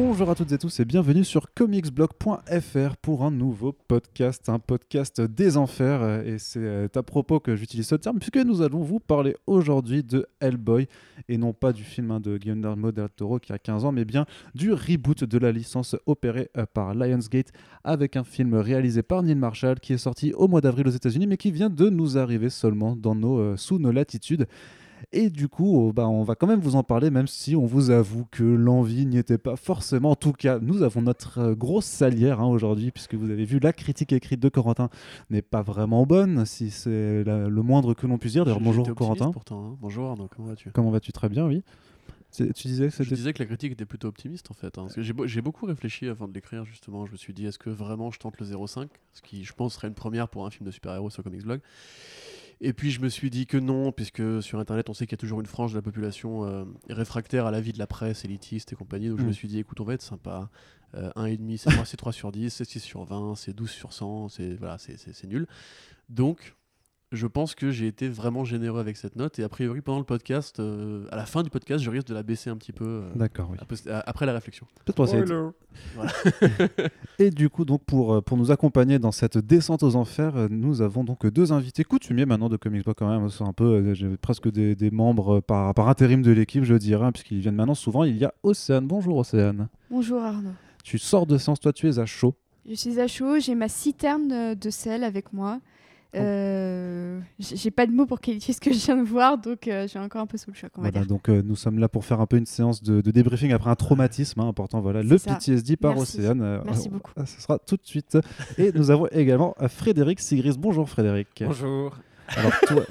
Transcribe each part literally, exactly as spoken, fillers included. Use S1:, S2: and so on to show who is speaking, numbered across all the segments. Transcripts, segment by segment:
S1: Bonjour à toutes et tous et bienvenue sur comicsblog point f r pour un nouveau podcast, un podcast des enfers. Et c'est à propos que j'utilise ce terme puisque nous allons vous parler aujourd'hui de Hellboy et non pas du film hein, de Guillermo del Toro qui a quinze ans, mais bien du reboot de la licence opérée euh, par Lionsgate avec un film réalisé par Neil Marshall qui est sorti au mois d'avril aux États-Unis mais qui vient de nous arriver seulement dans nos, euh, sous nos latitudes. Et du coup, bah, on va quand même vous en parler, même si on vous avoue que l'envie n'y était pas forcément. En tout cas, nous avons notre euh, grosse salière hein, aujourd'hui, puisque vous avez vu la critique écrite de Corentin n'est pas vraiment bonne, si c'est la, le moindre que l'on puisse dire. D'ailleurs, bonjour Corentin.
S2: Pourtant, hein. Bonjour Arnaud, comment vas-tu ?
S1: Comment vas-tu ? Très bien, oui. C'est, tu disais que c'était...
S2: Je disais que la critique était plutôt optimiste en fait. Hein, parce que j'ai, be- j'ai beaucoup réfléchi avant de l'écrire justement. Je me suis dit, est-ce que vraiment je tente le zéro cinq ? Ce qui, je pense, serait une première pour un film de super-héros sur Comicsblog. Et puis je me suis dit que non, puisque sur internet on sait qu'il y a toujours une frange de la population euh, réfractaire à l'avis de la presse, élitiste et compagnie. Donc mmh. je me suis dit, écoute, on va être sympa. Euh, un virgule cinq, c'est trois, c'est trois sur dix, c'est six sur vingt, c'est douze sur cent, c'est, voilà, c'est, c'est, c'est nul. Donc je pense que j'ai été vraiment généreux avec cette note. Et a priori, pendant le podcast, euh, à la fin du podcast, je risque de la baisser un petit peu. Euh,
S1: D'accord, oui.
S2: Peu, après la réflexion.
S1: Peut-être voilà. Et du coup, donc, pour, pour nous accompagner dans cette descente aux enfers, nous avons donc deux invités coutumiers maintenant de Comicsblog quand même. C'est un peu, j'ai presque des, des membres par, par intérim de l'équipe, je dirais, hein, puisqu'ils viennent maintenant souvent. Il y a Océane. Bonjour Océane.
S3: Bonjour Arnaud.
S1: Tu sors de séance, toi tu es à chaud.
S3: Je suis à chaud, j'ai ma citerne de sel avec moi. Euh, j'ai pas de mots pour qualifier ce que je viens de voir, donc euh, j'ai encore un peu sous le choc, on
S1: voilà,
S3: va dire.
S1: Donc euh, nous sommes là pour faire un peu une séance de, de débriefing après un traumatisme hein, important. Voilà, le
S3: ça.
S1: P T S D par
S3: Merci.
S1: Océane. Euh,
S3: Merci beaucoup.
S1: Euh, ce sera tout de suite. Et nous avons également Frédéric Sigris. Bonjour Frédéric.
S4: Bonjour.
S1: Alors toi.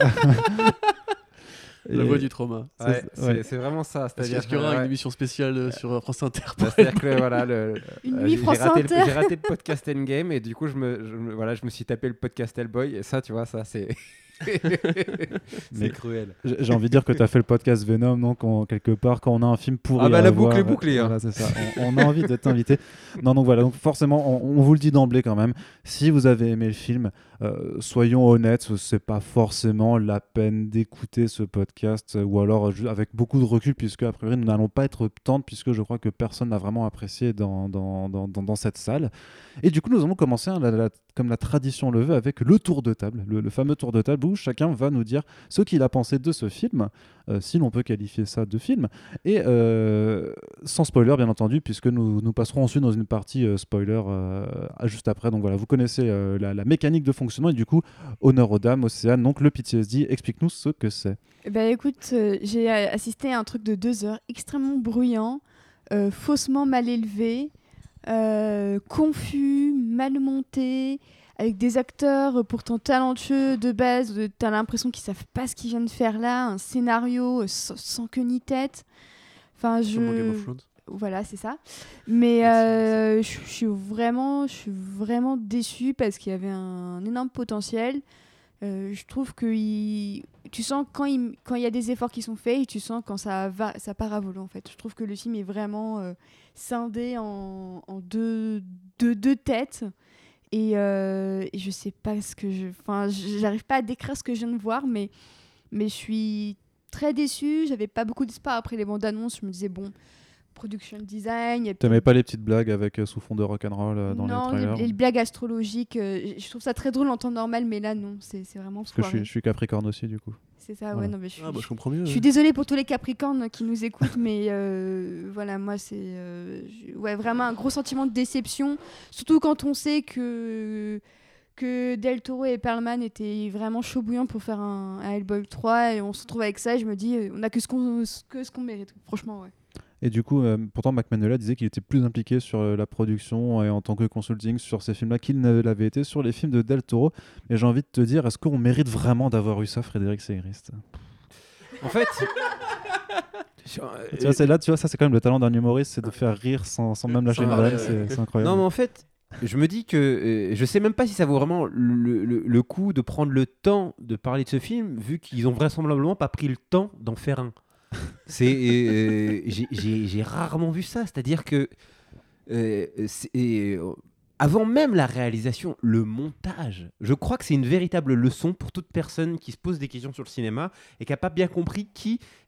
S2: La voix du trauma.
S4: Ouais,
S1: c'est, ouais.
S4: c'est, c'est vraiment ça.
S2: C'est-à-dire Est-ce qu'il y aura
S4: ouais.
S2: une émission spéciale sur France Inter
S4: bah, C'est-à-dire que voilà, le,
S3: une
S4: euh,
S3: nuit
S4: j'ai,
S3: France
S4: raté
S3: Inter.
S4: le, j'ai raté le podcast Endgame et du coup je me, je me, voilà, je me suis tapé le podcast Hellboy et ça, tu vois, ça c'est... c'est cruel.
S1: J'ai envie de dire que tu as fait le podcast Venom, donc on, quelque part, quand on a un film pourri.
S4: Ah bah la
S1: voir,
S4: boucle est bouclée. Hein.
S1: Voilà, c'est ça. On, on a envie de t'inviter. Non, donc voilà, donc forcément, on, on vous le dit d'emblée quand même. Si vous avez aimé le film, euh, soyons honnêtes, c'est pas forcément la peine d'écouter ce podcast, ou alors avec beaucoup de recul, puisque a priori nous n'allons pas être tendres, puisque je crois que personne n'a vraiment apprécié dans, dans, dans, dans, dans cette salle. Et du coup, nous allons commencer, hein, la, la, comme la tradition le veut, avec le tour de table, le, le fameux tour de table où chacun va nous dire ce qu'il a pensé de ce film, euh, si l'on peut qualifier ça de film, et euh, sans spoiler bien entendu, puisque nous, nous passerons ensuite dans une partie euh, spoiler euh, juste après. Donc voilà, vous connaissez euh, la, la mécanique de fonctionnement, et du coup, honneur aux dames, Océane, donc le P T S D, explique-nous ce que c'est.
S3: Eh ben, écoute, euh, j'ai assisté à un truc de deux heures, extrêmement bruyant, euh, faussement mal élevé, euh, confus, mal monté, avec des acteurs pourtant talentueux de base, t'as l'impression qu'ils savent pas ce qu'ils viennent faire là, un scénario sans, sans queue ni tête. Enfin, je...
S2: Game of Thrones.
S3: Voilà, c'est ça. Mais euh, je suis vraiment, je suis vraiment déçue parce qu'il y avait un énorme potentiel. Euh, je trouve que il... tu sens quand il quand il y a des efforts qui sont faits et tu sens quand ça va, ça part à volo en fait. Je trouve que le film est vraiment euh, scindé en, en deux, deux, deux têtes. Et, euh, et je sais pas ce que je... Enfin, j'arrive pas à décrire ce que je viens de voir, mais, mais je suis très déçue. J'avais pas beaucoup d'espoir après les bandes annonces. Je me disais, bon, production design... Tu
S1: n'aimais pas les petites blagues avec euh, sous fond de rock'n'roll euh, dans
S3: non,
S1: les trailers?
S3: Non, les, les blagues astrologiques, euh, je trouve ça très drôle en temps normal, mais là, non, c'est, c'est vraiment...
S1: Parce que je suis, je suis Capricorne aussi, du coup.
S3: C'est ça,
S1: voilà.
S3: ouais, non, mais je suis,
S2: ah bah je comprends mieux.
S3: Je
S2: ouais.
S3: suis désolée pour tous les Capricornes qui nous écoutent, mais euh, voilà, moi, c'est euh, je, ouais, vraiment un gros sentiment de déception, surtout quand on sait que, que Del Toro et Perlman étaient vraiment chaud bouillants pour faire un, un Hellboy trois, et on se retrouve avec ça, et je me dis, on a que ce qu'on, que ce qu'on mérite, franchement, ouais.
S1: Et du coup, euh, pourtant, Mac Mignola disait qu'il était plus impliqué sur euh, la production et en tant que consulting sur ces films-là qu'il ne l'avait été sur les films de Del Toro. Et j'ai envie de te dire, est-ce qu'on mérite vraiment d'avoir eu ça, Frédéric Segrist ?
S4: En fait...
S1: tu vois, c'est là, tu vois, ça c'est quand même le talent d'un humoriste, c'est de faire rire sans, sans même lâcher une vanne, c'est, c'est incroyable.
S4: Non, mais en fait, je me dis que euh, je sais même pas si ça vaut vraiment le, le, le coup de prendre le temps de parler de ce film, vu qu'ils ont vraisemblablement pas pris le temps d'en faire un. C'est, euh, j'ai, j'ai, j'ai rarement vu ça, c'est-à-dire que euh, c'est, euh, avant même la réalisation, le montage, je crois que c'est une véritable leçon pour toute personne qui se pose des questions sur le cinéma et qui n'a pas bien compris qui,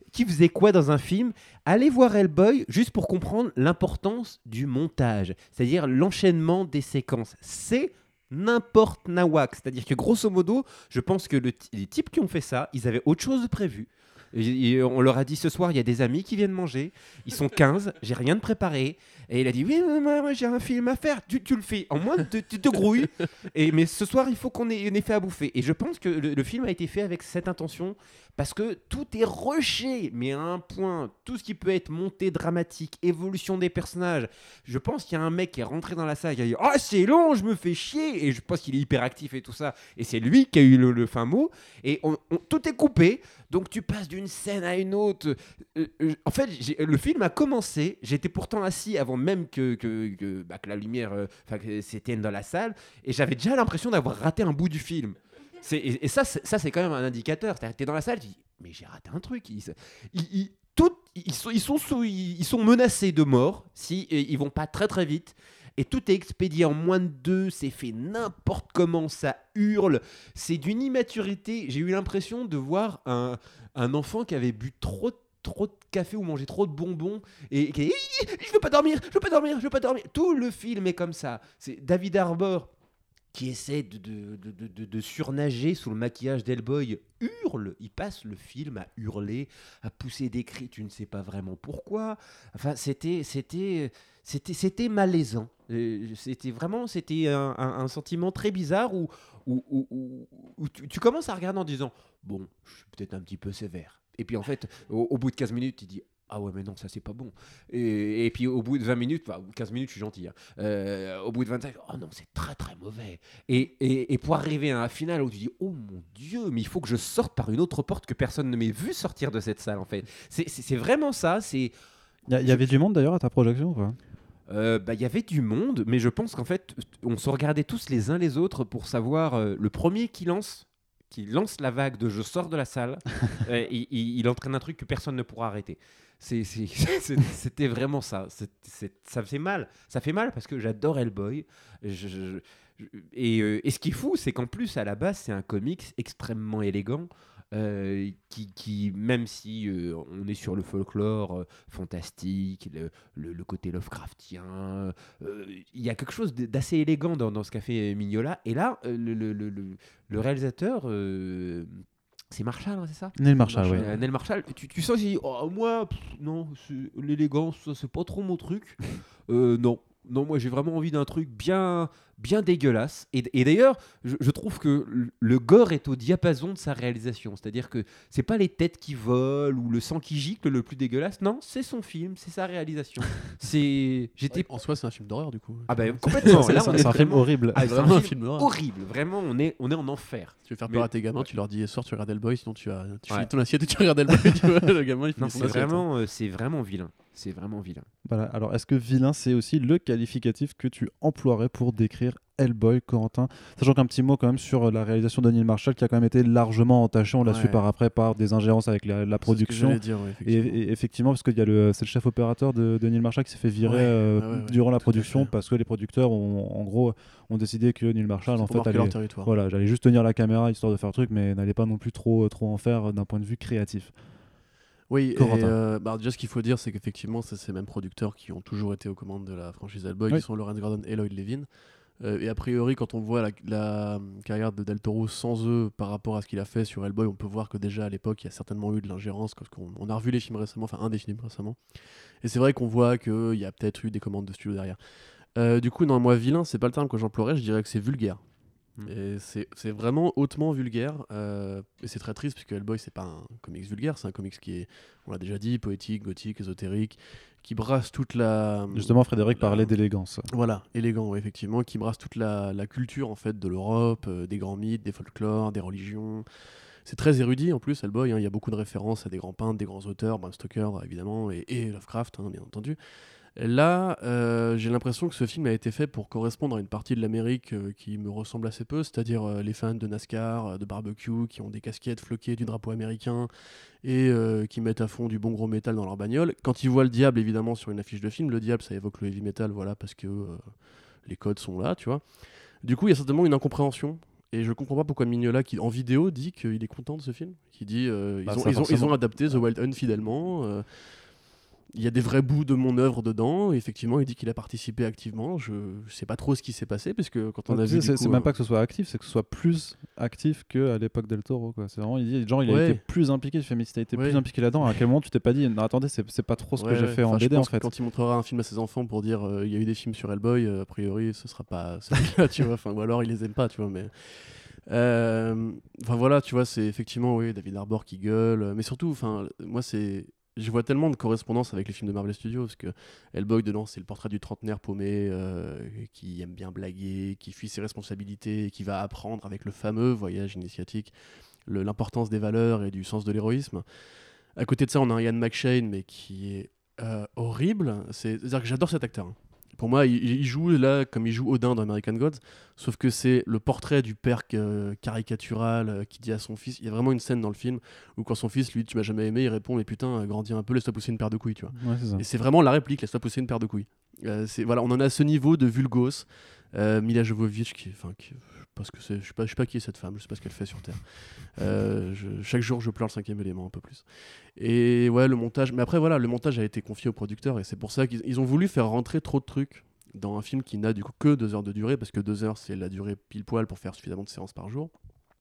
S4: qui faisait quoi dans un film? Allez voir Hellboy juste pour comprendre l'importance du montage, c'est-à-dire l'enchaînement des séquences. C'est n'importe nawak, c'est-à-dire que grosso modo, je pense que le t- les types qui ont fait ça, ils avaient autre chose de prévu. Et, et on leur a dit ce soir, il y a des amis qui viennent manger, ils sont quinze, j'ai rien de préparé. Et il a dit oui, mais moi, moi, j'ai un film à faire. Tu, tu le fais en moins, de- tu te grouilles. Et, mais ce soir, il faut qu'on ait un effet à bouffer. Et je pense que le, le film a été fait avec cette intention parce que tout est rushé, mais à un point, tout ce qui peut être monté dramatique, évolution des personnages. Je pense qu'il y a un mec qui est rentré dans la salle qui a dit ah, c'est long, je me fais chier. Et je pense qu'il est hyperactif et tout ça. Et c'est lui qui a eu le, le fin mot. Et on- on- tout est coupé. Donc tu passes d'une scène à une autre. Euh, euh, en fait, j'ai- le film a commencé. J'étais pourtant assis avant même que, que, que, bah, que la lumière euh, 'fin, que s'éteigne dans la salle. Et j'avais déjà l'impression d'avoir raté un bout du film. C'est, et, et ça, c'est, ça, c'est quand même un indicateur. C'est-à-dire que t'es dans la salle, tu dis mais j'ai raté un truc. Ils, ils, ils- tout- ils sont, ils, sont sous- ils, ils sont menacés de mort si et ils vont pas très très vite. Et tout est expédié en moins de deux, c'est fait n'importe comment, ça hurle, c'est d'une immaturité. J'ai eu l'impression de voir un, un enfant qui avait bu trop, trop de café ou mangé trop de bonbons et qui est « je veux pas dormir, je veux pas dormir, je veux pas dormir ». Tout le film est comme ça. C'est David Harbour qui essaie de, de, de, de, de- de surnager sous le maquillage d'Hellboy, hurle, il passe le film à hurler, à pousser des cris, tu ne sais pas vraiment pourquoi. Enfin, c'était, c'était, c'était, c'était malaisant. Euh, C'était vraiment, c'était un, un- un sentiment très bizarre où, où, où- où- où tu, tu commences à regarder en disant, bon, je suis peut-être un petit peu sévère. Et puis en fait, au, au bout de quinze minutes, tu dis, ah ouais, mais non, ça c'est pas bon. Et, et puis au bout de vingt minutes, enfin, quinze minutes, je suis gentil. Hein. Euh, au bout de vingt-cinq, oh non, c'est très très mauvais. Et, et, et pour arriver à un final où tu dis, oh mon Dieu, mais il faut que je sorte par une autre porte que personne ne m'ait vu sortir de cette salle en fait. C'est, c'est, c'est vraiment ça. C'est.
S1: Il y, y avait du monde d'ailleurs à ta projection ou pas?
S4: Euh, bah, y avait du monde, mais je pense qu'en fait, on se regardait tous les uns les autres pour savoir euh, le premier qui lance, qui lance la vague de je sors de la salle, euh, il, il, il entraîne un truc que personne ne pourra arrêter. C'est, c'est, c'est, c'était vraiment ça. C'est, c'est, ça fait mal. Ça fait mal parce que j'adore Hellboy. Je, je, je, et, euh, et ce qui est fou, c'est qu'en plus, à la base, c'est un comics extrêmement élégant. Euh, qui, qui, même si euh, on est sur le folklore euh, fantastique, le, le, le côté Lovecraftien, euh, il y a quelque chose d'assez élégant dans, dans ce qu'a fait Mignola. Et là, euh, le, le, le, le réalisateur, euh, c'est Marshall, hein, c'est ça?
S1: Neil Marshall, oui.
S4: Euh, Neil Marshall, tu, tu sens, j'ai dit, oh, moi, pff, non, c'est- l'élégance, ça, c'est pas trop mon truc. Euh, non. Non, moi j'ai vraiment envie d'un truc bien, bien dégueulasse. Et, et d'ailleurs, je, je trouve que le- le gore est au diapason de sa réalisation. C'est-à-dire que c'est pas les têtes qui volent ou le sang qui gicle le plus dégueulasse. Non, c'est son film, c'est sa réalisation. C'est, j'étais.
S2: En soi, c'est un film d'horreur du coup.
S4: Ah bah complètement.
S1: C'est
S4: Là,
S1: c'est
S4: on
S1: un
S4: est
S1: film
S4: vraiment
S1: horrible.
S4: Ah,
S2: C'est
S4: c'est un
S2: vraiment un
S4: film
S2: film d'horreur.
S4: horrible. Vraiment, on est, on est en enfer.
S2: Tu veux faire
S4: Mais-
S2: peur à tes gamins, tu leur dis soir tu regardes Hellboy, sinon tu, as, tu
S4: Ouais.
S2: finis ton assiette et tu regardes Hellboy. Tu vois, le gamin il finit
S4: Non,
S2: son
S4: c'est
S2: assiette.
S4: vraiment, euh, c'est vraiment vilain. C'est vraiment vilain.
S1: Voilà. Alors, est-ce que vilain, c'est aussi le qualificatif que tu emploierais pour décrire Hellboy, Corentin? Sachant qu'un petit mot quand même sur la réalisation de Neil Marshall qui a quand même été largement entachée, on l'a
S2: Ouais.
S1: su par après, par des ingérences avec la, la
S2: C'est ce que
S1: production.
S2: j'allais dire, ouais,
S1: Et,
S2: effectivement.
S1: et effectivement, parce que y a le, c'est le chef opérateur de, de Neil Marshall qui s'est fait virer
S2: Ouais,
S1: euh,
S2: ouais, ouais, ouais,
S1: durant la
S2: tout à
S1: production
S2: fait.
S1: parce que les producteurs ont, en gros, ont décidé que Neil Marshall,
S2: C'est
S1: en
S2: pour
S1: fait,
S2: marquer
S1: allait,
S2: leur territoire.
S1: voilà, j'allais juste tenir la caméra histoire de faire le truc, mais n'allait pas non plus trop, trop en faire d'un point de vue créatif.
S2: Oui, et
S1: Corentin.
S2: euh, bah, déjà ce qu'il faut dire, c'est qu'effectivement, c'est ces mêmes producteurs qui ont toujours été aux commandes de la franchise Hellboy,
S1: Oui.
S2: qui sont Lawrence Gordon et Lloyd Levin. Euh, et a priori, quand on voit la, la carrière de Del Toro sans eux par rapport à ce qu'il a fait sur Hellboy, on peut voir que déjà à l'époque, il y a certainement eu de l'ingérence, parce qu'on on a revu les films récemment, enfin un des films récemment. Et c'est vrai qu'on voit qu'il y a peut-être eu des commandes de studio derrière. Euh, du coup, non, moi, vilain, c'est pas le terme que j'emploierais, je dirais que c'est vulgaire.
S4: Mm.
S2: Et c'est c'est vraiment hautement vulgaire. euh, et c'est très triste, puisque Hellboy, c'est pas un comics vulgaire, c'est un comics qui est, on l'a déjà dit, poétique, gothique, ésotérique, qui brasse toute la.
S1: Justement, Frédéric
S2: la-
S1: parlait d'élégance.
S2: Voilà, élégant, ouais, effectivement, qui brasse toute la, la culture en fait de l'Europe, euh, des grands mythes, des folklores, des religions. C'est très érudit en plus, Hellboy. hein, Il y a beaucoup de références à des grands peintres, des grands auteurs, Bram Stoker évidemment, et, et Lovecraft, hein, bien entendu. Là, euh, j'ai l'impression que ce film a été fait pour correspondre à une partie de l'Amérique euh, qui me ressemble assez peu, c'est-à-dire euh, les fans de NASCAR, euh, de barbecue, qui ont des casquettes floquées du drapeau américain et euh, qui mettent à fond du bon gros métal dans leur bagnole. Quand ils voient le diable, évidemment, sur une affiche de film, le diable, ça évoque le heavy metal, voilà, parce que euh, les codes sont là, tu vois. Du coup, il y a certainement une incompréhension. Et je comprends pas pourquoi Mignola, qui en vidéo, dit qu'il est content de ce film. Qui dit euh,
S1: Bah,
S2: ils, ont,
S1: ça,
S2: ils, ont, ils
S1: forcément.
S2: ont adapté The Wild Hunt fidèlement. euh, Il y a des vrais bouts de mon œuvre dedans. Et effectivement, il dit qu'il a participé activement. Je ne sais pas trop ce qui s'est passé, parce que quand on
S1: Donc,
S2: a
S1: tu
S2: vu.
S1: sais,
S2: du
S1: c'est
S2: coup,
S1: c'est même
S2: euh,
S1: pas que ce soit actif, c'est que ce soit plus actif qu'à l'époque del Toro. Quoi. C'est vraiment, il dit, genre, il a
S2: Ouais.
S1: été plus impliqué. Tu fais, mais si t'as été
S2: Ouais.
S1: plus impliqué là-dedans, à quel moment tu t'es pas dit, non, attendez, c'est c'est pas trop ce
S2: ouais,
S1: que j'ai
S2: ouais.
S1: fait en
S2: Enfin, je
S1: B D en
S2: pense que
S1: fait.
S2: quand il montrera un film à ses enfants pour dire euh, il y a eu des films sur Hellboy, euh, a priori, ce sera pas celui-là, tu vois. Enfin, ou alors, il les aime pas, tu vois. Mais. Euh, Enfin voilà, tu vois, c'est effectivement oui, David Harbour qui gueule, mais surtout, enfin, moi c'est, je vois tellement de correspondances avec les films de Marvel Studios, parce que Hellboy dedans c'est le portrait du trentenaire paumé euh, qui aime bien blaguer, qui fuit ses responsabilités, qui va apprendre avec le fameux voyage initiatique le- l'importance des valeurs et du sens de l'héroïsme. À côté de ça, on a un Ian McShane, mais qui est euh, horrible. C'est- C'est-à-dire que j'adore cet acteur. hein. Pour moi, il, il joue là comme il joue Odin dans American Gods, sauf que c'est le portrait du père euh, caricatural euh, qui dit à son fils. Il y a vraiment une scène dans le film où quand son fils lui dit tu m'as jamais aimé, il répond mais putain, euh, grandis un peu, laisse-toi pousser une paire de couilles, tu vois.
S1: Ouais, c'est ça.
S2: Et c'est vraiment la réplique, laisse-toi pousser une paire de couilles. Euh, c'est voilà, on en a à ce niveau de vulgos. Euh, Mila Jovovich, qui, enfin, qui, parce que c'est, je sais pas, je sais pas qui est cette femme, je sais pas ce qu'elle fait sur Terre. Euh, je- chaque jour, je pleure le cinquième élément un peu plus. Et ouais, le montage. Mais après, voilà, le montage a été confié au producteur et c'est pour ça qu'ils ils ont voulu faire rentrer trop de trucs dans un film qui n'a du coup que deux heures de durée, parce que deux heures, c'est la durée pile poil pour faire suffisamment de séances par jour.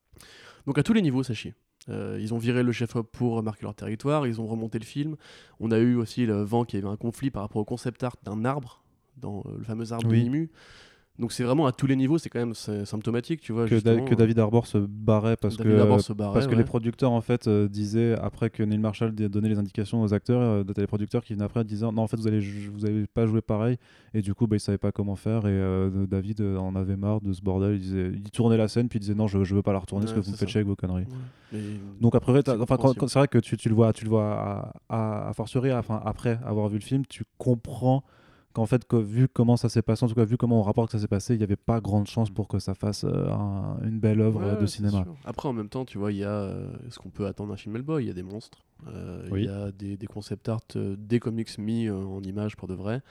S2: Donc à tous les niveaux, ça chie. Euh, ils ont viré le chef-op pour marquer leur territoire, ils ont remonté le film. On a eu aussi le vent qui avait un conflit par rapport au concept art d'un arbre, dans euh, le fameux arbre
S1: Oui.
S2: de Nimu. Donc c'est vraiment à tous les niveaux, c'est quand même c'est symptomatique, tu vois.
S1: Que, Da-
S2: justement,
S1: que David Harbour se barrait parce
S2: David
S1: que,
S2: Harbour se barrait,
S1: parce que
S2: ouais.
S1: les producteurs en fait euh, disaient après que Neil Marshall d- donnait les indications aux acteurs, euh, les producteurs qui venaient après disaient non en fait vous allez jou- vous avez pas joué pareil et du coup bah, ils savaient pas comment faire et euh, David euh, en avait marre de ce bordel, il, disait, il tournait la scène puis il disait non je, je veux pas la retourner
S2: Ouais,
S1: parce que vous me
S2: c'est
S1: faites
S2: ça.
S1: chier avec vos conneries.
S2: Ouais. Mais
S1: Donc après, t'as-
S2: c'est
S1: enfin, quand-
S2: compréhensible.
S1: quand- c'est vrai que tu, tu le vois, tu le vois à, à, à fortiori, enfin, après avoir vu le film, tu comprends qu'en fait, que, vu comment ça s'est passé, en tout cas vu comment on rapporte que ça s'est passé, il n'y avait pas grande chance pour que ça fasse euh, un- une belle œuvre
S2: Ouais,
S1: euh, de
S2: ouais, c'est
S1: cinéma.
S2: sûr. Après, en même temps, tu vois, il y a euh, ce qu'on peut attendre d'un film Hellboy. Il y a des monstres, euh, il
S1: Oui.
S2: y a des, des concept art, euh, des comics mis euh, en images pour de vrai.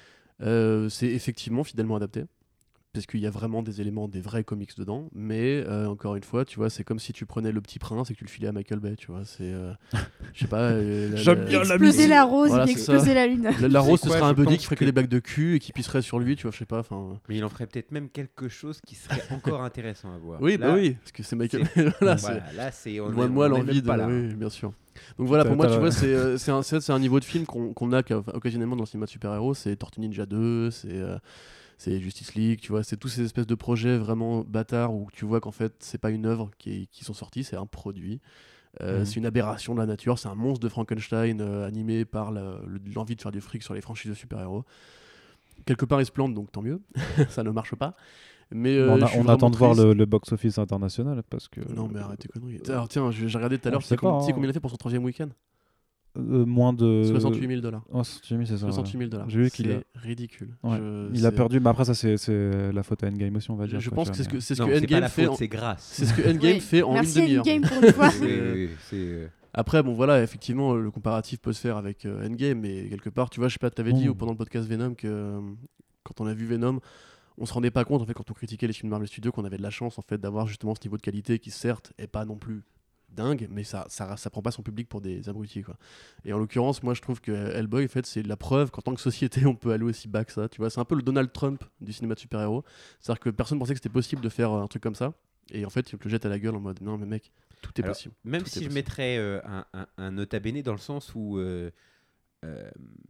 S2: Euh, c'est effectivement fidèlement adapté. Parce qu'il y a vraiment des éléments, des vrais comics dedans, mais euh, encore une fois, tu vois, c'est comme si tu prenais Le Petit Prince et que tu le filais à Michael Bay, tu vois, c'est, euh, je sais pas. euh, la-
S1: J'aime
S2: la-
S1: bien la
S3: Exploser
S1: musique.
S3: la rose,
S2: Voilà,
S3: il
S2: c'est
S3: explosait
S2: ça.
S3: la lune.
S2: La, la rose,
S4: C'est
S2: ce
S4: quoi,
S2: sera un
S4: je
S2: buddy
S4: pense
S2: qui ferait que
S4: que-
S2: des blagues de cul et qui pisserait sur lui, tu vois, je sais pas, enfin.
S4: Mais il en ferait peut-être même quelque chose qui serait encore intéressant à voir.
S2: Oui,
S4: Là,
S2: bah oui, parce que c'est Michael Bay. Voilà, c'est-
S4: Voilà, là, c'est on
S2: loin
S4: est-
S2: de moi
S4: on est
S2: l'envie
S4: même
S2: de.
S4: pas là.
S2: Oui, bien sûr. Donc voilà,
S1: T'as-
S2: pour moi,
S1: t'as
S2: tu
S1: la-
S2: vois, c'est euh, c'est un, c'est c'est un niveau de film qu'on qu'on a qu'à- occasionnellement dans le cinéma de super-héros. C'est Tortue Ninja deux, c'est euh, c'est Justice League, tu vois, c'est tous ces espèces de projets vraiment bâtards où tu vois qu'en fait, c'est pas une œuvre qui, est- qui sont sortis, c'est un produit. Euh,
S1: Mhm.
S2: C'est une aberration de la nature, c'est un monstre de Frankenstein euh, animé par la- le- l'envie de faire du fric sur les franchises de super-héros. Quelque part, il se plante, donc tant mieux. Ça ne marche pas. Mais euh,
S1: on a-
S2: je suis
S1: on
S2: vraiment
S1: attend de voir
S2: triste.
S1: le, le box-office international parce que
S2: Non, mais arrête tes conneries. Alors, tiens, j'ai j'ai regardé tout à l'heure,
S1: on
S2: tu sais
S1: sait
S2: com-
S1: pas,
S2: tu sais
S1: hein.
S2: combien il a fait pour son troisième week-end
S1: euh, moins de
S2: soixante-huit mille dollars.
S1: Oh, soixante-huit mille, c'est ça.
S2: soixante-huit
S1: ouais.
S2: mille dollars.
S1: J'ai vu qu'il a-
S2: C'est ridicule.
S1: Ouais.
S2: Je-
S1: Il a
S2: c'est-
S1: perdu, mais après ça c'est c'est la faute à Endgame aussi on va
S2: Je,
S1: dire.
S2: je
S1: quoi,
S2: pense
S1: tu
S2: que c'est ce
S1: vois,
S2: que, c'est ce
S4: Non,
S2: que
S4: c'est pas
S2: Endgame
S4: la
S2: fait.
S4: faute,
S2: en-
S4: c'est grâce.
S2: C'est ce que Endgame
S3: Oui,
S2: fait en
S3: merci
S2: une demi-heure.
S3: Endgame pour une fois.
S4: Oui, oui, oui, c'est, euh,
S2: Après, bon voilà, effectivement, le comparatif peut se faire avec euh, Endgame, mais quelque part, tu vois, je sais pas, t'avais dit
S1: Mm.
S2: pendant le podcast Venom que euh, quand on a vu Venom, on se rendait pas compte en fait quand on critiquait les films Marvel Studios qu'on avait de la chance en fait d'avoir justement ce niveau de qualité qui certes est pas non plus dingue, mais ça, ça, ça prend pas son public pour des abrutis quoi. Et en l'occurrence, moi je trouve que Hellboy en fait c'est la preuve qu'en tant que société on peut aller aussi bas que ça. Tu vois, c'est un peu le Donald Trump du cinéma de super-héros. C'est-à-dire que personne pensait que c'était possible de faire euh, un truc comme ça. Et en fait, tu te le jettes à la gueule en mode non mais mec, tout est
S4: Alors,
S2: possible.
S4: Même
S2: Tout est
S4: si je
S2: possible.
S4: mettrais euh, un, un, un nota bene dans le sens où euh, euh,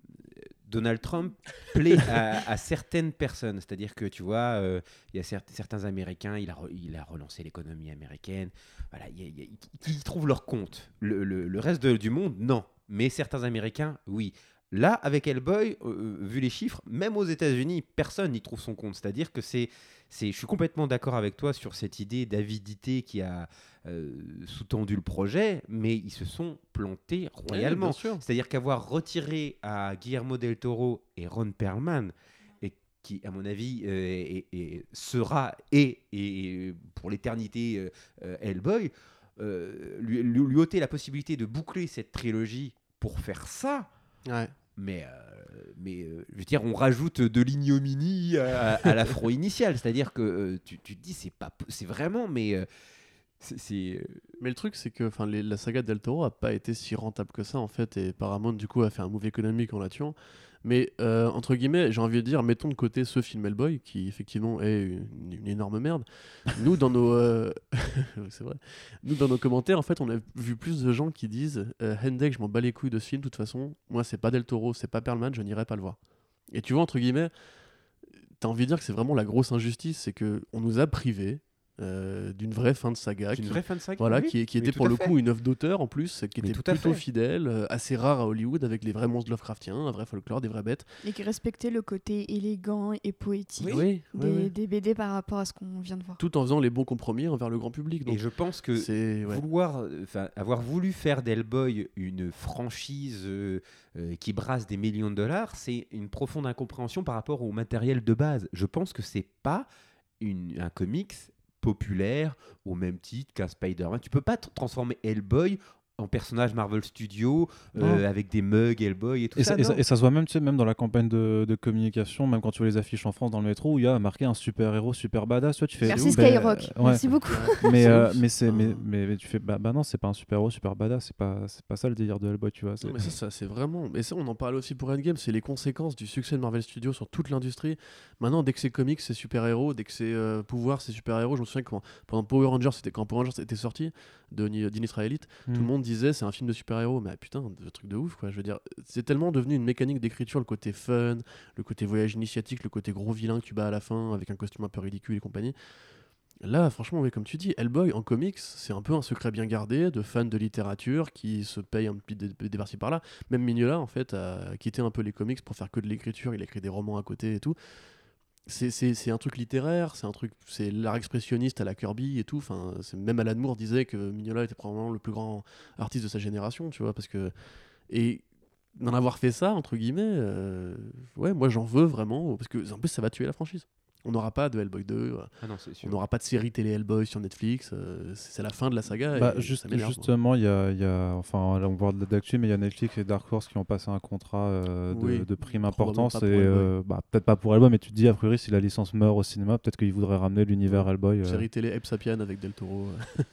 S4: Donald Trump plaît à, à certaines personnes. C'est-à-dire que tu vois, euh, il y a certes- certains Américains, il a, re- il a relancé l'économie américaine. Voilà, il y a- il y a- ils trouvent leur compte. Le, le- le reste de- du monde, non. Mais certains Américains, oui. Là, avec Hellboy, euh, vu les chiffres, même aux États-Unis, personne n'y trouve son compte. C'est-à-dire que c'est, c'est, je suis complètement d'accord avec toi sur cette idée d'avidité qui a euh, sous-tendu le projet, mais ils se sont plantés
S2: Ouais,
S4: royalement.
S2: bien sûr.
S4: C'est-à-dire qu'avoir retiré à Guillermo del Toro et Ron Perlman, et qui, à mon avis, euh, est- est- sera et, et pour l'éternité euh, euh, Hellboy, euh, lui, lui- lui ôter la possibilité de boucler cette trilogie pour faire ça,
S2: Ouais.
S4: mais euh, mais euh, je veux dire, on rajoute de l'ignominie à, à l'afro initial. C'est-à-dire que euh, tu, tu te dis, c'est, pas, c'est vraiment, mais. Euh, c'est, c'est, euh...
S2: Mais le truc, c'est que les, la saga Del Toro a pas été si rentable que ça, en fait, et Paramount, du coup, a fait un move économique en la tuant. Mais, euh, entre guillemets, j'ai envie de dire, mettons de côté ce film Hellboy, qui effectivement est une, une énorme merde. Nous, dans nos, euh... c'est vrai. Nous, dans nos commentaires, en fait, on a vu plus de gens qui disent euh, Hendek, je m'en bats les couilles de ce film, de toute façon, moi, c'est pas Del Toro, c'est pas Perlman, je n'irai pas le voir. Et tu vois, entre guillemets, t'as envie de dire que c'est vraiment la grosse injustice, c'est qu'on nous a privés. Euh, d'une vraie fin de saga,
S4: qui,
S2: qui,
S4: vraie fin de saga
S2: voilà,
S4: oui,
S2: qui, qui était pour le
S4: fait.
S2: coup une œuvre d'auteur en plus, qui
S4: mais
S2: était plutôt fidèle, euh, assez rare à Hollywood, avec les vrais monstres Lovecraftiens, un vrai folklore, des vraies bêtes.
S3: Et qui respectait le côté élégant et poétique
S2: oui, oui,
S3: des,
S2: oui, oui.
S3: des B D par rapport à ce qu'on vient de voir.
S2: Tout en faisant les bons compromis envers le grand public. Donc
S4: et je pense que
S2: c'est, ouais.
S4: vouloir, avoir voulu faire d'Hellboy une franchise euh, euh, qui brasse des millions de dollars, c'est une profonde incompréhension par rapport au matériel de base. Je pense que c'est pas une, un comics populaire au même titre qu'un Spider-Man. Tu peux pas t- transformer Hellboy en personnage Marvel Studios euh, avec des mugs Hellboy et tout
S1: et
S4: ça,
S1: ça, et ça. Et ça se voit même, tu sais, même dans la campagne de, de communication, même quand tu vois les affiches en France dans le métro où il y a marqué un super-héros super badass. Tu, tu fais,
S3: Merci
S1: ben,
S3: Skyrock,
S1: euh, ouais.
S3: merci beaucoup.
S1: mais,
S2: c'est
S1: euh,
S2: ouf.
S1: mais, c'est,
S2: Ah.
S1: mais, mais, mais tu fais, bah, bah non, c'est pas un super-héros super badass, c'est pas, c'est pas ça le délire de Hellboy, tu vois. C'est...
S2: Non, mais ça, ça, c'est vraiment. Mais ça, on en parlait aussi pour Endgame, c'est les conséquences du succès de Marvel Studios sur toute l'industrie. Maintenant, dès que c'est comics, c'est super-héros, dès que c'est euh, pouvoir, c'est super-héros. Je me souviens que quand, pendant Power Rangers, c'était quand Power Rangers était sorti de d'Initra Elite,
S1: Mm.
S2: tout le monde disait c'est un film de super-héros. Mais putain, un truc de ouf, quoi. Je veux dire, c'est tellement devenu une mécanique d'écriture, le côté fun, le côté voyage initiatique, le côté gros vilain que tu bats à la fin avec un costume un peu ridicule et compagnie. Là, franchement, oui, comme tu dis, Hellboy en comics, c'est un peu un secret bien gardé de fans de littérature qui se payent un petit dé- dé par-ci par-là. Même Mignola, en fait, a quitté un peu les comics pour faire que de l'écriture. Il a écrit des romans à côté et tout. C'est, c'est, c'est un truc littéraire, c'est un truc, c'est l'art expressionniste à la Kirby et tout. Enfin, c'est, même Alan Moore disait que Mignola était probablement le plus grand artiste de sa génération, tu vois, parce que et d'en avoir fait ça entre guillemets, euh, ouais, moi j'en veux vraiment parce que en plus ça va tuer la franchise. On n'aura pas de Hellboy deux,
S4: Ah non, c'est sûr.
S2: on n'aura pas de série télé Hellboy sur Netflix, euh, c'est la fin de la saga.
S1: Bah,
S2: et
S1: juste,
S2: ça m'énerve, moi.
S1: justement, il y a, il y a, enfin, là on parle d'actu, mais il y a Netflix et Dark Horse qui ont passé un contrat euh, de,
S2: Oui,
S1: de prime
S2: probablement
S1: importance.
S2: pas
S1: Et,
S2: pour Hellboy.
S1: euh, bah, peut-être pas pour Hellboy, mais tu te dis, a priori, si la licence meurt au cinéma, peut-être qu'ils voudraient ramener l'univers Hellboy. euh.
S2: Série télé Ep Sapien avec Del Toro.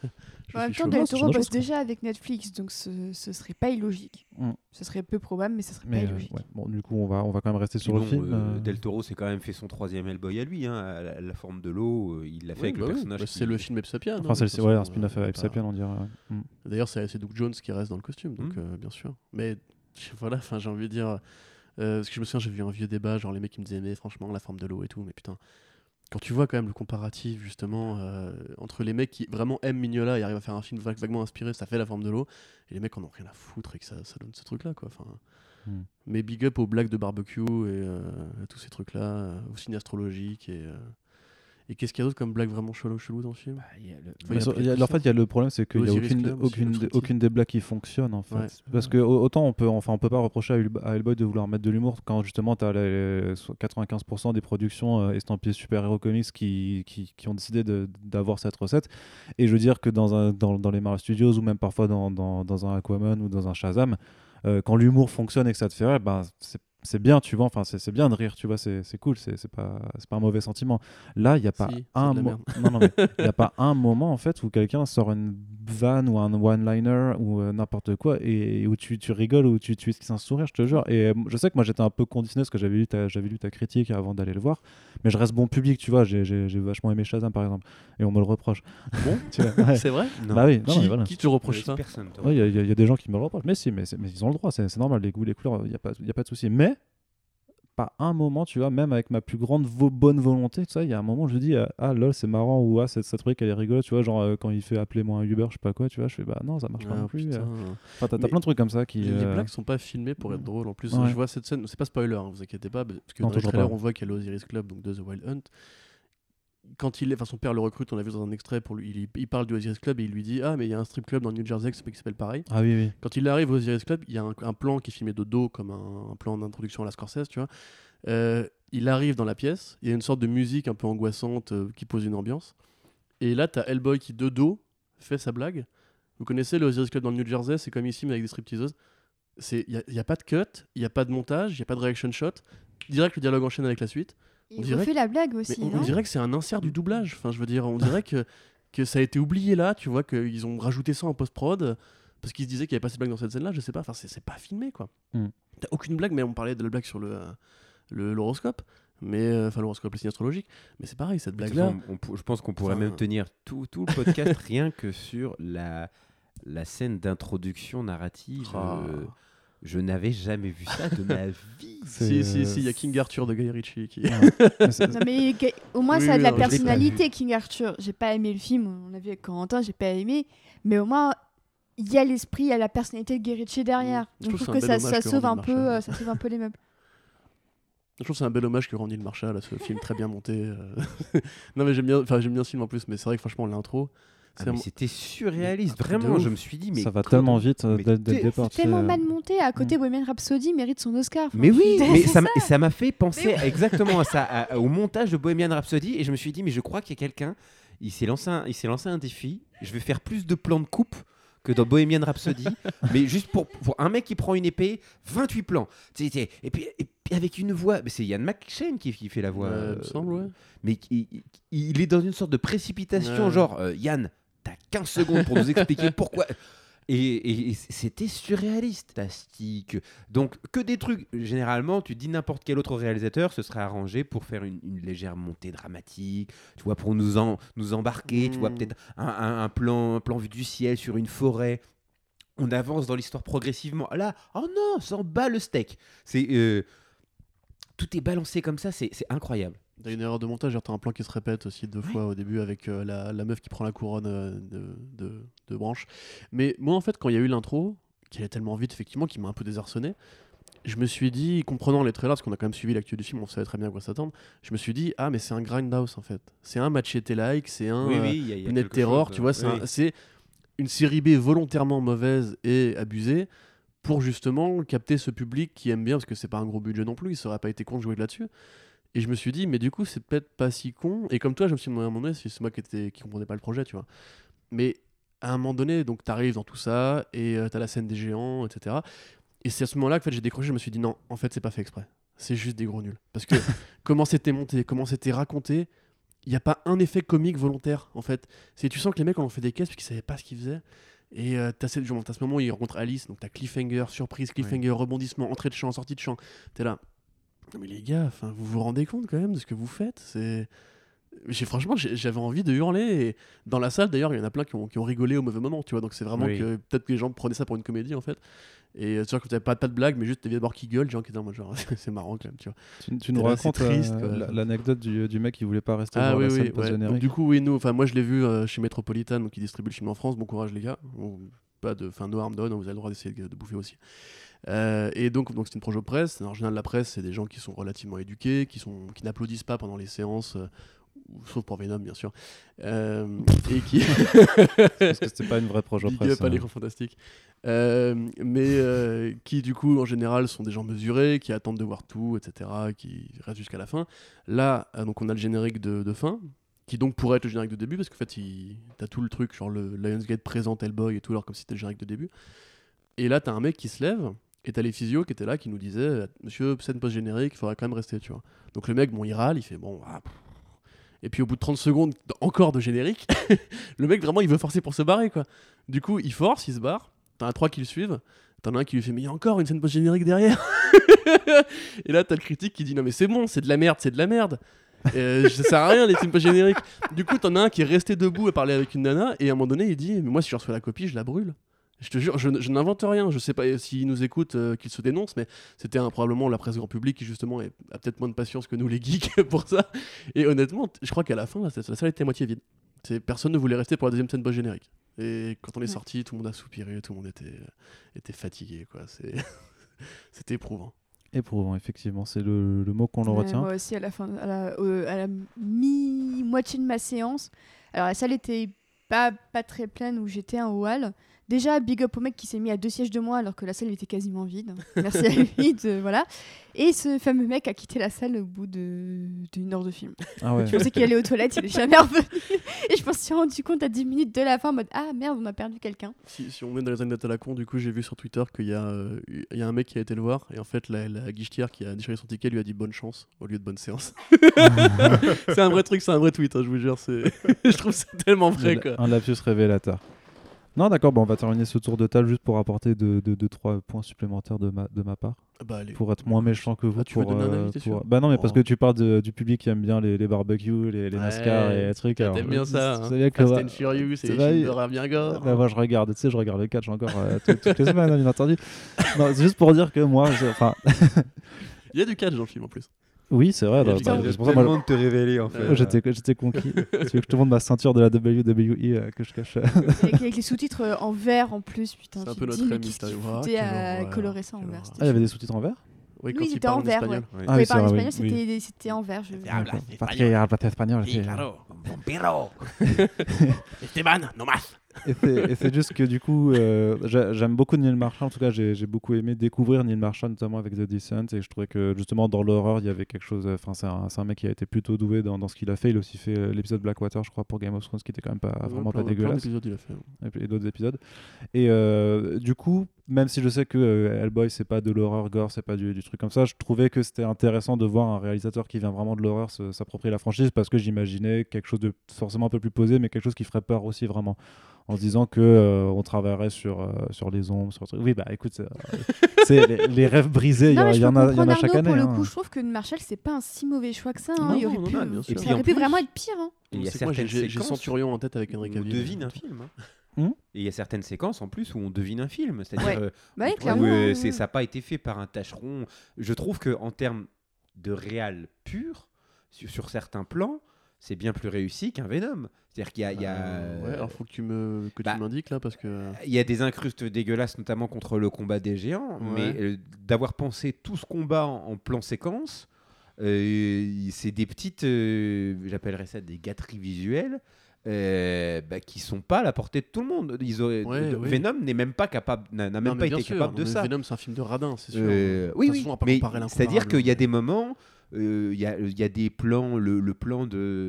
S2: Je
S3: En même
S2: suis
S3: temps,
S2: chaud.
S3: Del
S1: Non, c'est
S3: Toro
S1: une chose,
S3: bosse déjà avec Netflix, donc ce, ce serait pas illogique.
S1: Mm.
S3: Ce serait peu probable, mais ce serait
S1: Mais
S3: pas
S1: euh,
S3: illogique.
S1: ouais. Bon, du coup, on va, on va quand même rester sur
S4: Puis
S1: le
S4: bon,
S1: film.
S4: euh,
S1: euh.
S4: Del Toro s'est quand même fait son troisième Hellboy à lui, hein, à la, la forme de l'eau. euh, il l'a fait
S2: Oui,
S4: avec
S2: bah
S4: le
S2: oui,
S4: personnage.
S2: bah,
S4: qui-
S2: c'est le film Ep Sapien.
S1: Enfin, c'est,
S2: de
S1: c'est
S2: toute
S1: ouais, un
S2: façon,
S1: spin-off
S2: euh,
S1: avec
S2: pas-
S1: Sapien, on dirait. Ouais. Mm.
S2: D'ailleurs, c'est, c'est Doug Jones qui reste dans le costume, donc
S4: Mm.
S2: euh, bien sûr. Mais voilà, enfin, j'ai envie de dire. Euh, parce que je me souviens, j'ai vu un vieux débat, genre les mecs qui me disaient, mais franchement, la forme de l'eau et tout, mais putain. Quand tu vois quand même le comparatif, justement, euh, entre les mecs qui vraiment aiment Mignola et arrivent à faire un film vague- vaguement inspiré, ça fait la forme de l'eau, et les mecs en ont rien à foutre et que ça, ça donne ce truc-là, quoi. Enfin,
S1: Mm.
S2: mais big up aux blagues de barbecue et euh, à tous ces trucs-là, euh, aux signes astrologiques et. euh, Et qu'est-ce qu'il y a d'autre comme blague vraiment chelou, chelou dans le film
S4: Bah, il y a le-
S2: Enfin,
S1: Mais
S2: il y a
S1: sur-
S2: pris
S1: il y a-
S2: tout
S1: en
S2: ça.
S1: fait, il y a le problème, c'est qu'il n'y a
S2: Osiris
S1: aucune,
S2: Club aussi,
S1: aucune,
S2: le
S1: des-
S2: fruity.
S1: aucune des blagues qui fonctionne en fait.
S2: Ouais.
S1: Parce que au- autant on peut, enfin, on peut pas reprocher à, Hell- à Hellboy de vouloir mettre de l'humour quand justement tu as les, so- quatre-vingt-quinze pour cent des productions euh, estampillées super-héros comics qui, qui, qui ont décidé de- d'avoir cette recette. Et je veux dire que dans, un, dans, dans les Marvel Studios ou même parfois dans, dans, dans un Aquaman ou dans un Shazam, euh, quand l'humour fonctionne et que ça te fait rire, ben, c'est c'est bien, tu vois, enfin c'est c'est bien de rire, tu vois, c'est c'est cool, c'est c'est pas c'est pas un mauvais sentiment. Là, il y a pas
S2: Si, c'est
S1: un
S2: de la
S1: mo-
S2: merde.
S1: non non mais il y a pas un moment en fait où quelqu'un sort une vanne ou un one-liner ou euh, n'importe quoi et, et où tu, tu rigoles ou tu tu esquisses un sourire, je te jure. Et euh, je sais que moi j'étais un peu conditionné parce que j'avais lu ta j'avais lu ta critique avant d'aller le voir, mais je reste bon public, tu vois, j'ai j'ai j'ai vachement aimé Shazam par exemple et on me le reproche.
S2: Bon,
S1: Tu vois, ouais.
S2: c'est vrai
S4: Non.
S1: Bah oui, non,
S2: qui,
S1: mais voilà.
S2: qui te reproche
S4: Euh,
S2: ça
S4: personne, toi.
S1: Ouais, il y, a- il y a- il y a des gens qui me le reprochent. Mais si, mais, c'est- mais ils ont le droit, c'est c'est normal. Les goûts, les couleurs, il n'y a, pas- il y a pas de souci. Mais, pas un moment, tu vois, même avec ma plus grande vo- bonne volonté, tu sais, il y a un moment où je dis, euh, ah lol, c'est marrant, ou ah, cette, cette truc, elle est rigolote, tu vois, genre euh, quand il fait appeler moi un Uber, je sais pas quoi, tu vois, je fais, bah non, ça marche pas
S2: Ah,
S1: non plus.
S2: putain.
S1: euh. Enfin, t'as t'as
S2: Mais
S1: plein de trucs comme ça qui.
S2: Les, les
S1: euh,
S2: blagues sont pas filmées pour être drôles. En plus,
S1: Ouais.
S2: je vois cette scène, c'est pas spoiler, hein, vous inquiétez pas, parce que
S1: Non,
S2: dans le
S1: toujours
S2: trailer,
S1: pas.
S2: on voit qu'il y a l'Osiris Club, donc de The Wild Hunt. Quand il est, enfin son père le recrute, on l'a vu dans un extrait, pour lui, il, il parle du Osiris Club et il lui dit, ah mais il y a un strip club dans le New Jersey qui s'appelle pareil.
S1: Ah oui, oui.
S2: Quand il arrive au Osiris Club, il y a un, un plan qui est filmé de dos, comme un, un plan d'introduction à la Scorsese, tu vois. Euh, il arrive dans la pièce, il y a une sorte de musique un peu angoissante euh, qui pose une ambiance. Et là, t'as Hellboy qui, de dos, fait sa blague. Vous connaissez le Osiris Club dans le New Jersey, c'est comme ici, mais avec des stripteaseuses. Il n'y a, y a pas de cut, il n'y a pas de montage, il n'y a pas de reaction shot. Direct, le dialogue enchaîne avec la suite. On
S3: Il
S2: dirait
S3: refait la blague aussi,
S2: Mais on,
S3: non
S2: on dirait que c'est un insert du doublage. Enfin, je veux dire, on dirait que, que ça a été oublié là. Tu vois, qu'ils ont rajouté ça en post-prod parce qu'ils se disaient qu'il n'y avait pas cette blague dans cette scène-là. Je sais pas. Enfin, c'est, c'est pas filmé, quoi.
S1: Mm.
S2: T'as aucune blague, mais on parlait de la blague sur le, le l'horoscope. Mais enfin, euh, l'horoscope, le signe astrologique. Mais c'est pareil, cette blague-là.
S4: On, on, je pense qu'on pourrait
S2: enfin,
S4: même tenir tout, tout le podcast rien que sur la, la scène d'introduction narrative.
S2: Ah.
S4: Euh, je n'avais jamais vu ça de ma vie.
S2: Si, si, si, il y a King Arthur de Guy Ritchie qui.
S3: Non, mais Ga- au moins
S2: Oui,
S3: ça a de la
S2: non, je l'ai pas
S3: personnalité, King Arthur. J'ai pas aimé le film, on l'a vu avec Corentin, j'ai pas aimé, mais au moins il y a l'esprit, il y a la personnalité de Guy Ritchie derrière.
S2: Je
S3: Donc
S2: trouve
S3: je trouve
S2: que
S3: que
S2: c'est un
S3: ça,
S2: bel
S3: ça
S2: hommage que
S3: sauve un
S2: Randy
S3: peu,
S2: Marshall.
S3: euh, ça sauve un peu les meubles.
S2: Je trouve que c'est un bel hommage que Randy Marshall à ce film très bien monté. euh. Non, mais j'aime bien, enfin, j'aime bien ce film en plus, mais c'est vrai que franchement, l'intro.
S4: Ah,
S2: c'est
S4: mais
S2: un-
S4: c'était surréaliste,
S2: un truc de
S4: vraiment.
S2: ouf.
S4: Je me suis dit, mais
S1: ça va
S4: comment-
S1: tellement vite euh,
S4: mais
S1: dès, dès le
S4: t'es-
S1: départ.
S3: C'est
S1: tu sais,
S3: tellement
S1: euh,
S3: mal monté, à côté Bohemian Rhapsody mérite son Oscar. Enfin,
S4: Mais
S3: je
S4: oui,
S3: suis
S4: mais
S3: dé-
S4: ça m'a,
S3: c'est
S4: ça m'a fait penser
S3: Mais
S4: exactement à ça, à- au montage de Bohemian Rhapsody, et je me suis dit, mais je crois qu'il y a quelqu'un, il s'est lancé un, il s'est lancé un défi, je vais faire plus de plans de coupe que dans Bohemian Rhapsody, mais juste pour, pour un mec qui prend une épée, vingt-huit plans, Tu sais, tu sais, et puis, et puis avec une voix, mais c'est Ian McShane qui, qui fait la voix,
S2: Ouais,
S4: euh,
S2: il me semble, ouais.
S4: mais il, il- il est dans une sorte de précipitation,
S2: Ouais.
S4: genre, euh, Yann, t'as quinze secondes pour nous expliquer pourquoi. Et, et- et c'était surréaliste, fantastique. Donc, que des trucs. Généralement, tu dis n'importe quel autre réalisateur se serait arrangé pour faire une, une légère montée dramatique, tu vois, pour nous, en, nous embarquer, tu vois,
S2: Mm.
S4: peut-être un, un- un plan, un plan vu du ciel sur une forêt. On avance dans l'histoire progressivement. Là, oh non, ça en bat le steak. C'est, euh, tout est balancé comme ça, c'est, c'est incroyable.
S2: T'as une erreur de montage, genre t'as un plan qui se répète aussi deux fois au début avec euh, la, la meuf qui prend la couronne euh, de, de, de branche. Mais moi en fait quand il y a eu l'intro, qui allait tellement vite effectivement, qui m'a un peu désarçonné, je me suis dit, comprenant les trailers, parce qu'on a quand même suivi l'actu du film, on savait très bien à quoi s'attendre, je me suis dit, ah mais c'est un grindhouse en fait. C'est un Machete-like, c'est un
S4: Oui,
S2: euh,
S4: oui, il y a, il y a
S2: Net
S4: quelque
S2: Terror,
S4: chose,
S2: tu vois,
S4: euh,
S2: c'est,
S4: oui.
S2: un- c'est une série B volontairement mauvaise et abusée pour justement capter ce public qui aime bien, parce que c'est pas un gros budget non plus, il serait pas été con de jouer là-dessus. Et je me suis dit, mais du coup, c'est peut-être pas si con. Et comme toi, je me suis demandé à un moment donné si c'est moi qui, était, qui comprenais pas le projet, tu vois. Mais à un moment donné, donc t'arrives dans tout ça, et euh, t'as la scène des géants, et cetera. Et c'est à ce moment-là que en fait, j'ai décroché, je me suis dit, non, en fait, c'est pas fait exprès. C'est juste des gros nuls. Parce que comment c'était monté, comment c'était raconté, il n'y a pas un effet comique volontaire, en fait. C'est, tu sens que les mecs en ont fait des caisses parce qu'ils savaient pas ce qu'ils faisaient. Et euh, t'as, cette, genre, t'as ce moment où ils rencontrent Alice, donc t'as cliffhanger, surprise, cliffhanger, rebondissement, entrée de champ, sortie de champ. T'es là. Non mais les gars, enfin, vous vous rendez compte quand même de ce que vous faites. C'est, j'ai franchement, j'ai- j'avais envie de hurler. Et dans la salle, d'ailleurs, il y en a plein qui ont, qui ont rigolé au mauvais moment, tu vois. Donc c'est vraiment
S4: Oui.
S2: que peut-être que les gens prenaient ça pour une comédie en fait. Et euh, tu vois que t'avais pas, pas de blague, mais juste des vieux bords qui gueulent, des gens qui étaient en mode genre, c'est marrant quand même, tu vois.
S1: Tu, tu nous
S2: T'es là, c'est
S1: racontes
S2: triste,
S1: euh,
S2: quoi.
S1: la- l'anecdote du, du mec qui voulait pas rester
S2: Ah
S1: voir
S2: oui,
S1: la scène
S2: oui, ouais.
S1: post-générique.
S2: Donc du coup, oui, nous, enfin, moi je l'ai vu euh, chez Metropolitan, donc qui distribue le film en France. Bon courage les gars. Bon, pas de, enfin, no harm done, vous avez le droit d'essayer de, de bouffer aussi. Euh, et donc, donc c'est une projo presse. En général, la presse, c'est des gens qui sont relativement éduqués, qui sont, qui n'applaudissent pas pendant les séances, euh, sauf pour Venom bien sûr, euh, et qui
S1: Parce que c'était pas une vraie projet
S2: Big
S1: presse.
S2: up à
S1: hein.
S2: l'écran fantastique. Euh, mais euh, qui du coup en général sont des gens mesurés, qui attendent de voir tout, et cetera, qui restent jusqu'à la fin. Là, euh, donc on a le générique de, de fin, qui donc pourrait être le générique de début, parce qu'en fait il... t'as tout le truc, genre le Lionsgate présente Hellboy et tout, alors comme si c'était le générique de début. Et là t'as un mec qui se lève, et t'as les physios qui étaient là, qui nous disaient monsieur, scène post-générique, il faudrait quand même rester, tu vois. Donc le mec, bon, il râle, il fait bon, ah, pff. Et puis au bout de trente secondes encore de générique, le mec vraiment il veut forcer pour se barrer quoi. Du coup il force, il se barre, t'en as trois qui le suivent, t'en as un qui lui fait mais il y a encore une scène post-générique derrière. Et là t'as le critique qui dit non mais c'est bon, c'est de la merde, c'est de la merde. Euh, ça sert à rien les scènes post-génériques. Du coup t'en as un qui est resté debout à parler avec une nana et à un moment donné il dit mais moi si je reçois la copie je la brûle. Je te jure, je, je n'invente rien. Je sais pas s'ils nous écoutent, euh, qu'ils se dénoncent, mais c'était un, probablement la presse grand public qui justement est- a peut-être moins de patience que nous les geeks pour ça. Et honnêtement, t- je crois qu'à la fin, la, la salle était à moitié vide. C'est, personne ne voulait rester pour la deuxième scène post-générique. Et quand on est
S3: Ouais.
S2: sorti, tout le monde a soupiré, tout le monde était, était fatigué, quoi. C'est... C'était éprouvant.
S1: Éprouvant, effectivement, c'est le, le mot qu'on le
S3: Ouais,
S1: retient.
S3: moi aussi, à la, fin, à la, euh, à la mi-moitié de ma séance, alors la salle était pas, pas très pleine où j'étais en hall, Déjà, big up au mec qui s'est mis à deux sièges de moi alors que la salle était quasiment vide. Merci à lui, de- voilà. Et ce fameux mec a quitté la salle au bout de- d'une heure de film.
S1: Ah ouais.
S3: Je pensais qu'il allait aux toilettes, il est jamais revenu. Et je me suis rendu compte à dix minutes de la fin en mode ah merde, on a perdu quelqu'un.
S2: Si, si on met dans les anecdotes à la con, du coup, j'ai vu sur Twitter qu'il y, a, euh, il y a un mec qui a été le voir et en fait, la, la guichetière qui a déchiré son ticket lui a dit bonne chance au lieu de bonne séance. C'est un vrai truc, c'est un vrai tweet, hein, je vous jure. C'est... je trouve ça tellement vrai, quoi.
S1: Un lapsus révélateur. Non, d'accord, bon, on va terminer ce tour de table juste pour apporter deux, deux, deux, trois points supplémentaires de ma, de ma part.
S2: Bah, allez.
S1: Pour être moins méchant que vous.
S2: Ah, tu veux
S1: pour,
S2: donner un
S1: euh,
S2: avis, t'es
S1: pour-
S2: sûr
S1: Bah non, mais parce
S2: Oh.
S1: que tu parles de- du public qui aime bien les, les barbecues, les, les
S2: Ouais,
S1: NASCAR et les trucs.
S2: T'aimes
S1: alors,
S2: bien ça, hein.
S1: c'est bien que
S2: Fast
S1: va-
S2: and Furious, c'est
S1: c'est
S2: les
S1: vrai,
S2: films d'horreur bien gore.
S1: Bah, moi, je regarde, tu sais, je regarde le catch encore euh, tout- toutes les semaines, hein, bien entendu. Non, c'est juste pour dire que moi, je- enfin,
S2: Il y a du catch dans le film en plus.
S1: oui, c'est vrai.
S2: Il y a
S1: bah,
S2: du
S1: bah,
S2: catch.
S1: c'est pour ça, moi,
S4: tellement de te révéler en fait.
S1: moi, j'étais, j'étais conquis. Tu veux que je te montre ma ceinture de la W W E euh, que je cache euh,
S3: avec, avec les sous-titres euh, en vert en plus, putain.
S2: C'est un
S3: tu
S2: peu
S3: te
S2: notre
S3: dis, mais
S2: ami,
S3: qu'est-ce qu'il
S2: Mysterio. Ah,
S3: foutait
S2: quelle
S3: à
S2: horreur,
S3: colorer ça en
S2: quelle
S3: vert
S2: horreur.
S3: c'était
S1: Ah, il y avait
S3: chaud.
S1: des sous-titres en vert.
S2: Oui,
S3: Lui,
S2: quand
S3: il
S2: il
S3: était en
S2: parle
S3: vert,
S2: espagnol.
S4: Ouais.
S1: Ah
S3: Oui,
S1: oui,
S3: par
S1: c'est vrai,
S3: espagnol,
S1: oui, oui.
S3: c'était c'était en vert. je-
S1: D'accord. Parce qu'il y a le espagnol. j'ai-
S2: Esteban, no más.
S1: Et c'est, et c'est juste que du coup, euh, j'a- j'aime beaucoup Neil Marshall. En tout cas, j'ai, j'ai beaucoup aimé découvrir Neil Marshall, notamment avec The Descent. Et je trouvais que justement, dans l'horreur, il y avait quelque chose. Enfin, c'est un, c'est un mec qui a été plutôt doué dans, dans ce qu'il a fait. Il a aussi fait euh, l'épisode Blackwater, je crois, pour Game of Thrones, qui était quand même pas, vraiment
S2: Plein-
S1: pas
S2: plein
S1: dégueulasse.
S2: d'épisodes, il a fait. hein.
S1: Et, puis- et d'autres épisodes. Et euh, du coup, même si je sais que euh, Hellboy, c'est pas de l'horreur gore, c'est pas du, du truc comme ça, je trouvais que c'était intéressant de voir un réalisateur qui vient vraiment de l'horreur se- s'approprier la franchise parce que j'imaginais quelque chose de forcément un peu plus posé, mais quelque chose qui ferait peur aussi vraiment. En se disant que euh, on travaillerait sur, euh, sur les ombres, sur le truc. Oui, bah écoute, c'est, euh, c'est les, les rêves brisés, il y,
S3: Non,
S1: a-
S3: mais
S1: il
S3: je
S1: y en
S3: peux
S1: a, il y en a
S3: comprendre
S1: chaque
S3: Arnaud,
S1: année.
S3: pour le
S1: hein.
S3: coup, je trouve que Marshall, c'est pas un si mauvais choix que ça. hein.
S2: Non,
S3: Il aurait
S2: non,
S3: pu,
S2: non, bien sûr.
S4: Et
S3: ça
S4: puis, en
S3: aurait pu
S4: plus-
S3: vraiment être pire. hein.
S4: Et il y a
S2: C'est que moi,
S4: certaines
S2: j'ai, j'ai
S4: séquences
S2: Centurion en tête avec Henry
S4: où on
S2: Cavill.
S4: devine un film. hein.
S1: Hmm
S4: Et il y a certaines séquences en plus où on devine un film. C'est-à-dire
S3: Ouais.
S4: euh,
S3: Bah oui,
S4: où,
S3: clairement.
S4: euh,
S3: hein.
S4: c'est- ça n'a pas été fait par un tâcheron. Je trouve qu'en termes de réal pur, sur, sur certains plans, c'est bien plus réussi qu'un Venom. C'est-à-dire qu'il y a, il y a,
S2: Euh, ouais, alors faut que tu me que
S4: bah,
S2: tu m'indiques là parce que
S4: il y a des incrustes dégueulasses, notamment contre le combat des géants,
S2: Ouais.
S4: mais euh, d'avoir pensé tout ce combat en, en plan séquence, euh, c'est des petites, euh, j'appellerais ça des gâteries visuelles, euh, bah, qui sont pas à la portée de tout le monde. Ils auraient,
S2: Ouais,
S4: de-
S2: ouais.
S4: Venom n'est même pas capable, n'a, n'a
S2: Non,
S4: même
S2: mais
S4: pas
S2: bien
S4: été
S2: sûr,
S4: capable
S2: non,
S4: de
S2: mais
S4: ça.
S2: Venom, c'est un film de radin, c'est sûr.
S4: Euh,
S2: De
S4: oui,
S2: toute
S4: oui,
S2: façon, on va pas
S4: mais
S2: comparer
S4: c'est-à-dire qu'il y a
S2: l'incomparable.
S4: des moments, euh, il y, a, il y a des plans, le, le plan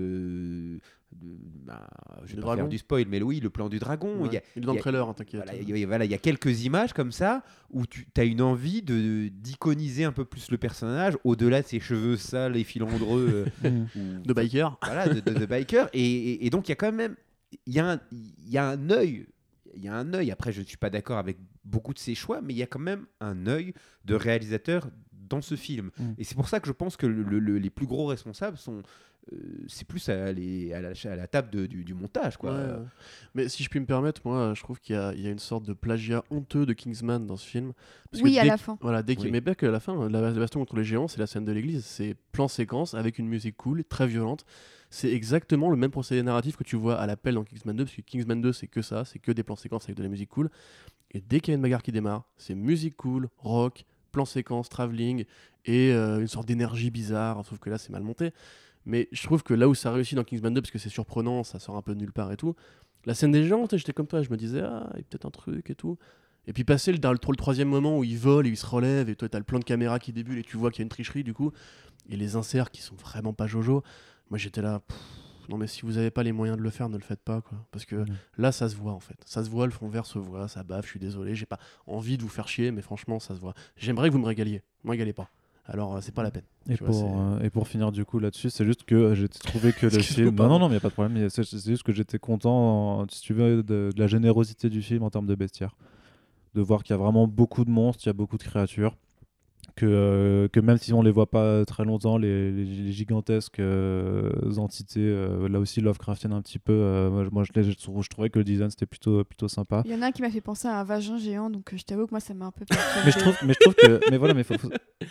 S4: de, de bah, je vais
S2: Du
S4: pas faire
S2: dragon.
S4: du spoil, mais oui, le plan du dragon.
S2: Ouais.
S4: Il y a,
S2: Il est dans
S4: il y
S2: le
S4: a-
S2: trailer, hein, t'inquiète.
S4: voilà, il y a- voilà, il y a quelques images comme ça où tu as une envie de d'iconiser un peu plus le personnage au-delà de ses cheveux sales et filandreux euh,
S1: Hmm.
S4: ou-
S2: De biker.
S4: voilà, de, de- de biker. Et, et- et donc il y a quand même il y a un, il y a un œil. Il y a un œil. Après, je ne suis pas d'accord avec beaucoup de ses choix, mais il y a quand même un œil de réalisateur dans ce film.
S1: Mm.
S4: Et c'est pour ça que je pense que le- le- les plus gros responsables sont. euh, c'est plus à, les- à la, à la table de- du, du montage, quoi.
S2: Ouais, ouais. Mais si je puis me permettre, moi, je trouve qu'il y a, il y a une sorte de plagiat honteux de Kingsman dans ce film. Parce que
S3: Oui, à
S2: dès
S3: la
S2: que-
S3: fin.
S2: Voilà, dès qu'il
S4: Oui.
S2: mais bien qu'à la fin, la, la baston contre les géants, c'est la scène de l'église, c'est plan séquence avec une musique cool, très violente. C'est exactement le même procédé narratif que tu vois à l'appel dans Kingsman deux, parce que Kingsman deux, c'est que ça, c'est que des plans séquences avec de la musique cool. Et dès qu'il y a une bagarre qui démarre, c'est musique cool, rock, plan séquence, travelling et euh, une sorte d'énergie bizarre, sauf que là, c'est mal monté. Mais je trouve que là où ça réussit dans Kingsman deux, parce que c'est surprenant, ça sort un peu de nulle part et tout, la scène des géants, tu sais, j'étais comme toi, je me disais, ah, il y a peut-être un truc et tout. Et puis passer le, dans le, le troisième moment où ils volent et ils se relèvent, et toi, t'as le plan de caméra qui débute et tu vois qu'il y a une tricherie du coup, et les inserts qui sont vraiment pas jojo. Moi, j'étais là, pff, non, mais si vous avez pas les moyens de le faire, ne le faites pas, quoi. Parce que
S1: Mhm.
S2: là, ça se voit en fait. Ça se voit, le fond vert se voit, ça baffe, je suis désolé, j'ai pas envie de vous faire chier, mais franchement, ça se voit. J'aimerais que vous me régaliez. Ne me régalez pas. Alors, euh, c'est pas la peine.
S1: Et
S2: Tu vois,
S1: pour,
S2: c'est-
S1: euh, et pour finir du coup là-dessus, c'est juste que euh, j'ai trouvé que le
S2: Excuse-moi,
S1: film... Non,
S2: pardon.
S1: non, non, mais il n'y a pas de problème. mais C'est c'est juste que j'étais content, euh, si tu veux, de, de la générosité du film en termes de bestiaire. De voir qu'il y a vraiment beaucoup de monstres, il y a beaucoup de créatures. Que, euh, que même si on les voit pas très longtemps, les, les- les gigantesques euh, entités, euh, là aussi Lovecraftiennes un petit peu, euh, moi, moi, je, les- je, trou- je trouvais que le design c'était plutôt, plutôt sympa.
S3: Il y en a un qui m'a fait penser à un vagin géant, donc euh, je t'avoue que moi, ça m'a un peu perturbé.
S1: Mais je trouve, mais je trouve que, mais voilà, mais faut, faut-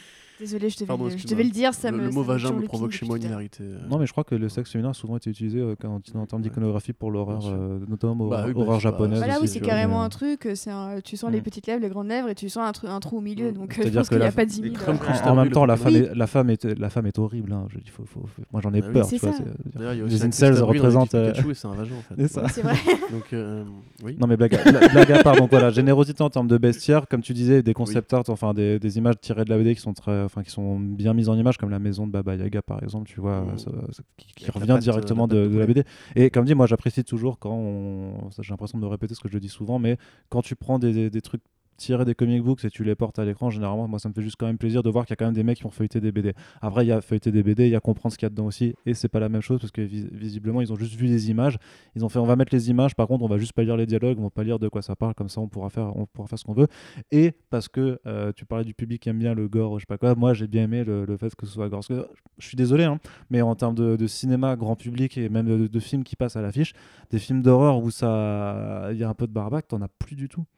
S3: Désolée, je devais,
S2: Pardon,
S3: le, je
S2: excuse-moi.
S3: devais le dire, ça
S2: le,
S3: me.
S2: le
S3: ça
S2: mot
S3: me
S2: vagin me
S3: turlupine
S2: provoque
S3: depuis
S2: chez moi une
S3: tout à l'heure.
S2: hilarité. euh.
S1: Non, mais je crois que le sexe féminin a souvent été utilisé euh, quand, en termes
S2: Ouais.
S1: d'iconographie pour l'horreur,
S2: Bien sûr.
S1: euh, notamment
S2: Bah
S1: horreur,
S2: oui, bah,
S1: horreur
S2: je sais pas,
S1: japonaise.
S3: Bah là,
S1: aussi,
S3: oui, c'est
S1: tu vois,
S3: carrément
S1: mais,
S3: un truc. C'est un- tu sens
S1: Mm.
S3: les petites lèvres, les grandes lèvres, et tu sens un, tru- un trou au milieu.
S2: Mm.
S3: Donc, euh,
S1: C'est-à-dire
S3: je pense
S1: que
S3: qu'il n'y
S1: la-
S3: a pas de dix
S2: les
S3: mille.
S2: crèmes
S3: euh,
S2: cristales.
S1: En, en même
S2: le
S1: temps, la
S2: premier.
S1: femme, est, la, femme est, la femme est horrible. Hein. Je dis, faut, faut, faut- Moi, j'en ai
S2: Bah oui.
S1: peur.
S3: C'est
S1: Tu vois,
S3: ça.
S1: c'est-
S2: D'ailleurs, il y a
S1: les
S2: aussi un
S1: incels
S2: Christophe Bruy dans
S1: représentent.
S2: l'équipe
S1: euh,
S2: Pikachu et c'est un vagin en fait.
S1: C'est ça.
S3: C'est vrai.
S2: Donc, euh, oui.
S1: Non mais blague, à- bla- blague à part, donc voilà, générosité en termes de bestiaire, comme tu disais, des concept art, enfin des, des images tirées de la B D qui sont très, enfin qui sont bien mises en image, comme la maison de Baba Yaga par exemple, tu vois,
S2: Mmh.
S1: ça- ça- qui, qui
S2: Avec la
S1: revient
S2: patte,
S1: directement
S2: la patte
S1: de,
S2: de
S1: de la B
S2: poulet.
S1: D. Et comme dit, moi j'apprécie toujours quand on, ça, j'ai l'impression de me répéter ce que je dis souvent, mais quand tu prends des, des, des trucs tirés des comic books et tu les portes à l'écran, généralement moi ça me fait juste quand même plaisir de voir qu'il y a quand même des mecs qui ont feuilleté des B D. Après il y a feuilleté des B D, il y a comprendre ce qu'il y a dedans aussi, et c'est pas la même chose parce que vis- visiblement ils ont juste vu les images, ils ont fait on va mettre les images, par contre on va juste pas lire les dialogues, on va pas lire de quoi ça parle, comme ça on pourra faire, on pourra faire ce qu'on veut. Et parce que euh, tu parlais du public qui aime bien le gore, je sais pas quoi, moi j'ai bien aimé le, le fait que ce soit gore. Parce que, je suis désolé, hein, mais en termes de, de cinéma grand public et même de, de films qui passent à l'affiche, des films d'horreur où ça, il y a un peu de barbac, t'en as plus du tout.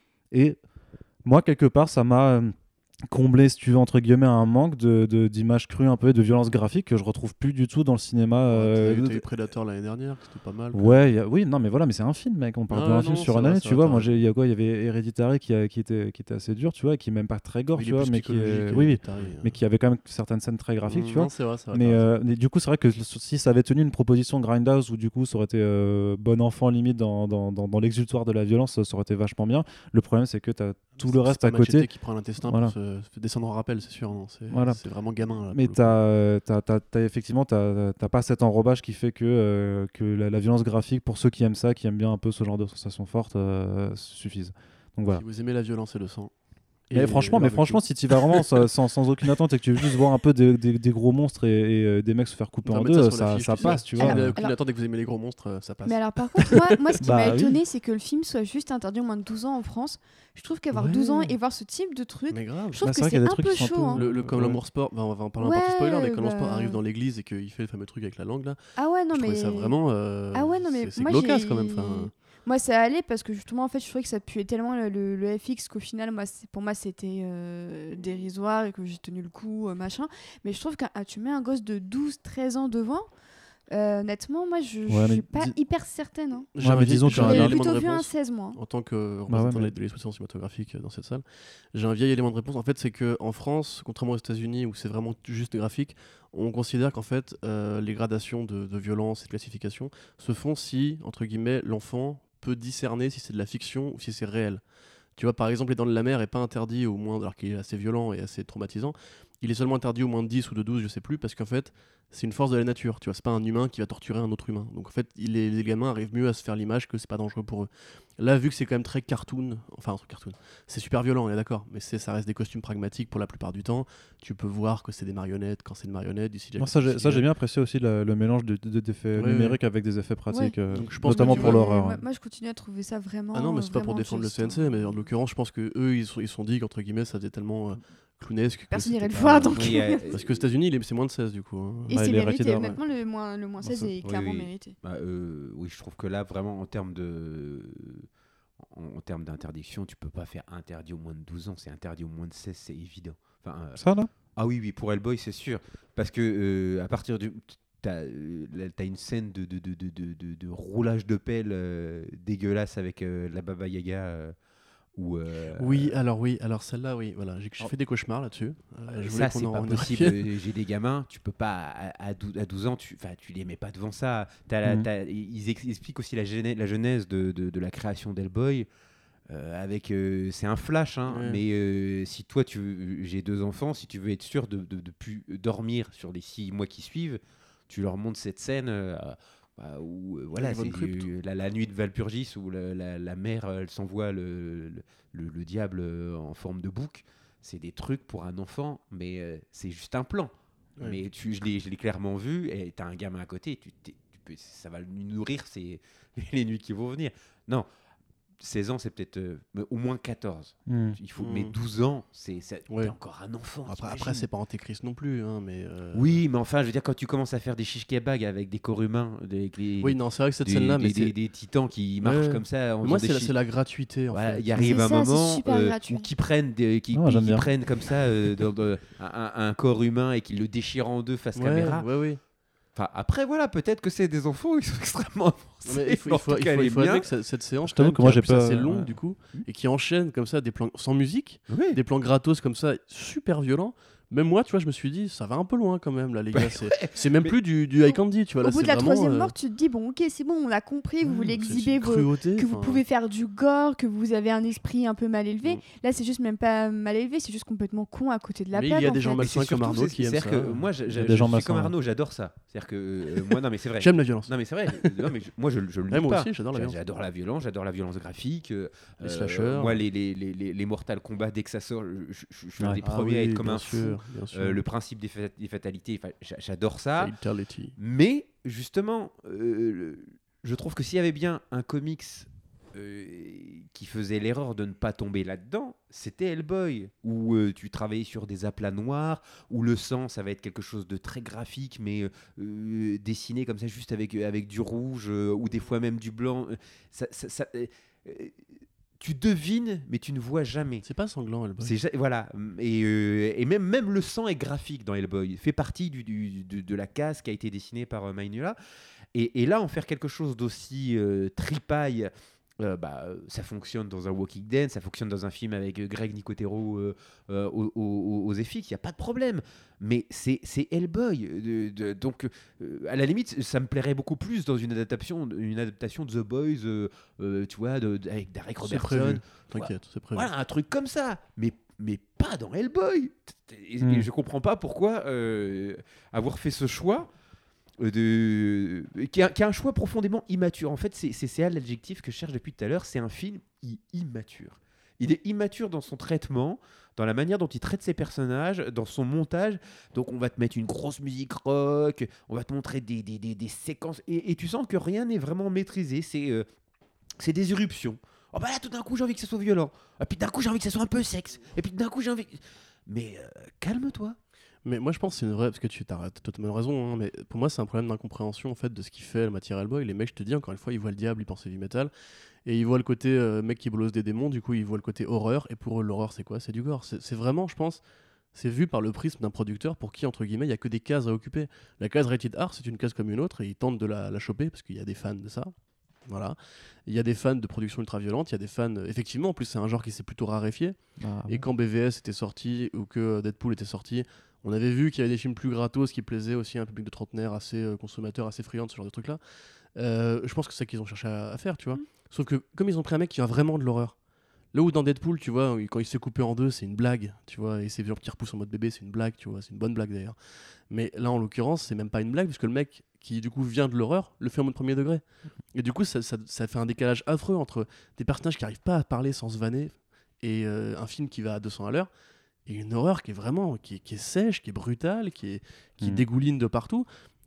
S1: Et moi, quelque part, ça m'a euh, comblé, si tu veux, entre guillemets, un manque de, de, d'images crues, un peu, et de violence graphique que je retrouve plus du tout dans le cinéma. euh,
S2: T'as eu- t'as
S1: de-
S2: eu Predator l'année dernière, c'était pas mal. quoi.
S1: Ouais, y a- oui, non, mais voilà, mais c'est un film, mec. On parle
S2: Ah
S1: d'un
S2: ouais,
S1: film
S2: non,
S1: sur
S2: c'est
S1: une
S2: vrai,
S1: année,
S2: c'est
S1: tu
S2: vrai,
S1: vois.
S2: t'as
S1: Moi,
S2: raison.
S1: j'ai- il y a quoi Il y avait Héréditary qui, a- qui, était, qui était assez dur, tu vois, et qui est même pas très gore,
S2: Il
S1: tu
S2: est
S1: vois,
S2: plus
S1: mais qui,
S2: psychologique,
S1: est-
S2: euh,
S1: oui, oui,
S2: Héréditary, euh.
S1: mais qui avait quand même certaines scènes très graphiques,
S2: Mm,
S1: tu vois.
S2: non, c'est vrai, c'est vrai,
S1: Mais,
S2: t'as raison.
S1: euh, mais du coup, c'est vrai que si ça avait tenu une proposition Grindhouse où du coup ça aurait été euh, bon enfant limite dans, dans, dans, dans l'exutoire de la violence, ça aurait été vachement bien. Le problème, c'est que tu as tout
S2: C'est-
S1: le reste
S2: c'est
S1: à
S2: pas Machete
S1: côté.
S2: qui prend l'intestin
S1: Voilà.
S2: pour se, se descendre en rappel, c'est sûr. Non, c'est,
S1: Voilà.
S2: c'est vraiment gamin. Là,
S1: Mais
S2: pour le
S1: t'as,
S2: coup.
S1: euh, t'as, t'as, t'as effectivement, t'as, t'as pas cet enrobage qui fait que, euh, que la, la violence graphique, pour ceux qui aiment ça, qui aiment bien un peu ce genre de sensations fortes, euh, suffisent. Donc voilà.
S2: Si vous aimez la violence et le sang.
S1: Mais
S2: Et
S1: franchement,
S2: le
S1: mais
S2: barbecue.
S1: franchement, si tu vas vraiment sans, sans, sans aucune attente et que tu veux juste voir un peu des, des, des gros monstres et, et, euh, des mecs se faire couper
S2: On va
S1: en
S2: mettre
S1: deux,
S2: sur
S1: ça,
S2: l'affiche,
S1: ça
S2: tu sais.
S1: passe, tu
S2: Si
S1: vois.
S2: vous n'avez
S3: Alors-
S2: aucune
S3: alors-
S2: attente et que vous aimez les gros monstres, euh, ça passe.
S3: Mais alors, par contre, moi, moi ce qui
S1: Bah
S3: m'a
S1: oui.
S3: étonné, c'est que le film soit juste interdit aux moins de douze ans en France. Je trouve qu'avoir
S2: Ouais.
S3: douze ans et voir ce type de truc,
S2: Mais grave.
S3: je trouve
S1: Bah,
S3: que
S1: c'est vrai
S3: c'est
S1: qu'il y a des
S3: un
S1: trucs
S3: peu
S1: qui sont un
S3: chaud.
S1: peu-
S3: hein.
S2: Le, le- comme
S1: Ouais.
S2: l'amour sport, bah, on va en parler en partie
S3: Ouais,
S2: spoiler, mais quand l'amour sport
S3: bah.
S2: arrive dans l'église et qu'il fait le fameux truc avec la langue là,
S3: Ah ouais, non,
S2: je
S3: mais.
S2: trouvais ça vraiment. euh,
S3: Ah ouais, non, mais
S2: c'est, c'est
S3: moi,
S2: glaucasse
S3: j'ai-
S2: quand même. Enfin,
S3: Moi, ça allait parce que justement, en fait, je trouvais que ça puait tellement le, le- le F X qu'au final, moi, c'est- pour moi, c'était euh, dérisoire et que j'ai tenu le coup, euh, machin. Mais je trouve que ah, tu mets un gosse de douze treize ans devant, euh, honnêtement, moi, je, je
S1: Ouais, mais
S3: suis pas
S1: dis-
S3: hyper certaine. Hein.
S2: j'ai
S1: Ouais,
S2: un
S1: mais
S2: vie-
S1: disons que
S2: j'ai un
S1: t'as un
S3: J'aurais
S2: élément de
S3: plutôt vu un
S2: réponse.
S3: seize mois.
S2: En tant que
S1: Bah ouais,
S2: représentant
S1: mais-
S2: de l'exposition cinématographique euh, dans cette salle, j'ai un vieil élément de réponse. En fait, c'est qu'en France, contrairement aux États-Unis où c'est vraiment juste graphique, on considère qu'en fait, euh, les gradations de, de violence et de classification se font si, entre guillemets, l'enfant peut discerner si c'est de la fiction ou si c'est réel. Tu vois, par exemple, Les Dents de la Mer est pas interdit au moins, alors qu'il est assez violent et assez traumatisant. Il est seulement interdit au moins de dix ou de douze, je sais plus, parce qu'en fait, c'est une force de la nature. Tu vois, c'est pas un humain qui va torturer un autre humain. Donc en fait, il est- les gamins arrivent mieux à se faire l'image que c'est pas dangereux pour eux. Là, vu que c'est quand même très cartoon, enfin un truc cartoon, c'est super violent, on est d'accord, mais c'est, ça reste des costumes pragmatiques pour la plupart du temps. Tu peux voir que c'est des marionnettes quand c'est une marionnette. Du C G I,
S1: Moi, ça, j'ai,
S2: du
S1: ça, j'ai
S2: C G I.
S1: bien apprécié aussi le, le mélange de, de- d'effets
S2: Ouais,
S1: numériques avec des effets pratiques,
S3: Ouais.
S1: euh,
S2: Donc, je pense que
S1: notamment
S2: tu
S1: pour
S2: vois-
S1: l'horreur.
S3: Moi,
S1: hein.
S3: moi, je continue à trouver ça vraiment.
S2: Ah non, mais c'est pas pour
S3: vraiment
S2: défendre le
S3: juste,
S2: C N C,
S3: hein.
S2: mais en l'occurrence, je pense que eux, ils sont, ils sont dit qu'entre guillemets, ça faisait tellement euh, clownesque. que
S3: Personne
S2: c'était
S3: n'irait le
S2: pas-
S3: voir, donc.
S4: Oui, euh,
S2: Parce qu'aux États-Unis, il est- c'est moins de seize du coup. hein.
S3: Et
S1: Bah,
S3: c'est
S1: il est
S3: mérité,
S1: rated R, ouais.
S3: honnêtement, le moins, le moins
S1: Bon,
S3: seize
S1: ça-
S3: est
S4: oui,
S3: clairement
S4: oui.
S3: mérité.
S4: Bah, euh, oui, je trouve que là, vraiment, en termes de, en, en termes d'interdiction, tu peux pas faire interdit au moins de douze ans, c'est interdit au moins de seize, c'est évident. Enfin, euh,
S1: Ça, là
S4: ah oui, oui, pour Hellboy, c'est sûr, parce que euh, à partir du, t'as, euh, là, t'as une scène de de, de, de, de, de- de roulage de pelle euh, dégueulasse avec euh, la Baba Yaga. Euh, où, euh,
S2: Oui, alors oui, alors celle-là, oui, voilà, j'ai, j'ai
S4: Oh.
S2: fait des cauchemars là-dessus. Euh, je voulais
S4: ça,
S2: qu'on
S4: c'est
S2: en
S4: pas
S2: en
S4: possible.
S2: revienne.
S4: Euh, J'ai des gamins, tu peux pas à, à douze, à douze ans, tu, enfin, tu les mets pas devant ça. T'as la-
S1: Mhm.
S4: t'as- ils ex- expliquent aussi la, genèse, la genèse de, de, de la création d'Hellboy. Euh, avec, euh, c'est un flash, hein,
S2: Ouais.
S4: mais euh, si toi, tu, veux- j'ai deux enfants, si tu veux être sûr de, de, de plus dormir sur les six mois qui suivent, tu leur montres cette scène. euh, bah, où euh, voilà,
S2: Von
S4: c'est
S2: Crypt.
S4: euh, la, la nuit de Valpurgis où la, la, la mère euh, elle s'envoie le, le, le- le diable euh, en forme de bouc. C'est des trucs pour un enfant, mais euh, c'est juste un plan.
S2: Ouais.
S4: Mais tu, je l'ai je l'ai clairement vu, et tu as un gamin à côté, tu, t'es- tu peux, ça va lui nourrir c'est les nuits qui vont venir. Non, seize ans, c'est peut-être euh, au moins quatorze.
S1: Mm.
S4: Il faut,
S2: Mm.
S4: mais douze ans, c'est, c'est
S2: Ouais.
S4: t'es encore un enfant.
S2: Après,
S4: t'imagines.
S2: après c'est pas Antéchrist non plus, hein, mais. euh,
S4: Oui, mais enfin, je veux dire, quand tu commences à faire des shish kebabs avec des corps humains, des, avec les,
S2: Oui, non, c'est vrai que cette
S4: des,
S2: scène-là, mais
S4: des,
S2: c'est.
S4: des, des titans qui marchent
S2: Ouais.
S4: comme ça. En
S2: Mais moi,
S4: faisant
S2: c'est
S4: des
S2: la,
S4: shish-
S2: c'est la gratuité, en
S4: Voilà,
S2: fait.
S4: il arrive
S3: C'est
S4: un
S3: ça, c'est
S4: moment
S3: super
S4: euh,
S3: gratuit.
S4: où qui prennent, des, qui,
S1: Non,
S4: qui-
S1: j'aime
S4: qui
S1: bien.
S4: prennent comme ça euh, dans- dans- un, un corps humain et qui le déchirent en deux face
S2: Ouais,
S4: caméra.
S2: ouais, ouais.
S4: Enfin, après, voilà, peut-être que c'est des enfants, ils sont extrêmement
S2: Non, mais
S4: avancés.
S2: il faut, il faut,
S4: En tout
S2: il
S4: cas,
S2: faut,
S4: elle
S2: il
S4: est
S2: faut
S4: bien.
S2: admettre que ça- cette séance,
S1: Je t'avoue
S2: quand
S1: que
S2: même,
S1: moi,
S2: qui
S1: j'ai
S2: est en plus
S1: pas-
S2: assez longue
S1: ouais.
S2: du coup, et qui enchaîne comme ça des plans sans musique,
S4: Oui.
S2: des plans gratos comme ça, super violents. Même moi, tu vois, je me suis dit, ça va un peu loin quand même, là, les gars. C'est, c'est même
S4: mais-
S2: plus du, du high candy, tu vois. Là,
S3: Au bout
S2: c'est
S3: de la
S2: vraiment,
S3: troisième
S2: euh,
S3: mort, tu te dis bon, ok, c'est bon, on a compris, vous
S2: ouais,
S3: voulez
S2: c'est- c'est
S3: exhiber
S2: une
S3: vos,
S2: cruauté,
S3: que vous
S2: enfin.
S3: pouvez faire du gore, que vous avez un esprit un peu mal élevé.
S2: Mm.
S3: Là, c'est juste même pas mal élevé, c'est juste complètement con à côté de la
S2: Mais il
S3: plaque.
S2: y a
S3: en
S2: des gens
S3: fait.
S2: mal-
S4: Mais c'est
S2: malsains comme
S4: surtout,
S2: Arnaud
S4: c'est-
S2: qui aiment
S4: c'est-à-dire
S2: ça.
S4: que moi, je, je-
S1: Il y a
S4: je
S1: des
S4: suis
S1: gens
S4: comme
S1: malsains,
S4: Arnaud, j'adore ça. C'est-à-dire que euh, moi, non, mais c'est vrai.
S2: J'aime la violence.
S4: Non mais c'est vrai, non, mais je- moi je, je le
S2: Ouais,
S4: nie
S2: moi
S4: pas.
S2: aussi, j'adore la
S4: J'a-
S2: violence.
S4: J'adore la violence, j'adore la violence graphique. euh,
S2: Les
S4: euh,
S2: slashers.
S4: Moi les, les, les, les, les Mortal Kombat, dès que ça sort, je, je- je suis un
S1: Ouais.
S4: des
S2: Ah
S4: premiers à
S2: oui,
S4: être comme
S2: bien
S4: un fou.
S2: sûr, bien sûr.
S4: Euh, le principe des, fa- des fatalités, enfin, j'a- j'adore ça.
S2: Fatality.
S4: Mais justement, euh, le- je trouve que s'il y avait bien un comics euh, qui faisait l'erreur de ne pas tomber là-dedans, c'était Hellboy, où euh, tu travaillais sur des aplats noirs, où le sang, ça va être quelque chose de très graphique, mais euh, euh, dessiné comme ça, juste avec, avec du rouge, euh, ou des fois même du blanc. Euh, Ça, ça- ça- euh, euh, tu devines, mais tu ne vois jamais.
S2: C'est pas sanglant, Hellboy.
S4: C'est ja- voilà, et, euh, et même, même le sang est graphique dans Hellboy. Il fait partie du, du- de, de la case qui a été dessinée par euh, Mignola. Et, et là, en faire quelque chose d'aussi euh, tripaille, euh, bah, euh, ça fonctionne dans un Walking Dead, ça fonctionne dans un film avec euh, Greg Nicotero euh, euh, aux, aux, aux effics, il n'y a pas de problème. Mais c'est c'est Hellboy. euh, de- donc, euh, à la limite, ça me plairait beaucoup plus dans une adaptation, une adaptation de The Boys, euh, euh, tu vois, de, de- avec Derek
S2: C'est
S4: Robertson.
S2: prévu. T'inquiète, c'est prévu.
S4: Voilà, un truc comme ça, mais, mais pas dans Hellboy. Et,
S1: Hmm.
S4: et je comprends pas pourquoi euh, avoir fait ce choix, euh, de, qui, est, qui est un choix profondément immature. En fait, c'est c'est ça l'adjectif que je cherche depuis tout à l'heure, c'est un film i- immature. Il est immature dans son traitement, dans la manière dont il traite ses personnages, dans son montage. Donc on va te mettre une grosse musique rock, on va te montrer des, des, des, des séquences, et, et tu sens que rien n'est vraiment maîtrisé. C'est euh, c'est des éruptions. Oh bah là, tout d'un coup, j'ai envie que ça soit violent. Et puis d'un coup, j'ai envie que ça soit un peu sexe. Et puis d'un coup, j'ai envie... Mais euh, calme-toi.
S2: Mais moi, je pense que c'est une vraie. Parce que tu as totalement raison, hein, mais pour moi, c'est un problème d'incompréhension en fait, de ce qui fait la matière Hellboy. Les mecs, je te dis, encore une fois, ils voient le diable, ils pensent heavy metal. Et ils voient le côté euh, mec qui bolosse des démons, du coup, ils voient le côté horreur. Et pour eux, l'horreur, c'est quoi? C'est du gore. C'est c'est vraiment, je pense, c'est vu par le prisme d'un producteur pour qui, entre guillemets, il n'y a que des cases à occuper. La case Rated R, c'est une case comme une autre, et ils tentent de la, la choper parce qu'il y a des fans de ça. Voilà. Il y a des fans de production ultra violente, il y a des fans. euh, Effectivement, en plus, c'est un genre qui s'est plutôt raréfié.
S1: Ah,
S2: Et quand B V S était sorti ou que Deadpool était sorti, on avait vu qu'il y avait des films plus gratos qui plaisaient aussi à un public de trentenaire assez euh, consommateur, assez friand de ce genre de trucs-là. Euh, je pense que c'est ça qu'ils ont cherché à, à faire, tu vois.
S3: Mm.
S2: Sauf que comme ils ont pris un mec qui a vraiment de l'horreur, là où dans Deadpool, tu vois, quand il s'est coupé en deux, c'est une blague, tu vois, et ses jambes qui repoussent en mode bébé, c'est une blague, tu vois, c'est une bonne blague d'ailleurs. Mais là, en l'occurrence, c'est même pas une blague, puisque le mec qui du coup vient de l'horreur le fait en mode premier degré. Et du coup, ça, ça, ça fait un décalage affreux entre des personnages qui arrivent pas à parler sans se vanner et euh, un film qui va à deux cents à l'heure et une horreur qui est vraiment qui est, qui est sèche, qui est brutale, qui est qui
S1: Mm.
S2: dégouline de partout.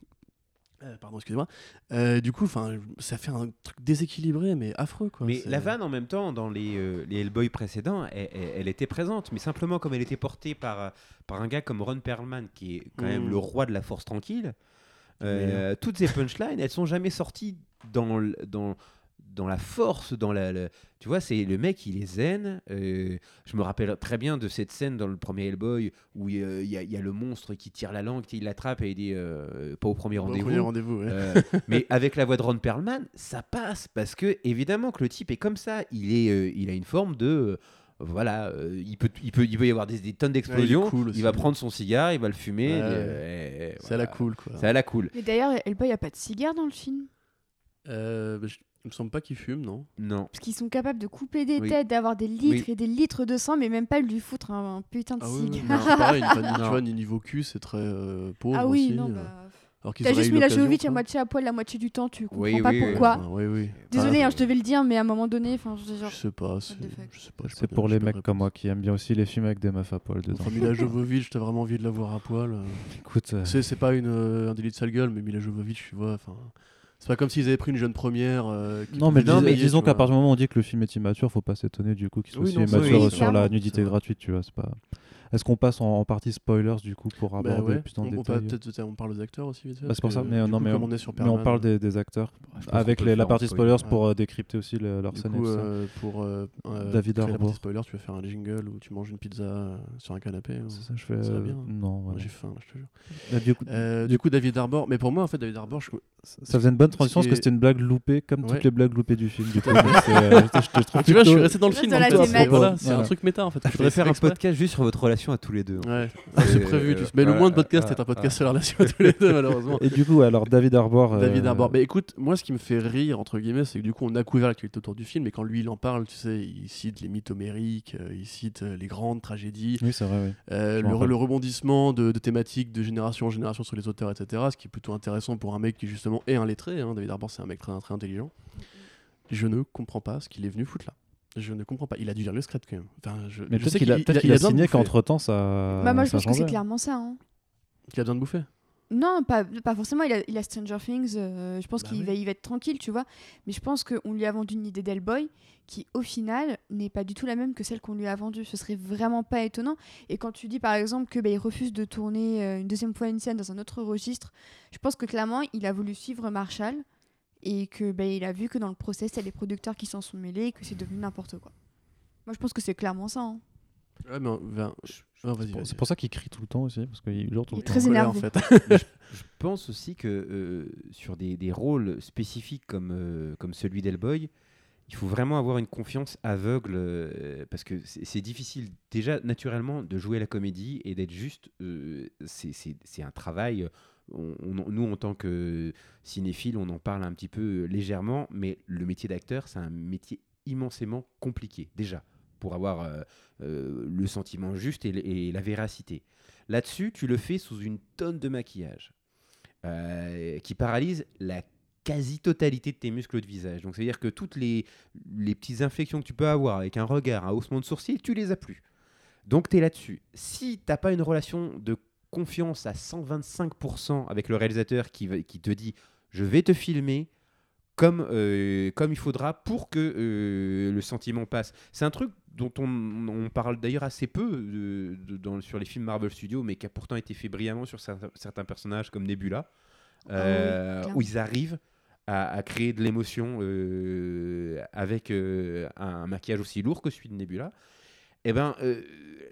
S2: Euh, pardon, excusez-moi. Euh, du coup, enfin, ça fait un truc déséquilibré mais affreux quoi.
S4: Mais
S2: C'est-
S4: la vanne, en même temps, dans les, euh, les Hellboy précédents, elle, elle- elle était présente. Mais simplement, comme elle était portée par, euh, par un gars comme Ron Perlman, qui est quand même
S2: Mm.
S4: le roi de la force tranquille, euh, toutes ces punchlines, elles sont jamais sorties dans, l- dans, dans la force, dans la, la- tu vois, c'est le mec, il est zen. euh, je me rappelle très bien de cette scène dans le premier Hellboy où il euh, il y, a- il y a le monstre qui tire la langue, il l'attrape et il dit euh, pas au premier
S2: Au
S4: rendez-vous.
S2: premier rendez-vous, ouais.
S4: Euh, mais avec la voix de Ron Perlman, ça passe parce que évidemment que le type est comme ça. Il est, euh, il a une forme de, euh, voilà, euh, il peut, il peut, il peut y avoir des, des tonnes d'explosions.
S2: Ouais, il est cool
S4: il
S2: aussi.
S4: va prendre son cigare, il va le fumer.
S2: Ouais.
S4: euh, et- et
S2: C'est à la
S4: voilà.
S2: cool quoi.
S4: C'est à la cool.
S3: Mais d'ailleurs, Hellboy, il n'y a pas de cigare dans le film.
S2: Euh, bah, je- il me semble pas qu'il fume, non.
S4: Non.
S3: Parce qu'ils sont capables de couper des
S4: Oui.
S3: têtes, d'avoir des litres
S4: Oui.
S3: et des litres de sang, mais même pas lui foutre un, un putain de
S2: Ah oui, oui,
S3: cigare.
S2: non, c'est pareil, ni, ni- tu
S4: Non.
S2: vois, ni niveau cul, c'est très euh, pauvre
S3: Ah oui,
S2: aussi.
S3: non,
S2: euh.
S3: bah.
S2: Alors qu'ils
S3: T'as
S2: auraient
S3: juste
S2: eu
S3: mis la
S2: l'occasion,
S3: Jovovich à
S2: quoi.
S3: moitié à poil la moitié du temps, tu comprends
S4: Oui,
S3: pas
S4: oui,
S3: pourquoi.
S2: Enfin, oui, oui.
S3: Désolé,
S2: Ah,
S3: hein, je devais le dire, mais à un moment donné, enfin, je genre.
S2: Je sais pas, c'est
S3: the fuck.
S2: je sais pas, j'ai
S1: C'est
S2: pas
S1: pour
S2: de-
S1: les
S2: j'ai pas de
S1: mecs comme
S2: réponse.
S1: moi qui aiment bien aussi les films avec des meufs à poil dedans.
S2: Enfin, Mila Jovovich, t'as vraiment envie de la voir à poil. euh.
S1: Écoute, euh,
S2: C'est c'est pas une, euh, un délit de sale gueule, mais Mila Jovovich, tu vois, enfin, C'est pas comme s'ils avaient pris une jeune première. Euh, qui
S1: Non, mais,
S2: pouvait
S1: dis-
S2: détailler,
S1: disons
S2: tu
S1: qu'à
S2: vois.
S1: partir du moment où on dit que le film est immature, faut pas s'étonner du coup qu'il soit
S2: Oui,
S1: aussi
S2: non, ça,
S1: immature
S3: oui,
S1: sur
S3: clairement.
S1: la
S2: C'est
S1: nudité
S2: vrai.
S1: gratuite, tu vois. C'est pas... Est-ce qu'on passe en, en partie spoilers du coup pour
S2: Bah
S1: aborder
S2: ouais.
S1: plus dans
S2: on,
S1: le
S2: on,
S1: détail
S2: peut- peut-être, on parle aux acteurs aussi vite fait.
S1: Bah, c'est pour
S2: parce
S1: ça,
S2: que,
S1: mais, euh,
S2: du
S1: non,
S2: coup,
S1: mais,
S2: comme
S1: on,
S2: on est sur
S1: mais on
S2: Perlman,
S1: parle des, des acteurs
S4: Je pense
S1: avec
S4: qu'on peut
S1: les,
S4: le
S1: la
S4: faire en
S1: partie
S4: spoiler.
S1: spoilers pour euh, décrypter aussi le- leur
S2: Du
S1: scène et
S2: coup,
S1: tout ça.
S2: euh, pour euh, euh,
S1: David
S2: créer la
S1: Harbour.
S2: partie spoiler, tu vas faire un jingle où tu manges une pizza euh, sur un canapé. ou-
S1: C'est ça, je fais.
S2: ça va
S1: euh,
S2: bien.
S1: Non,
S2: Moi,
S1: ouais,
S2: j'ai
S1: non.
S2: faim, là, je te jure.
S1: Bah, du coup,
S2: Euh,
S1: du
S2: du coup, David Harbour. Mais pour moi, en fait, David Harbour, je...
S1: ça faisait une bonne
S2: ce
S1: transition
S2: qui
S1: parce que
S2: est-
S1: c'était une blague loupée, comme
S2: Ouais.
S1: toutes les blagues loupées du film. Du coup, donc c'est, euh, je te- je te trouve
S2: tu vois, je suis
S1: plutôt-
S2: resté dans le
S3: Reste
S2: film.
S3: dans
S2: en
S3: la
S2: fait.
S3: thématique.
S2: Voilà, c'est
S1: Voilà.
S2: un truc méta en fait.
S4: Je voudrais faire un
S2: exprès.
S4: podcast juste sur votre relation à tous les deux. hein.
S2: Ouais, Ah, c'est
S4: Euh,
S2: prévu. tu sais. Mais le
S4: voilà,
S2: moins de podcast
S4: voilà,
S2: est un podcast
S4: voilà.
S2: sur la relation à tous les deux, malheureusement.
S1: Et du coup, alors David Harbour. euh,
S2: David Harbour. Mais écoute, moi, ce qui me fait rire, entre guillemets, c'est que du coup, on a couvert l'actualité autour du film, et quand lui, il en parle, tu sais, il cite les mythes homériques, euh, il cite euh, les grandes tragédies,
S1: Oui, c'est vrai, oui.
S2: euh,
S1: Je
S2: le,
S1: m'en rappelle.
S2: le rebondissement de, de thématiques de génération en génération sur les auteurs, et cetera. Ce qui est plutôt intéressant pour un mec qui, justement, est un lettré. Hein. David Harbour, c'est un mec très, très intelligent. Je ne comprends pas ce qu'il est venu foutre là. Je ne comprends pas. Il a dû lire le script quand même. Enfin, je,
S1: Mais
S2: je
S1: peut-être
S2: sais
S1: qu'il a, peut-être qu'il
S2: il
S1: a
S2: besoin de
S1: signé
S2: bouffer.
S1: qu'entre temps ça.
S3: Bah, moi, je
S1: ça
S3: pense que c'est
S1: changeait.
S3: clairement ça. Hein.
S2: Qu'il a besoin de bouffer.
S3: Non, pas, pas forcément. Il a, il a Stranger Things. euh, je pense
S2: Bah
S3: qu'il
S2: oui.
S3: va, il va être tranquille, tu vois. Mais je pense qu'on lui a vendu une idée d'Hellboy qui, au final, n'est pas du tout la même que celle qu'on lui a vendue. Ce serait vraiment pas étonnant. Et quand tu dis, par exemple, que bah, il refuse de tourner euh, une deuxième fois une scène dans un autre registre, je pense que clairement, il a voulu suivre Marshall et que bah, il a vu que dans le process, il y a des producteurs qui s'en sont mêlés et que c'est devenu n'importe quoi. Moi, je pense que c'est clairement ça. Hein.
S2: Ouais, mais ben, non, vas-y,
S1: C'est pour-
S2: vas-y.
S1: C'est pour ça qu'il crie tout le temps aussi, parce qu'il hurle tout
S3: Il
S1: le
S3: est
S1: temps.
S3: très
S2: En colère,
S3: énervé.
S2: en fait.
S4: Je pense aussi que euh, sur des, des rôles spécifiques comme, euh, comme celui d'Hellboy, il faut vraiment avoir une confiance aveugle euh, parce que c'est c'est difficile déjà naturellement de jouer la comédie et d'être juste. euh, c'est- c'est c'est un travail. On- on- nous, en tant que cinéphiles, on en parle un petit peu légèrement, mais le métier d'acteur, c'est un métier immensément compliqué déjà pour avoir euh, euh, le sentiment juste et, le- et la véracité. Là-dessus, tu le fais sous une tonne de maquillage euh, qui paralyse la quasi-totalité de tes muscles de visage. Donc, c'est-à-dire que toutes les, les petites inflexions que tu peux avoir avec un regard, un haussement de sourcil, tu les as plus. Donc, tu es là-dessus. Si tu n'as pas une relation de confiance à cent vingt-cinq pour cent avec le réalisateur qui, va- qui te dit « je vais te filmer », comme, euh, comme il faudra pour que euh, le sentiment passe. C'est un truc dont on, on parle d'ailleurs assez peu de, de- dans, sur les films Marvel Studios, mais qui a pourtant été fait brillamment sur certains, certains personnages comme Nebula, euh,
S3: clairement.
S4: où ils arrivent à, à créer de l'émotion euh, avec euh, un maquillage aussi lourd que celui de Nebula. Et ben euh,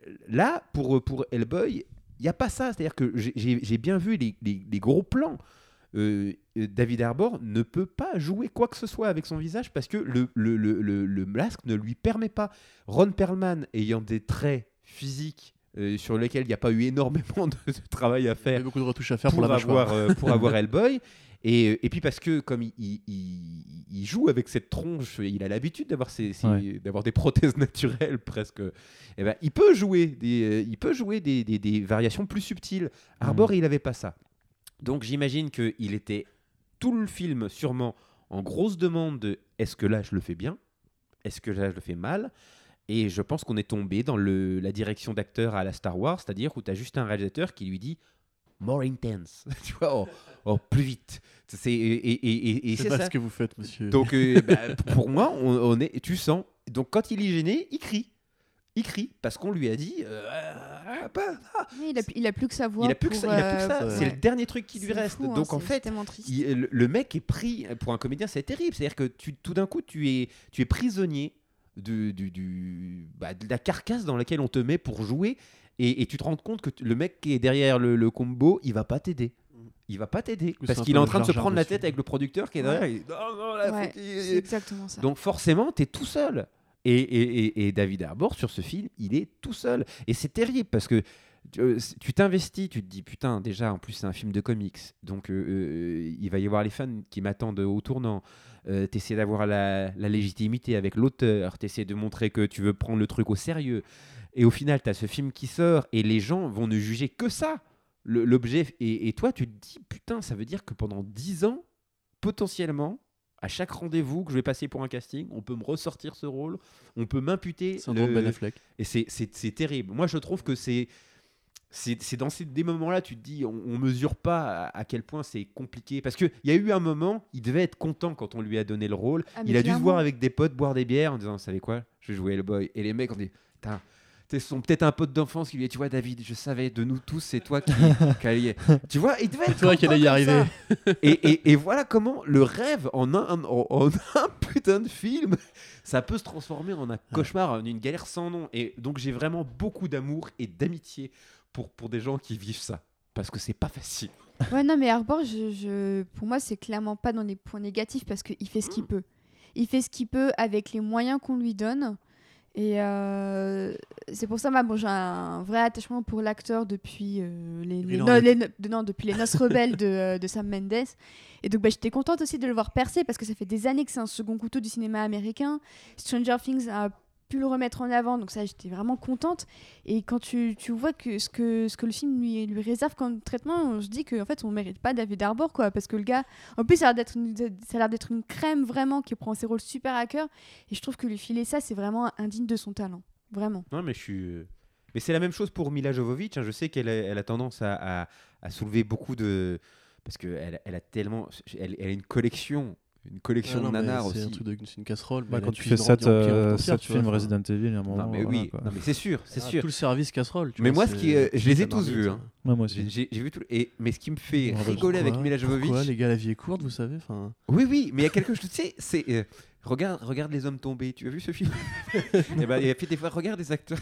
S4: là, pour, pour Hellboy, il n'y a pas ça. C'est-à-dire que j'ai- j'ai j'ai bien vu les, les- les gros plans. Euh, euh, David Harbour ne peut pas jouer quoi que ce soit avec son visage parce que le, le, le, le, le masque ne lui permet pas. Ron Perlman ayant des traits physiques euh, sur lesquels il n'y a pas eu énormément de, de travail à
S2: Il y
S4: faire
S2: a beaucoup de retouches à faire pour,
S4: pour,
S2: la mâchoire.
S4: avoir, euh, pour avoir Hellboy. Et, et puis parce que comme il, il, il- il joue avec cette tronche, il a l'habitude d'avoir, ses, ses-
S1: Ouais.
S4: d'avoir des prothèses naturelles presque. Eh ben, il peut jouer des, euh, il peut jouer des, des, des variations plus subtiles. Harbour, il n'avait pas ça. Donc j'imagine qu'il était tout le film sûrement en grosse demande de est-ce que là je le fais bien ? Est-ce que là je le fais mal ? Et je pense qu'on est tombé dans le, la direction d'acteur à la Star Wars, c'est-à-dire où tu as juste un réalisateur qui lui dit more intense, tu vois, oh, oh, plus vite. C'est, et et, et, et
S2: C'est
S4: c'est
S2: pas
S4: ça.
S2: ce que vous faites, monsieur.
S4: Donc euh, bah, pour moi, on, on est, tu sens. Donc quand il est gêné, il crie. Il crie parce qu'on lui a dit euh, ah, bah, ah.
S3: Oui, il, a, il a plus que sa voix.
S4: Il a plus que
S3: pour,
S4: ça. Il a plus que ça.
S3: euh,
S4: C'est
S3: ouais.
S4: le dernier truc qui lui
S3: C'est
S4: reste.
S3: fou, hein,
S4: Donc en
S3: c'est-
S4: fait,
S3: c'est tellement triste.
S4: il- le, le mec est pris pour un comédien, c'est terrible. C'est-à-dire que tu, tout d'un coup, tu es, tu es prisonnier du, du, du- bah, de la carcasse dans laquelle on te met pour jouer, et, et tu te rends compte que t- le mec qui est derrière le, le combo, il va pas t'aider. Il va pas t'aider
S2: C'est
S4: parce
S2: un
S4: qu'il
S2: peu
S4: est en
S2: le
S4: train de se
S2: Jar Jar
S4: prendre la
S2: dessus.
S4: tête avec le producteur qui est derrière. Il dit, non, non, là, faut
S3: Ouais,
S4: qu'il-
S3: c'est exactement ça.
S4: Donc forcément, tu es tout seul. Et, et, et, et David Harbour, sur ce film, il est tout seul. Et c'est terrible parce que euh, tu t'investis, tu te dis, putain, déjà, en plus, c'est un film de comics. Donc, euh, euh, il va y avoir les fans qui m'attendent au tournant. Euh, tu essaies d'avoir la, la légitimité avec l'auteur. Tu essaies de montrer que tu veux prendre le truc au sérieux. Et au final, tu as ce film qui sort et les gens vont ne juger que ça, le- l'objet. Et, et toi, tu te dis, putain, ça veut dire que pendant dix ans, potentiellement, à chaque rendez-vous que je vais passer pour un casting, on peut me ressortir ce rôle, on peut m'imputer.
S2: Syndrome
S4: le-
S2: Ben Affleck.
S4: Et c'est, c'est, c'est terrible. Moi, je trouve que c'est. c'est, c'est dans ces des moments-là, tu te dis, on, on mesure pas à, à quel point c'est compliqué. Parce qu'il y a eu un moment, il devait être content quand on lui a donné le rôle.
S3: Ah,
S4: il a dû se voir avec des potes boire des bières en disant, vous savez quoi, je vais jouer Hellboy. Et les mecs ont dit, putain, ce sont peut-être un pote d'enfance qui lui a dit, tu vois, David, je savais, de nous tous, c'est toi qui, qui allais y... Tu vois, il devait être
S2: C'est toi qui allais y arriver.
S4: et, et, et voilà comment le rêve en un, en, en un putain de film, ça peut se transformer en un cauchemar, en une galère sans nom. Et donc j'ai vraiment beaucoup d'amour et d'amitié pour, pour des gens qui vivent ça. Parce que c'est pas facile.
S3: Ouais, non, mais Arbor, je, je... pour moi, c'est clairement pas dans les points négatifs parce qu'il fait ce qu'il peut. Il fait ce qu'il peut avec les moyens qu'on lui donne. Et euh, c'est pour ça, moi, bon, j'ai un vrai attachement pour l'acteur depuis, euh, les, les, no- les, no- de- non, depuis les Noces rebelles de, euh, de Sam Mendes. Et donc, bah, j'étais contente aussi de le voir percer parce que ça fait des années que c'est un second couteau du cinéma américain. Stranger Things a pu le remettre en avant, donc ça, j'étais vraiment contente. Et quand tu, tu vois que ce, que ce que le film lui, lui réserve comme traitement, on se dit qu'en fait, on mérite pas David Harbour, quoi, parce que le gars, en plus, ça a l'air d'être une, ça a l'air d'être une crème vraiment qui prend ses rôles super à cœur. Et je trouve que lui filer ça, c'est vraiment indigne de son talent, vraiment.
S4: Non, mais je suis. Mais c'est la même chose pour Mila Jovovich. Hein. Je sais qu'elle a, elle a tendance à, à, à soulever beaucoup de. Parce qu'elle elle a tellement. Elle, elle a une collection. Une collection
S2: Ah non,
S4: de nanars
S2: mais
S4: aussi.
S2: C'est un truc de, c'est une casserole.
S1: Bah,
S2: mais
S1: quand
S2: elle
S1: tu
S2: cuisine
S1: fais
S2: en
S1: sept
S2: entière, en entière, tu vois,
S1: films
S2: enfin.
S1: Resident Evil, il y a un moment.
S4: Non, mais
S1: voilà,
S4: oui,
S1: quoi.
S4: non, mais c'est sûr, c'est
S2: Ah,
S4: sûr.
S2: Tout le service casserole. Tu
S4: Mais
S2: vois,
S4: moi, ce
S2: c'est-
S4: qui, euh, je les ai
S2: c'est
S4: tous
S2: la
S4: vus.
S2: marmite,
S4: Hein.
S1: Ouais, moi
S4: J'ai,
S1: aussi.
S4: j'ai, j'ai vu tout. Et, mais ce qui me fait
S2: Pourquoi
S4: rigoler avec Mila Jovovich.
S2: Pourquoi, les gars, la vie est courte, vous savez. Enfin,
S4: Oui, oui, mais il y a quelque chose. Tu sais, c'est. euh, regarde, regarde les hommes tombés. Tu as vu ce film? Et ben, il y a des fois, regarde les acteurs.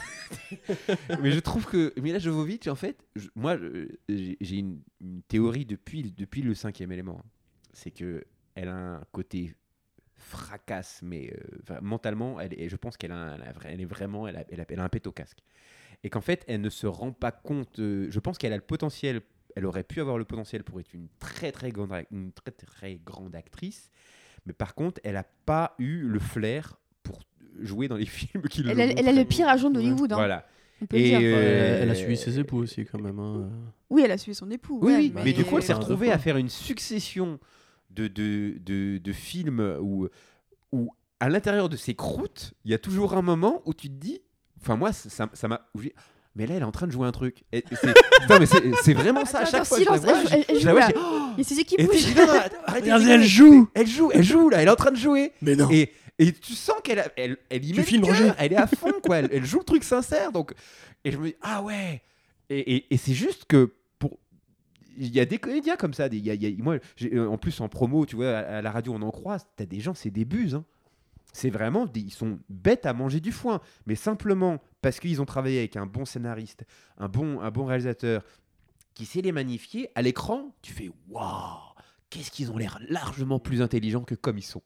S4: Mais je trouve que Mila Jovovich, en fait, je- moi, je- j'ai, j'ai une, une théorie depuis, depuis le cinquième élément. C'est que elle a un côté fracasse, mais euh, enfin, mentalement, elle, est- je pense qu'elle a, un- elle a vra- elle est vraiment, elle a, elle a- elle a un pet au casque. Et qu'en fait, elle ne se rend pas compte. euh, je pense qu'elle a le potentiel. Elle aurait pu avoir le potentiel pour être une très très grande, une très très grande actrice. Mais par contre, elle n'a pas eu le flair pour jouer dans les films qui le
S3: Elle a, elle a
S4: montraient.
S3: le pire agent d'Hollywood, hein,
S4: Voilà.
S3: on peut le
S4: Et,
S3: dire.
S4: euh,
S2: elle, elle a suivi ses époux aussi, quand même. Hein.
S3: Oui, elle a suivi son époux.
S4: Oui,
S3: ouais,
S4: oui, mais, du coup, elle s'est
S2: Enfin,
S4: retrouvée
S2: deux
S4: à
S2: fois.
S4: faire une succession de, de, de, de films où, où, à l'intérieur de ces croûtes, il y a toujours un moment où tu te dis. Enfin, moi, ça ça m'a. où j'ai- Mais là, elle est en train de jouer un truc. Et c'est, putain, mais c'est, c'est vraiment ça à
S3: Attends,
S4: chaque
S3: attends,
S4: fois.
S3: silence,
S4: je la vois,
S3: elle-
S4: je-
S3: elle- elle
S4: je
S3: joue
S4: la vois,
S3: là.
S4: j'ai- Oh
S3: Il y a ses yeux qui
S4: Et tu
S3: bougent.
S4: dis, non, non, attends, arrêtez,
S2: Regardez,
S4: c'est
S2: elle
S4: bon.
S2: joue.
S4: Elle joue, elle joue là, elle est en train de jouer.
S2: Mais non.
S4: Et, et tu sens qu'elle a- elle, elle y
S2: Tu
S4: met le
S2: filmes,
S4: cœur,
S2: Roger.
S4: elle est à fond, quoi. Elle, elle joue le truc sincère. Donc, et je me dis, ah ouais. Et, et, et c'est juste que pour. Il y a des comédiens comme ça. Des, il y a, il y a- moi, j'ai- euh, en plus, en promo, tu vois, à, à la radio, on en croise. T'as des gens, c'est des buses. Hein. C'est vraiment, des- ils sont bêtes à manger du foin. Mais simplement parce qu'ils ont travaillé avec un bon scénariste, un bon, un bon réalisateur qui sait les magnifier, à l'écran, tu fais waouh, qu'est-ce qu'ils ont l'air largement plus intelligents que comme ils sont.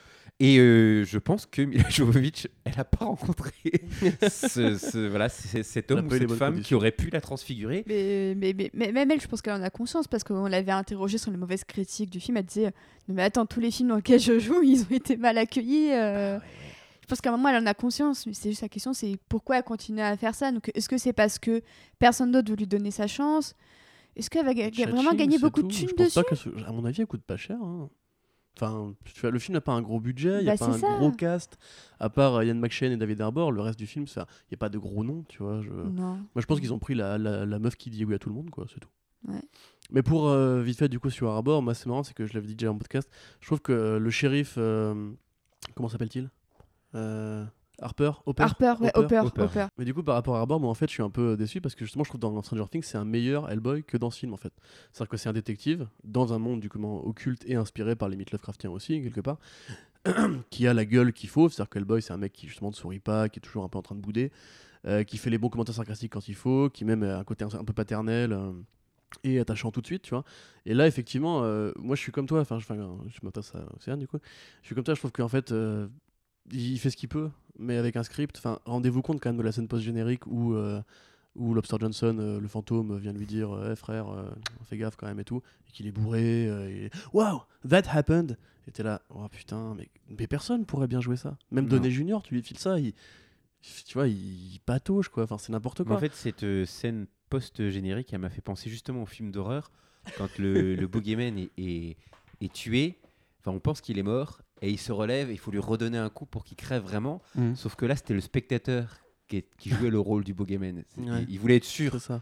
S4: Et euh, je pense que Mila Jovovich, elle n'a pas rencontré ce, ce- voilà, c'est- cet
S2: Elle a
S4: homme ou
S2: pas eu les
S4: cette
S2: bonnes
S4: femme qui
S2: conditions.
S4: aurait pu la transfigurer.
S3: Mais, mais, mais, mais même elle, je pense qu'elle en a conscience parce qu'on l'avait interrogée sur les mauvaises critiques du film. Elle disait non, mais attends, tous les films dans lesquels je joue, ils ont été mal accueillis. euh. Je pense qu'à un moment, elle en a conscience. Mais c'est juste la question, c'est pourquoi elle continue à faire ça. Donc, est-ce que c'est parce que personne d'autre veut lui donner sa chance? Est-ce qu'elle va ga- ga- vraiment
S2: Tchatching,
S3: gagner
S2: c'est
S3: beaucoup
S2: tout.
S3: de
S2: Je
S3: thunes
S2: pense
S3: dessus?
S2: pas que ce- à mon avis, elle coûte pas cher. hein. Enfin, tu vois, le film n'a pas un gros budget, il n'y a
S3: Bah,
S2: pas
S3: c'est
S2: un
S3: ça.
S2: gros cast. À part euh, Ian McShane et David Harbour, le reste du film, il n'y a pas de gros noms, tu vois. Je...
S3: Non.
S2: Moi, je pense qu'ils ont pris la, la, la meuf qui dit oui à tout le monde, quoi, c'est tout.
S3: Ouais.
S2: Mais pour euh, vite fait, du coup, sur Harbour, moi, c'est marrant, c'est que je l'avais dit déjà en podcast. Je trouve que euh, le shérif, euh, comment s'appelle-t-il euh, Harper Hopper
S3: Harper, ouais, Hopper,
S4: Hopper.
S3: Hopper.
S2: Mais du coup, par rapport à Harbour, moi en fait, je suis un peu déçu parce que justement, je trouve que dans Stranger Things, c'est un meilleur Hellboy que dans ce film en fait. C'est-à-dire que c'est un détective dans un monde du comment occulte et inspiré par les mythes Lovecraftiens aussi, quelque part, qui a la gueule qu'il faut. C'est-à-dire que Hellboy, c'est un mec qui justement ne sourit pas, qui est toujours un peu en train de bouder, euh, qui fait les bons commentaires sarcastiques quand il faut, qui même a un côté un, un peu paternel. euh, et attachant tout de suite, tu vois. Et là, effectivement, euh, moi, je suis comme toi. Enfin, je, enfin, je m'intéresse à Océane, du coup. Je suis comme toi. Je trouve qu'en fait, euh, il fait ce qu'il peut, mais avec un script. Enfin, rendez-vous compte quand même de la scène post-générique où, euh, où Lobster Johnson, euh, le fantôme, vient lui dire hey, frère, euh, fais gaffe quand même et tout. Et qu'il est bourré. Euh, et... Wow, that happened. Et t'es là, oh putain, mais, mais personne pourrait bien jouer ça. Même
S4: Non.
S2: Downey Junior, tu lui files ça, il, tu vois, il, il patauge, quoi. Enfin, c'est n'importe
S4: Mais
S2: quoi.
S4: en fait, cette euh, scène post-générique, elle m'a fait penser justement au film d'horreur quand le, le boogeyman est, est, est tué. Enfin, on pense qu'il est mort et il se relève. Et il faut lui redonner un coup pour qu'il crève vraiment.
S1: Mhm.
S4: Sauf que là, c'était le spectateur qui, est- qui jouait le rôle du boogeyman. C'est-
S2: Ouais.
S4: Il, il voulait être sûr.
S2: C'est ça.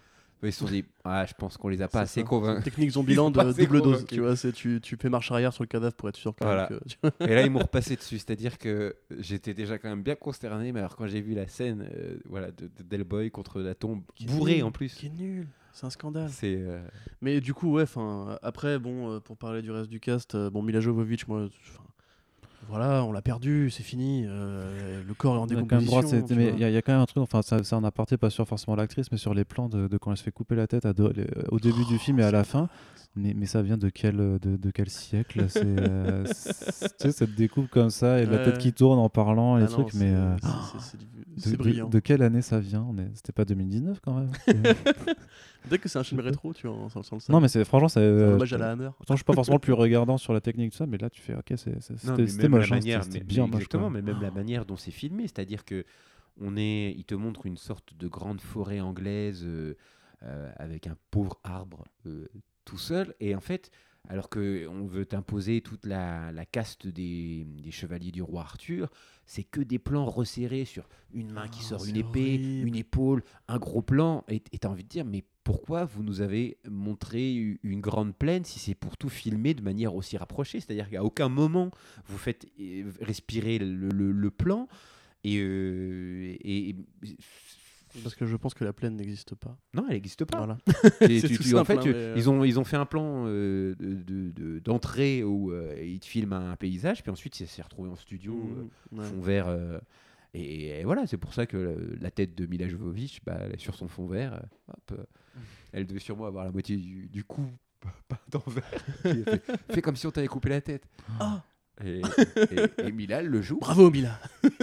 S4: Ils se sont dit, ah, je pense qu'on les a pas
S2: C'est
S4: assez
S2: ça.
S4: convaincus.
S2: Technique Zombieland
S4: Pas
S2: de
S4: assez
S2: double dose.
S4: convaincus.
S2: Tu vois, c'est, tu, tu fais marche arrière sur le cadavre pour être sûr quand
S4: Voilà.
S2: même que. tu vois.
S4: Et là, ils m'ont repassé dessus. C'est-à-dire que j'étais déjà quand même bien consterné. Mais alors, quand j'ai vu la scène euh, voilà, de, de d'Hellboy contre la tombe,
S2: Qui est
S4: bourrée
S2: nul,
S4: en plus,
S2: Qui est nul. C'est un scandale.
S4: c'est. euh,
S2: Mais du coup, ouais, enfin, après, bon, euh, pour parler du reste du cast, euh, bon, Mila Jovovich, moi, enfin, voilà, on l'a perdu, c'est fini. euh, le corps est en
S1: On a quand même droit,
S2: décomposition.
S1: c'est-
S2: tu
S1: mais
S2: vois.
S1: il y, a- il y a quand même un truc, enfin, ça- c'est un aparté, pas sur forcément l'actrice, mais sur les plans de, de quand elle se fait couper la tête à do- les- au début du film et à la fin. Mais, mais ça vient de quel, de, de quel siècle c'est, euh, c'est- Tu sais, cette découpe comme ça et la
S2: Ouais.
S1: tête qui tourne en parlant, les
S2: Ah non,
S1: trucs, mais.
S2: c'est-
S1: euh,
S2: c'est- c'est- c'est du-
S1: de,
S2: c'est
S1: de-
S2: brillant.
S1: de quelle année ça vient On est... C'était pas deux mille dix-neuf quand même
S2: Peut-être que c'est un film rétro, tu vois, sans, sans le
S1: Non,
S2: savoir.
S1: mais c'est, franchement, c'est.
S2: C'est un
S1: euh,
S2: hommage à la Hammer.
S1: Pourtant, je suis pas forcément le plus regardant sur la technique, tout ça, mais là, tu fais, ok, c'est, c'est-
S4: Non,
S1: c'était,
S4: mais
S1: c'était
S4: même
S1: moche,
S4: la
S1: hein,
S4: manière,
S1: c'était, c'était
S4: mais-
S1: bien
S4: mais
S1: moche.
S4: exactement,
S1: quoi.
S4: mais même la manière dont c'est filmé, c'est-à-dire que on est, il te montre une sorte de grande forêt anglaise euh, euh, avec un pauvre arbre euh, tout seul, et en fait, alors que on veut t'imposer toute la, la caste des, des chevaliers du roi Arthur, c'est que des plans resserrés sur une main qui
S2: Oh,
S4: sort
S2: c'est
S4: une épée,
S2: horrible.
S4: une épaule, un gros plan, et tu as envie de dire, mais pourquoi vous nous avez montré u- une grande plaine si c'est pour tout filmer de manière aussi rapprochée? C'est-à-dire qu'à aucun moment vous faites euh, respirer le, le- le plan, et, euh, et- et-
S2: Parce que je pense que la plaine n'existe pas.
S4: non, elle n'existe pas.
S2: Voilà.
S4: Et
S2: C'est
S4: tu-
S2: tout
S4: tu- en
S2: simple,
S4: fait,
S2: hein,
S4: tu-
S2: mais, euh,
S4: ils, ont, ils ont fait un plan euh, de- de- de- d'entrée où euh, ils te filment un paysage, puis ensuite il s'est retrouvé en studio, euh,
S2: Mmh, ouais.
S4: fond vert. euh, et, et voilà, c'est pour ça que la, la tête de Mila Jovovich, bah, elle est sur son fond vert, euh, hop, euh, elle devait sûrement avoir la moitié du, du cou peint en vert. Puis elle fait, fais comme si on t'avait coupé la tête.
S2: Ah.
S4: Et, et, et Mila elle le joue.
S2: Bravo, Mila.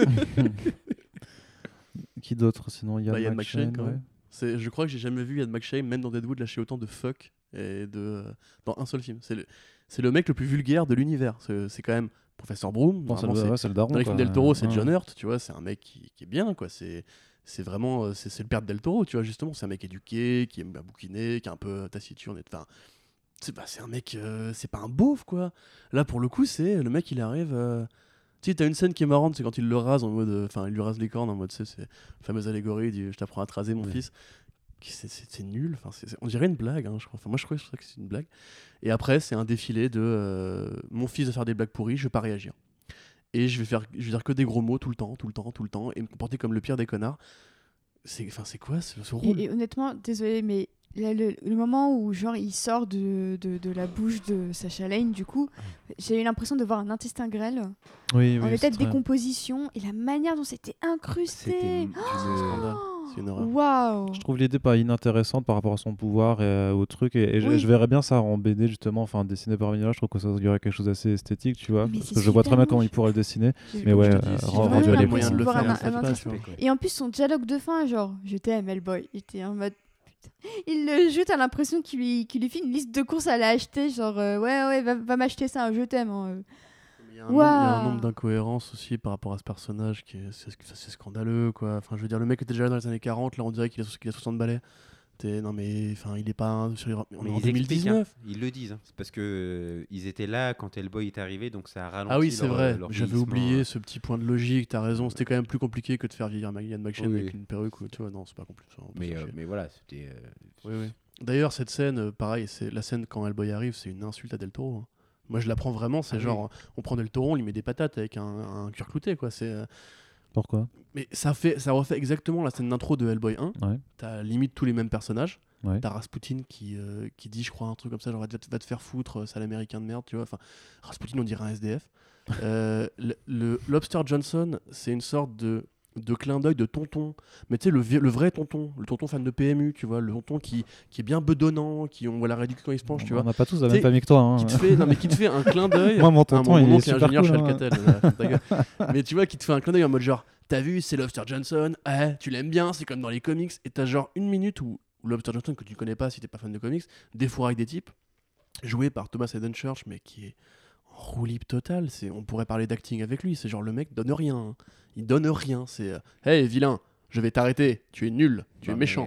S1: Qui d'autre sinon Ian
S2: Bah, Ian
S1: McShane,
S2: McShane, quand
S1: ouais.
S2: même. C'est, je crois que j'ai jamais vu Ian McShane, même dans Deadwood, lâcher autant de fuck et de, dans un seul film. C'est le, c'est le mec le plus vulgaire de l'univers. C'est, c'est quand même Professeur Broom.
S1: Bon, c'est
S2: Normalement,
S1: le,
S2: c'est-
S1: ouais, c'est le daron.
S2: dans les
S1: quoi.
S2: films Del Toro, c'est
S1: Ouais.
S2: John Hurt, tu vois. C'est un mec qui, qui est bien, quoi. C'est, c'est vraiment, euh, c'est, c'est le père de Del Toro, tu vois, justement. C'est un mec éduqué, qui aime bien bouquiner, qui est un peu taciturne. Et, enfin, c'est, bah, c'est un mec, euh, c'est pas un beauf, quoi. Là, pour le coup, c'est le mec, il arrive. euh, Tu sais, t'as une scène qui est marrante, c'est quand il le rase en mode. Enfin, il lui rase les cornes en mode, tu sais, c'est la fameuse allégorie, il dit je t'apprends à te raser, mon
S4: Ouais.
S2: fils. Qui- C'est, c'est, c'est nul, enfin, c'est, c'est- on dirait une blague, hein, je crois. Enfin, moi, je crois que c'est une blague. Et après, c'est un défilé de euh, mon fils va faire des blagues pourries, je vais pas réagir. Et je vais, faire, je vais dire que des gros mots tout le temps, tout le temps, tout le temps, et me comporter comme le pire des connards. C'est, enfin, c'est quoi ce, ce rôle
S3: Et, et honnêtement, désolé, mais là, le, le moment où genre il sort de, de, de la bouche de Sacha Lane, du coup, j'ai eu l'impression de voir un intestin grêle
S1: Oui,
S3: en
S1: oui.
S3: état
S1: c'est
S3: de
S1: très-
S3: décomposition et la manière dont c'était
S4: C'était
S3: incrusté.
S4: une-
S2: Scandale. C'est une horreur.
S3: Waouh.
S1: Je trouve l'idée pas inintéressante par rapport à son pouvoir et euh, au truc. Et, et je-
S3: Oui.
S1: je verrais bien ça en B D, justement, enfin dessiné par Mignola. Je trouve que ça y aurait quelque chose d'assez esthétique, tu vois.
S3: Mais
S1: Parce
S3: c'est
S1: que je vois très
S3: super
S1: bien comment
S3: moche.
S1: il pourrait le dessiner.
S3: J'ai-
S1: Mais ouais,
S2: je te dis,
S1: euh,
S2: si
S1: ren-
S3: vraiment
S1: rendu à
S3: l'impression
S1: l'époque.
S2: moyen de le
S3: de voir
S2: faire,
S3: un-
S2: on le
S3: un
S2: fait pas,
S3: intestin.
S2: tu vois.
S3: Et en plus, son dialogue de fin, genre, je t'aime, Hellboy. J'étais en mode. putain. Il le jute à l'impression qu'il lui, qu'il lui fait une liste de courses à l'acheter, genre, euh, ouais, ouais, va, va m'acheter ça, je t'aime. hein, euh.
S2: Il y a un, nombre, il y a un
S3: Waouh.
S2: nombre d'incohérences aussi par rapport à ce personnage qui est, c'est, c'est- c'est scandaleux, quoi. Enfin, je veux dire, le mec était déjà là dans les années quarante, là on dirait qu'il a, qu'il a soixante balais. T'es- non mais, enfin, il est pas un- sur, on est
S4: Mais
S2: en
S4: ils
S2: deux mille
S4: expliquent,
S2: dix-neuf.
S4: hein. Ils le disent, hein. C'est parce que euh, ils étaient là quand Hellboy est arrivé, donc ça a ralenti.
S2: Ah oui, c'est
S4: leur-
S2: vrai.
S4: leur
S2: J'avais
S4: vieillissement,
S2: oublié
S4: hein.
S2: ce petit point de logique. T'as raison. C'était quand même plus compliqué que de faire vieillir Ian McShane
S4: Oui,
S2: avec
S4: oui.
S2: une perruque. Ou, tu vois, non, c'est pas compliqué. ça, on peut
S4: Mais,
S2: se
S4: euh,
S2: chier.
S4: mais voilà, c'était. euh,
S2: Oui, oui. D'ailleurs, cette scène, euh, pareil, c'est la scène quand Hellboy arrive, c'est une insulte à Del Toro. hein. Moi, je la prends vraiment. C'est
S4: Ah oui.
S2: genre, on prend Del Toro, on lui met des patates avec un, un cuir clouté, quoi. C'est. euh,
S1: Pourquoi
S2: Mais ça fait, ça refait exactement la scène d'intro de Hellboy un.
S1: Ouais.
S2: T'as limite tous les mêmes personnages.
S1: Ouais.
S2: T'as Rasputin qui, euh, qui dit, je crois, un truc comme ça, genre va te, va te faire foutre, euh, sale américain de merde, tu vois. Enfin, Rasputin, on dirait un S D F. Euh, le, le Lobster Johnson, c'est une sorte de, de clin d'œil de tonton. Mais tu sais, le, vie- le vrai tonton, le tonton fan de P M U, tu vois, le tonton qui, qui est bien bedonnant, qui on voit la ridicule quand il se penche, tu
S1: On
S2: vois.
S1: n'a pas tous la
S2: T'sais,
S1: même famille que toi. hein.
S2: Qui te fait, non, mais qui te fait un clin d'œil.
S1: Moi, mon
S2: Ah,
S1: tonton,
S2: mon
S1: il est
S2: oncle est
S1: super
S2: ingénieur
S1: cool.
S2: chez
S1: hein.
S2: Alcatel. là, ta gueule. Mais tu vois, qui te fait un clin d'œil en mode genre, t'as vu, c'est Lobster Johnson, eh, tu l'aimes bien, c'est comme dans les comics. Et t'as genre une minute où Lobster Johnson, que tu connais pas si t'es pas fan de comics, défouraille avec des types, joué par Thomas Hayden Church, mais qui est en roue libre totale. C'est, on pourrait parler d'acting avec lui. C'est genre le mec donne rien. hein. Il donne rien. C'est, euh, hey vilain, je vais t'arrêter. Tu es nul, tu
S4: non,
S2: es méchant.
S4: Mais, euh,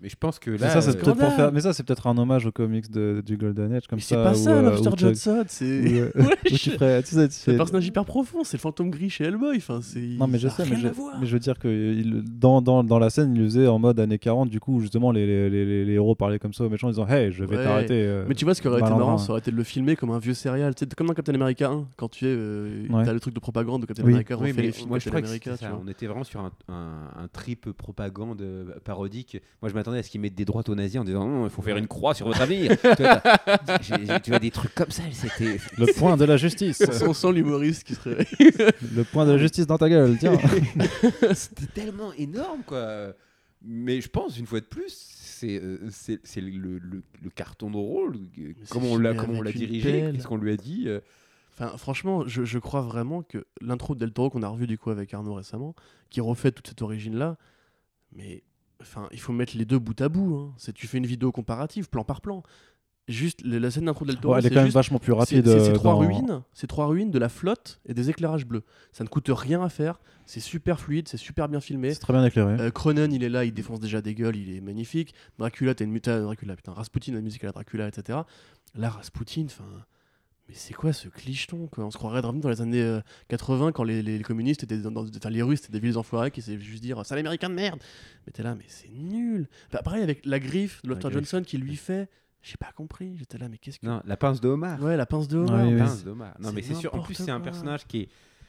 S4: mais je pense que
S1: Mais
S4: là,
S1: ça, c'est
S4: euh,
S1: peut-être pour
S2: Scandale.
S1: faire... Mais ça, c'est peut-être un hommage aux comics de... du Golden Age, comme
S2: Mais
S1: ça.
S2: c'est pas
S1: où,
S2: ça,
S1: euh,
S2: Lobster
S1: où tu-
S2: Johnson, c'est.
S1: où, euh,
S2: Ouais,
S1: où tu
S2: je-
S1: ferais... tu sais, tu
S2: C'est un
S1: fais-
S2: personnage hyper profond, c'est le fantôme gris chez Hellboy. Enfin, c'est...
S1: Non, mais je
S2: ça a
S1: sais, mais
S2: rien
S1: je,
S2: à voir.
S1: mais je veux dire que il, dans, dans, dans la scène, il le faisait en mode années quarante, du coup, justement, les, les, les, les héros parlaient comme ça aux méchants en disant Hey, je vais
S2: Ouais.
S1: t'arrêter. euh,
S2: Mais tu vois, ce qui aurait été
S1: malandrin.
S2: marrant, ça aurait été de le filmer comme un vieux serial. Tu sais, comme dans Captain America un, quand tu es. Euh,
S1: Ouais.
S2: T'as le truc de propagande de Captain
S1: Oui.
S2: America, refait
S4: oui, mais
S2: les films
S4: moi je
S2: Captain
S4: crois que
S2: America.
S4: c'était
S2: Tu
S4: ça.
S2: vois.
S4: On était vraiment sur un, un, un trip propagande euh, parodique. Moi je m'attendais à ce qu'ils mettent des droites aux nazis en disant non, il faut faire une croix sur votre avenir. tu, vois, t'as- j'ai- j'ai- tu vois des trucs comme ça. C'était.
S1: Le point de la justice.
S2: On sent l'humoriste qui serait.
S1: Le point de la justice dans ta gueule, tiens.
S4: C'était tellement énorme, quoi. Mais je pense, une fois de plus, c'est euh, c'est c'est le, le, le carton de rôle. euh,
S2: c'est
S4: Comment on l'a
S2: filmé
S4: comment on l'a
S2: avec une
S4: dirigé,
S2: pelle.
S4: qu'est-ce qu'on lui a dit. euh.
S2: Enfin, franchement, je, je crois vraiment que l'intro de Del Toro qu'on a revu du coup avec Arnaud récemment, qui refait toute cette origine-là, mais enfin, il faut mettre les deux bout à bout. Hein. C'est, tu fais une vidéo comparative, plan par plan. Juste le- la scène d'intro de Del Toro,
S1: Ouais, elle est
S2: c'est
S1: quand même
S2: juste-
S1: vachement plus
S2: c'est-
S1: rapide.
S2: C'est, c'est
S1: euh,
S2: trois
S1: dans-
S2: ruines, c'est trois ruines, de la flotte et des éclairages bleus. Ça ne coûte rien à faire, c'est super fluide, c'est super bien filmé.
S1: C'est très bien éclairé.
S2: Euh, Cronen, il est là, il défonce déjà des gueules, il est magnifique. Dracula, t'as une muta, Dracula, putain, Rasputin, la musique à la Dracula, et cetera. Là, Rasputin, enfin, mais c'est quoi ce clicheton, quoi? On se croirait vraiment dans les années euh, quatre-vingts quand les, les communistes étaient dans, dans- enfin, les Russes étaient des villes enfoirés qui essayaient juste dire c'est l'américain de merde. Mais t'es là, mais c'est nul. Enfin, pareil avec la griffe de Lofton
S4: La griffe.
S2: Johnson qui lui fait, j'ai pas compris. J'étais là, mais qu'est-ce que.
S4: Non, la pince de homard.
S2: Ouais, la pince de
S1: Ouais,
S2: Homer.
S1: oui,
S2: mais
S1: oui.
S4: Pince de homard. Non,
S2: c'est
S4: mais c'est sûr. En plus,
S2: n'importe
S4: c'est un
S2: quoi.
S4: personnage qui est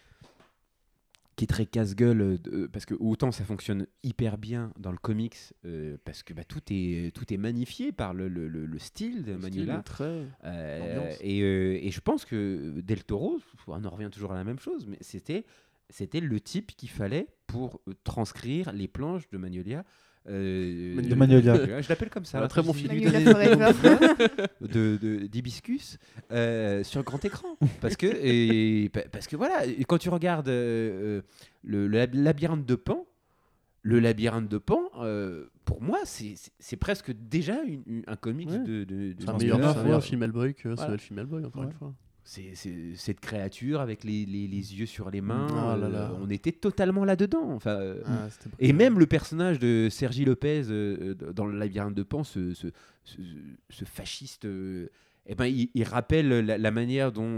S4: qui est très casse-gueule euh, de- parce que autant ça fonctionne hyper bien dans le comics euh, parce que bah, tout est tout est magnifié par le, le, le- le style de
S2: Le style,
S4: Manuela.
S2: le trait.
S4: Euh,
S2: l'ambiance.
S4: et, euh, et je pense que Del Toro, on en revient toujours à la même chose, mais c'était c'était le type qu'il fallait pour euh, transcrire les planches de Magnolia. euh,
S2: De
S1: Magnolia.
S4: Je l'appelle comme ça.
S2: Voilà, très bon
S4: Je
S2: film.
S4: lui
S3: Magnolia
S4: donnais des
S3: Forever.
S4: noms de de- d'hibiscus euh, sur grand écran parce que et, pa- parce que voilà, et quand tu regardes euh, euh, le, le lab- labyrinthe de Pan, le labyrinthe de Pan, euh, pour moi, c'est c'est- c'est presque déjà une- une- un comics
S2: Ouais.
S4: de, de, de
S2: C'est un
S1: Dans
S2: meilleur,
S1: Spin-off,
S2: c'est un meilleur
S1: ouais.
S2: film Hellboy que
S4: Voilà.
S2: ce le film Hellboy, encore
S1: Ouais.
S2: une fois.
S4: C'est, c'est- cette créature avec les, les, les yeux sur les mains,
S2: Ah là
S4: euh,
S2: là.
S4: on était totalement là-dedans. Enfin, euh,
S2: Ah, c'était
S4: et
S2: brillant.
S4: même le personnage de Sergi Lopez euh, dans le labyrinthe de Pan, ce, ce, ce, ce fasciste, euh, eh ben, il, il rappelle la, la manière dont,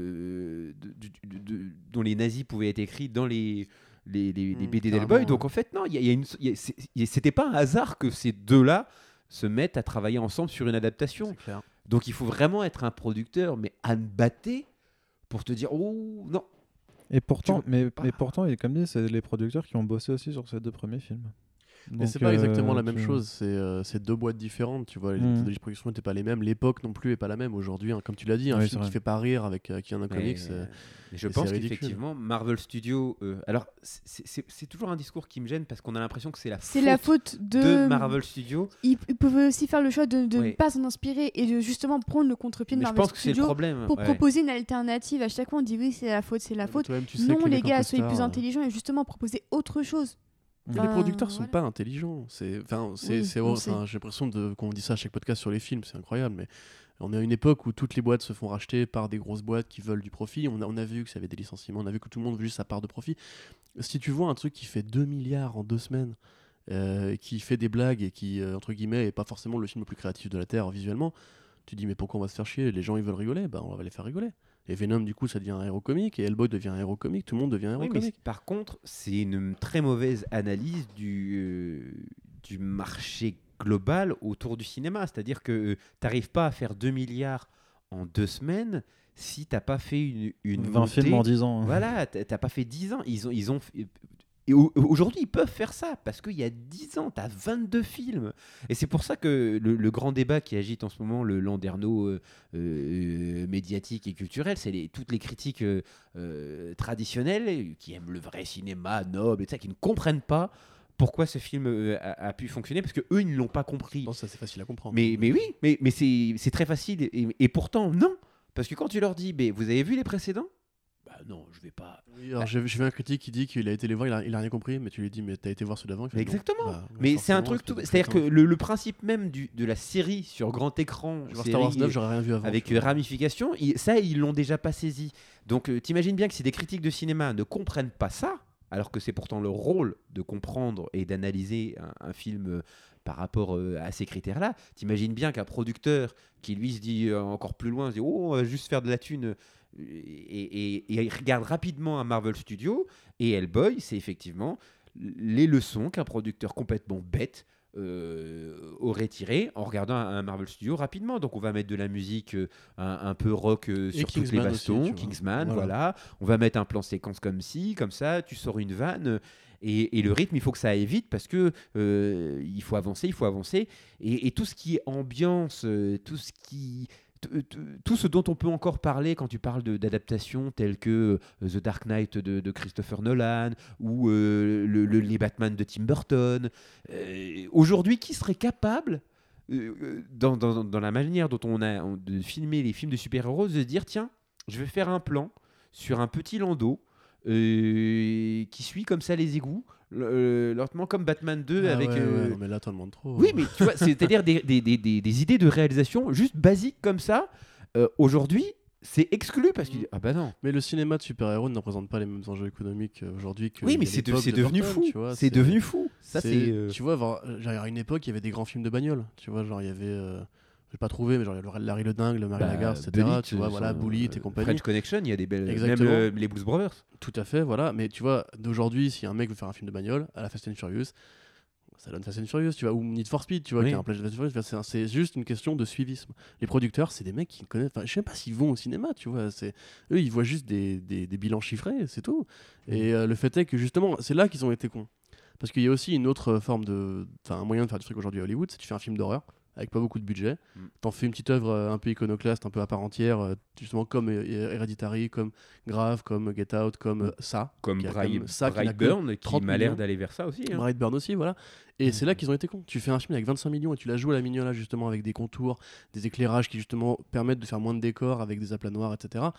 S4: euh, de- de- de- de- dont les nazis pouvaient être écrits dans les, les, les, les
S2: Mm,
S4: B D
S2: carrément,
S4: d'Hellboy. Donc
S2: ouais.
S4: en fait, non, il y a, il y a une, il y a- c'est- il y a- c'était pas un hasard que ces deux-là se mettent à travailler ensemble sur une adaptation.
S2: C'est clair.
S4: Donc il faut vraiment être un producteur, mais Anne Batté, pour te dire, oh non.
S1: Et pourtant,
S4: veux
S1: mais,
S4: pas.
S1: mais pourtant, il est comme dit, c'est les producteurs qui ont bossé aussi sur ces deux premiers films.
S2: Mais
S1: Donc,
S2: c'est pas exactement
S1: euh,
S2: la même
S1: tu-
S2: chose, c'est euh, c'est deux boîtes différentes, tu vois, les
S1: Mm.
S2: méthodologies de production n'étaient pas les mêmes, l'époque non plus est pas la même aujourd'hui, hein. Comme tu l'as dit, un
S1: Oui, c'est
S2: film qui
S1: vrai.
S2: fait pas rire avec euh, qui en a un comics,
S4: Mais,
S2: euh,
S4: euh, mais je
S2: et
S4: pense
S2: c'est ridicule.
S4: qu'effectivement, Marvel Studios. euh, alors, c'est- c'est c'est toujours un discours qui me gêne parce qu'on a l'impression que c'est la
S3: C'est
S4: faute
S3: la faute de.
S4: de Marvel Studios.
S3: Ils, ils pouvaient aussi faire le choix de, de
S4: Oui.
S3: ne pas s'en inspirer et de justement prendre le contre-pied de
S4: Mais je
S3: Marvel
S4: pense que c'est le
S3: Studios
S4: problème.
S3: pour
S4: ouais.
S3: proposer une alternative. À chaque fois, on dit oui, c'est la faute, c'est la faute.
S2: toi-même, tu sais
S3: Non,
S2: que
S3: les
S2: mecs en
S3: gars, soyez plus
S2: costard, euh,
S3: intelligents et justement proposer autre chose.
S2: Mais
S3: Enfin,
S2: les producteurs sont
S3: voilà.
S2: pas intelligents. C'est, enfin, c'est,
S3: Oui,
S2: c'est,
S3: on
S2: enfin,
S3: sait.
S2: j'ai l'impression de, qu'on dit ça à chaque podcast sur les films, c'est incroyable. Mais on est à une époque où toutes les boîtes se font racheter par des grosses boîtes qui veulent du profit. On a, on a vu que ça avait des licenciements, on a vu que tout le monde veut juste sa part de profit. Si tu vois un truc qui fait deux milliards en deux semaines, euh, qui fait des blagues et qui, euh, entre guillemets, est pas forcément le film le plus créatif de la Terre visuellement, tu dis mais pourquoi on va se faire chier? Les gens ils veulent rigoler, bah on va les faire rigoler. Et Venom du coup ça devient un héros comique et Hellboy devient un héros comique, tout le monde devient un héros
S4: Oui, mais
S2: comique.
S4: c'est- par contre, c'est une très mauvaise analyse du, euh, du marché global autour du cinéma. C'est-à-dire que tu n'arrives pas à faire deux milliards en deux semaines si tu n'as pas fait une, une
S1: vingt
S4: montée.
S1: films en dix ans. hein.
S4: Voilà, t- t'as pas fait dix ans. Ils ont, ils ont fait- Et au- aujourd'hui, ils peuvent faire ça parce qu'il y a dix ans, tu as vingt-deux films. Et c'est pour ça que le, le grand débat qui agite en ce moment le landerneau euh, euh, médiatique et culturel, c'est les, toutes les critiques euh, euh, traditionnelles qui aiment le vrai cinéma noble et tout ça, qui ne comprennent pas pourquoi ce film euh, a, a pu fonctionner parce que eux ils ne l'ont pas compris.
S2: Je pense que ça c'est facile à comprendre.
S4: Mais, mais oui, mais, mais c'est c'est très facile. Et, et pourtant, non. Parce que quand tu leur dis, mais vous avez vu les précédents? Bah non, je vais pas.
S2: Oui, alors j'ai j'ai vu un critique qui dit qu'il a été les voir, il a, il a rien compris, mais tu lui dis mais t'as été voir ceux d'avant. Il fait,
S4: Mais
S2: non.
S4: exactement.
S2: Bah,
S4: Mais c'est un
S2: forcément,
S4: truc tout.
S2: espèce de
S4: C'est-à-dire que
S2: crétin.
S4: le, le principe même du, de la série sur grand écran,
S2: Je vais voir
S4: série
S2: Star Wars neuf, j'aurais rien vu avant.
S4: avec
S2: tu vois.
S4: ramification, il- ça ils l'ont déjà pas saisi. Donc euh, t'imagines bien que si des critiques de cinéma ne comprennent pas ça, alors que c'est pourtant leur rôle de comprendre et d'analyser un, un film euh, par rapport euh, à ces critères-là. T'imagines bien qu'un producteur qui lui se dit euh, encore plus loin, se dit oh on va juste faire de la thune euh, et, et, et il regarde rapidement un Marvel Studio et Hellboy, c'est effectivement les leçons qu'un producteur complètement bête Euh, aurait tiré en regardant un, un Marvel Studio rapidement. Donc on va mettre de la musique euh, un, un peu rock euh, sur toutes les
S2: Kingsman
S4: bastons,
S2: aussi, tu vois.
S4: Kingsman, voilà.
S2: Voilà.
S4: On va mettre un plan séquence comme ci, comme ça, tu sors une vanne. Et, et le rythme, il faut que ça aille vite parce que euh, il faut avancer, il faut avancer. Et, et tout ce qui est ambiance, euh, tout ce qui tout ce dont on peut encore parler quand tu parles de, d'adaptations telles que euh, The Dark Knight de, de Christopher Nolan ou euh, le, le, les Batman de Tim Burton. Euh, aujourd'hui, qui serait capable, euh, dans, dans, dans la manière dont on a on, de filmer les films de super-héros, de se dire tiens, je vais faire un plan sur un petit landau euh, qui suit comme ça les égouts, euh, lentement comme Batman deux
S2: Ah
S4: avec...
S2: ouais,
S4: euh,
S2: ouais, non, mais là, t'en demandes trop.
S4: oui, mais tu vois, c'est-à-dire des, des, des, des, des idées de réalisation juste basiques comme ça. Euh, aujourd'hui, c'est exclu parce que ah bah non.
S2: Mais le cinéma de super-héros ne représente pas les mêmes enjeux économiques euh, aujourd'hui que.
S4: Oui, mais
S2: à
S4: c'est, de-
S2: l'époque
S4: c'est
S2: de
S4: devenu
S2: Burton,
S4: fou.
S2: tu vois,
S4: C'est devenu fou. Ça,
S2: c'est-
S4: c'est. euh,
S2: Tu vois, genre, genre, à une époque, il y avait des grands films de bagnole. Tu vois, genre, il y avait. euh, J'ai pas trouvé, mais genre, il y a le Larry le Dingue, le Marie
S4: bah,
S2: Lagarde, et cetera.
S4: Bullitt,
S2: Tu vois,
S4: euh,
S2: voilà,
S4: son,
S2: Bullitt et
S4: euh,
S2: compagnie.
S4: French Connection, il y a des belles.
S2: Exactement.
S4: Même euh, les Blues Brothers.
S2: Tout à fait, voilà. Mais tu vois, d'aujourd'hui, si un mec veut faire un film de bagnole à la Fast and Furious, ça donne Fast and Furious, tu vois, ou Need for Speed, tu vois,
S4: Oui.
S2: qui est un plagiat de Fast and Furious. C'est, un- c'est juste une question de suivisme. Les producteurs, c'est des mecs qui connaissent. Enfin, je sais pas s'ils vont au cinéma, tu vois. C'est eux, ils voient juste des, des, des bilans chiffrés, c'est tout. Et euh, le fait est que justement, c'est là qu'ils ont été cons. Parce qu'il y a aussi une autre forme de, enfin, un moyen de faire du truc aujourd'hui à Hollywood, c'est que tu fais un film d'horreur avec pas beaucoup de budget.
S4: Mm.
S2: T'en fais une petite œuvre euh, un peu iconoclaste, un peu à part entière, euh, justement comme euh, Hereditary, comme Grave, comme Get Out, comme euh, ça.
S4: Comme
S2: qui a
S4: Bright,
S2: comme ça qui n'a que
S4: Brightburn, qui
S2: trente
S4: m'a l'air
S2: millions.
S4: d'aller vers ça aussi. Hein.
S2: Brightburn aussi, voilà. Et
S4: Mhm.
S2: c'est là qu'ils ont été cons. Tu fais un film avec vingt-cinq millions et tu la joues à la mignola, justement, avec des contours, des éclairages qui, justement, permettent de faire moins de décors avec des aplats noirs, et cetera.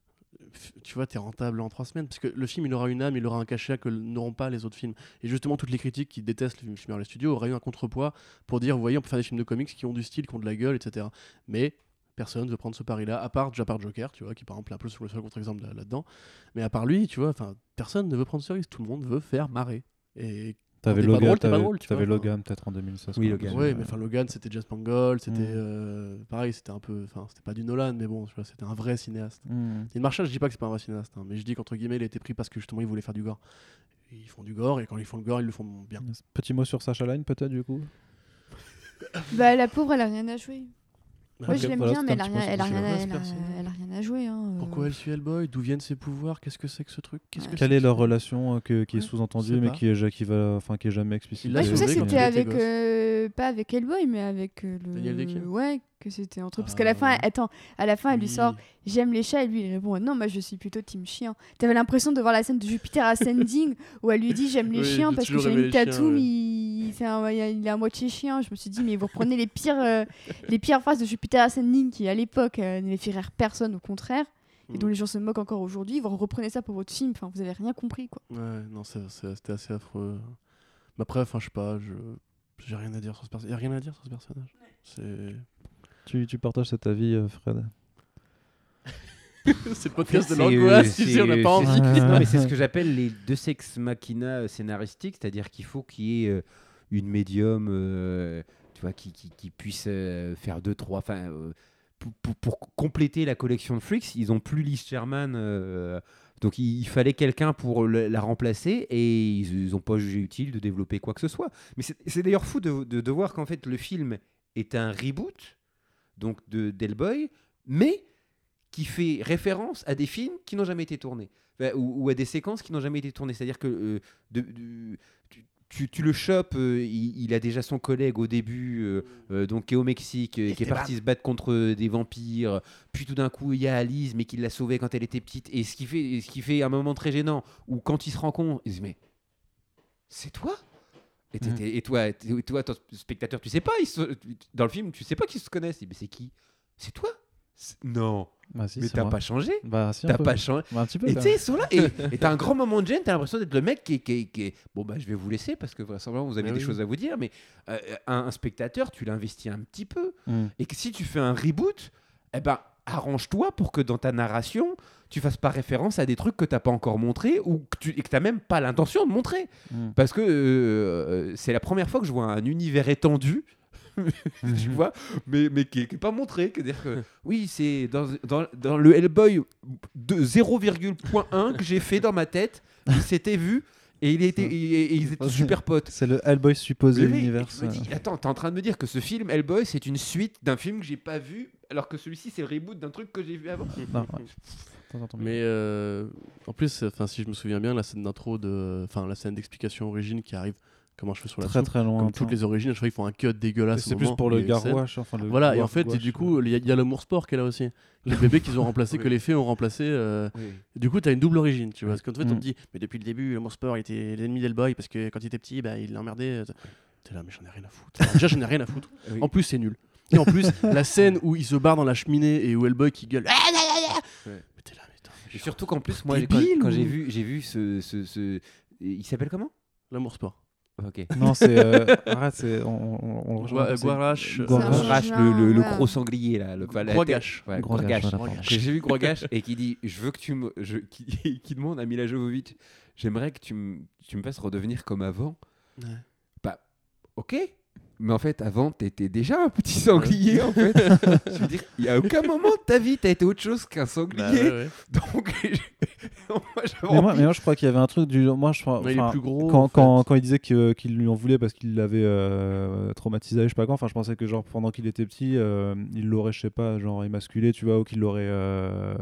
S2: F- Tu vois, t'es rentable en trois semaines. Parce que le film, il aura une âme, il aura un cachet que n'auront pas les autres films. Et justement, toutes les critiques qui détestent le film filmé dans les studios auraient eu un contrepoids pour dire, vous voyez, on peut faire des films de comics qui ont du style, qui ont de la gueule, et cetera. Mais personne veut prendre ce pari-là, à part, déjà à part Joker, tu vois, qui par exemple est un peu le seul contre-exemple là- là-dedans. Mais à part lui, tu vois, enfin, personne ne veut prendre ce risque. Tout le monde veut faire marrer. Et
S1: T'avais
S2: t'es pas
S1: Logan,
S2: drôle, t'es pas
S1: t'avais-
S2: drôle, tu
S1: t'avais
S2: vois, enfin.
S1: Logan peut-être en deux mille seize.
S4: Oui,
S1: quoi.
S4: Logan.
S2: Ouais,
S1: Euh,
S2: mais enfin Logan, c'était James Mangold, c'était
S1: Mm.
S2: euh, pareil, c'était un peu, enfin c'était pas du Nolan, mais bon, tu vois, c'était un vrai cinéaste.
S1: hmm.
S2: Et Marshall, je dis pas que c'est pas un vrai cinéaste, hein, mais je dis qu'entre guillemets, il a été pris parce que justement, il voulait faire du gore. Et ils font du gore, et quand ils font le gore, ils le font bien.
S1: Petit mot sur Sacha Lane peut-être du coup.
S3: Bah, la pauvre, elle a rien à jouer. Moi, je
S1: Ok,
S3: l'aime
S1: voilà,
S3: bien, mais
S1: c'était
S3: elle
S1: un
S3: a
S1: petit
S3: rien,
S1: peu
S3: elle a
S1: ce que
S3: rien,
S2: je
S3: à-
S2: voulais
S3: elle a,
S2: dire.
S3: elle a rien à jouer. Hein.
S2: Pourquoi elle suit Hellboy? D'où viennent ses pouvoirs? Qu'est-ce que c'est que ce truc? Qu'est-ce que
S1: Quelle
S2: c'est
S1: est
S2: que
S1: leur
S2: ce-
S1: relation euh, que- qui est
S2: Ouais,
S1: sous-entendue
S2: je sais
S1: mais
S2: pas.
S1: qui est, ja- qui va, enfin, qui est jamais explicitée
S2: Il l'a
S3: Bah, je pensais que
S2: sauvé quand
S3: c'était
S2: il était
S3: avec.
S2: gosse.
S3: euh, pas avec Hellboy, mais avec euh, le.
S2: Daniel Day-Kim.
S3: Ouais, que c'était entre eux. Parce
S2: Ah,
S3: qu'à la fin,
S2: ouais.
S3: attends, à la fin, elle lui
S2: Oui.
S3: sort j'aime les chats, et lui, il répond non, moi je suis plutôt team chien. T'avais l'impression de voir la scène de Jupiter Ascending où elle lui dit j'aime les
S2: Oui,
S3: chiens
S2: j'ai
S3: parce que
S2: toujours
S3: j'ai
S2: aimé
S3: une
S2: les chiens,
S3: tatou,
S2: ouais.
S3: il... c'est un- il est à moitié chien. Je me suis dit, mais vous reprenez les pires, euh, les pires phrases de Jupiter Ascending qui, à l'époque, euh, ne les fait rire personne, au contraire, et dont
S2: Mm.
S3: les gens se moquent encore aujourd'hui. Vous reprenez ça pour votre film, enfin, vous avez rien compris, quoi.
S2: Ouais, non, c'est- c'est- c'était assez affreux. Mais après, enfin, je sais pas, je j'ai rien à dire sur ce personnage. Y a rien à dire sur ce personnage. C'est
S1: Tu, tu partages cet avis, euh, Fred?
S2: c'est le podcast de
S4: C'est,
S2: l'angoisse,
S4: euh,
S2: tu sais, on n'a
S4: c'est-
S2: pas
S4: c'est-
S2: envie.
S4: Non, mais c'est ce que j'appelle les deux sex machina scénaristiques, c'est-à-dire qu'il faut qu'il y ait euh, une médium, euh, tu vois, qui, qui, qui puisse euh, faire deux, trois, enfin, euh, pour, pour, pour compléter la collection de Freaks, ils ont plus Liz Sherman, euh, donc il, il fallait quelqu'un pour le- la remplacer et ils n'ont pas jugé utile de développer quoi que ce soit. Mais c'est, c'est d'ailleurs fou de, de, de voir qu'en fait le film est un reboot, donc de d'Hellboy, mais qui fait référence à des films qui n'ont jamais été tournés. Enfin, ou, ou à des séquences qui n'ont jamais été tournées. C'est-à-dire que euh, de- de- tu, tu- tu le chopes, euh, il, il a déjà son collègue au début, euh, euh, donc qui est au Mexique, euh, qui est parti se battre contre des vampires. Puis tout d'un coup, il y a Alice, mais qui l'a sauvée quand elle était petite. Et ce qui fait, ce qui fait un moment très gênant, où quand il se rend compte, il se dit, mais c'est toi et, t'es-
S1: Mhm.
S4: t'es- et toi, t'es- et toi, toi, spectateur, tu sais pas, ils se- dans le film, tu sais pas qu'ils se connaissent. Il dit, mais c'est qui? C'est toi? C'est- Non,
S1: Bah, si,
S4: mais
S1: c'est
S4: t'as
S1: moi.
S4: pas changé.
S1: Bah, si, un
S4: T'as
S1: peu.
S4: pas changé.
S1: Bah, un petit peu.
S4: Et
S1: quand
S4: tu sais,
S1: même.
S4: ils sont là. Et et t'as un grand moment de gêne. T'as l'impression d'être le mec qui est. Qui est- qui est- Bon, bah, je vais vous laisser parce que vraisemblablement, vous avez
S2: Mais
S4: des
S2: oui.
S4: choses à vous dire. Mais euh, un, un spectateur, tu l'investis un petit peu.
S1: Mm.
S4: Et que si tu fais un reboot, eh ben, arrange-toi pour que dans ta narration, tu fasses pas référence à des trucs que t'as pas encore montrés ou que tu, et que t'as même pas l'intention de montrer.
S1: Mm.
S4: Parce que euh, c'est la première fois que je vois un univers étendu, tu vois, mais, mais qui n'est pas montré. C'est-à-dire que oui, c'est dans, dans, dans le Hellboy de zéro virgule un que j'ai fait dans ma tête, il s'était vu. Et, il était, et, et ils étaient super potes.
S1: C'est le Hellboy supposé
S4: Mais
S1: univers.
S4: je me dis, attends, t'es en train de me dire que ce film Hellboy, c'est une suite d'un film que j'ai pas vu, alors que celui-ci, c'est le reboot d'un truc que j'ai vu avant.
S1: Non, ouais. Attends, attends,
S2: Mais euh, en plus, enfin, si je me souviens bien, la scène d'intro, de, enfin, la scène d'explication origine qui arrive comme un cheveu sur la
S1: très
S2: soupe,
S1: très loin.
S2: comme toutes les origines, à chaque fois ils font un cut dégueulasse.
S1: C'est
S2: au
S1: plus
S2: moment
S1: pour
S2: où
S1: le
S2: il y a une scène.
S1: garouache. Enfin, le
S2: Voilà, et en
S1: gouache,
S2: fait, et
S1: gouache,
S2: du coup, il y, a- il y a l'amour sport qui est là aussi. Les bébés qu'ils ont remplacé, que les fées ont remplacé. euh,
S4: Oui.
S2: Du coup, t'as une double origine, tu vois. Parce qu'en fait, on
S1: Mm.
S2: te dit, mais depuis le début, l'amour sport il était l'ennemi d'Hellboy parce que quand il était petit, bah, il l'a emmerdé. T'es là, mais j'en ai rien à foutre. Enfin, déjà, j'en ai rien à foutre.
S4: Oui.
S2: En plus, c'est nul. Et en plus, la scène où il se barre dans la cheminée et où Hellboy qui gueule. Ah, là, là, là
S4: Ouais.
S2: Mais t'es là, mais attends, mais
S4: Et
S2: genre,
S4: surtout qu'en plus, moi, quand,
S2: débile,
S4: quand
S2: ou-
S4: j'ai vu, j'ai vu ce, ce, ce- Il s'appelle comment?
S2: L'amour sport.
S4: Ok.
S1: Non, c'est. euh, Arrête, c'est. On, on, on le rejoint,
S2: Gua-
S1: c'est-
S2: Guarache, euh,
S1: Guarache.
S3: C'est un
S4: Rache, le, le, le
S3: ouais.
S4: gros sanglier là. Le, enfin, la
S2: Gros
S4: tête-
S2: gâche.
S4: Ouais,
S1: Gros
S4: Gros
S1: gâche,
S4: gâche.
S1: voilà,
S2: Gros
S1: pardon.
S2: gâche.
S4: Que j'ai vu Gros Gâche et qui dit je veux que tu me je, qui, qui demande à Mila Jovovich, j'aimerais que tu me tu me fasses redevenir comme avant.
S2: Ouais.
S4: Bah OK, mais en fait avant t'étais déjà un petit sanglier en fait. Je veux dire, il y a aucun moment de ta vie t'as été autre chose qu'un sanglier.
S2: Bah, ouais, ouais.
S4: Donc moi, j'avais
S1: Mais moi,
S4: envie-
S1: mais moi, je crois qu'il y avait un truc du. Moi, je crois.
S2: Ouais, il est
S1: enfin,
S2: plus gros,
S1: Quand,
S2: en fait.
S1: quand, quand il disait que- qu'il lui en voulait parce qu'il l'avait euh, traumatisé, je sais pas quand. Enfin, je pensais que genre pendant qu'il était petit, euh, il l'aurait, je sais pas, genre émasculé, tu vois, ou qu'il l'aurait. euh,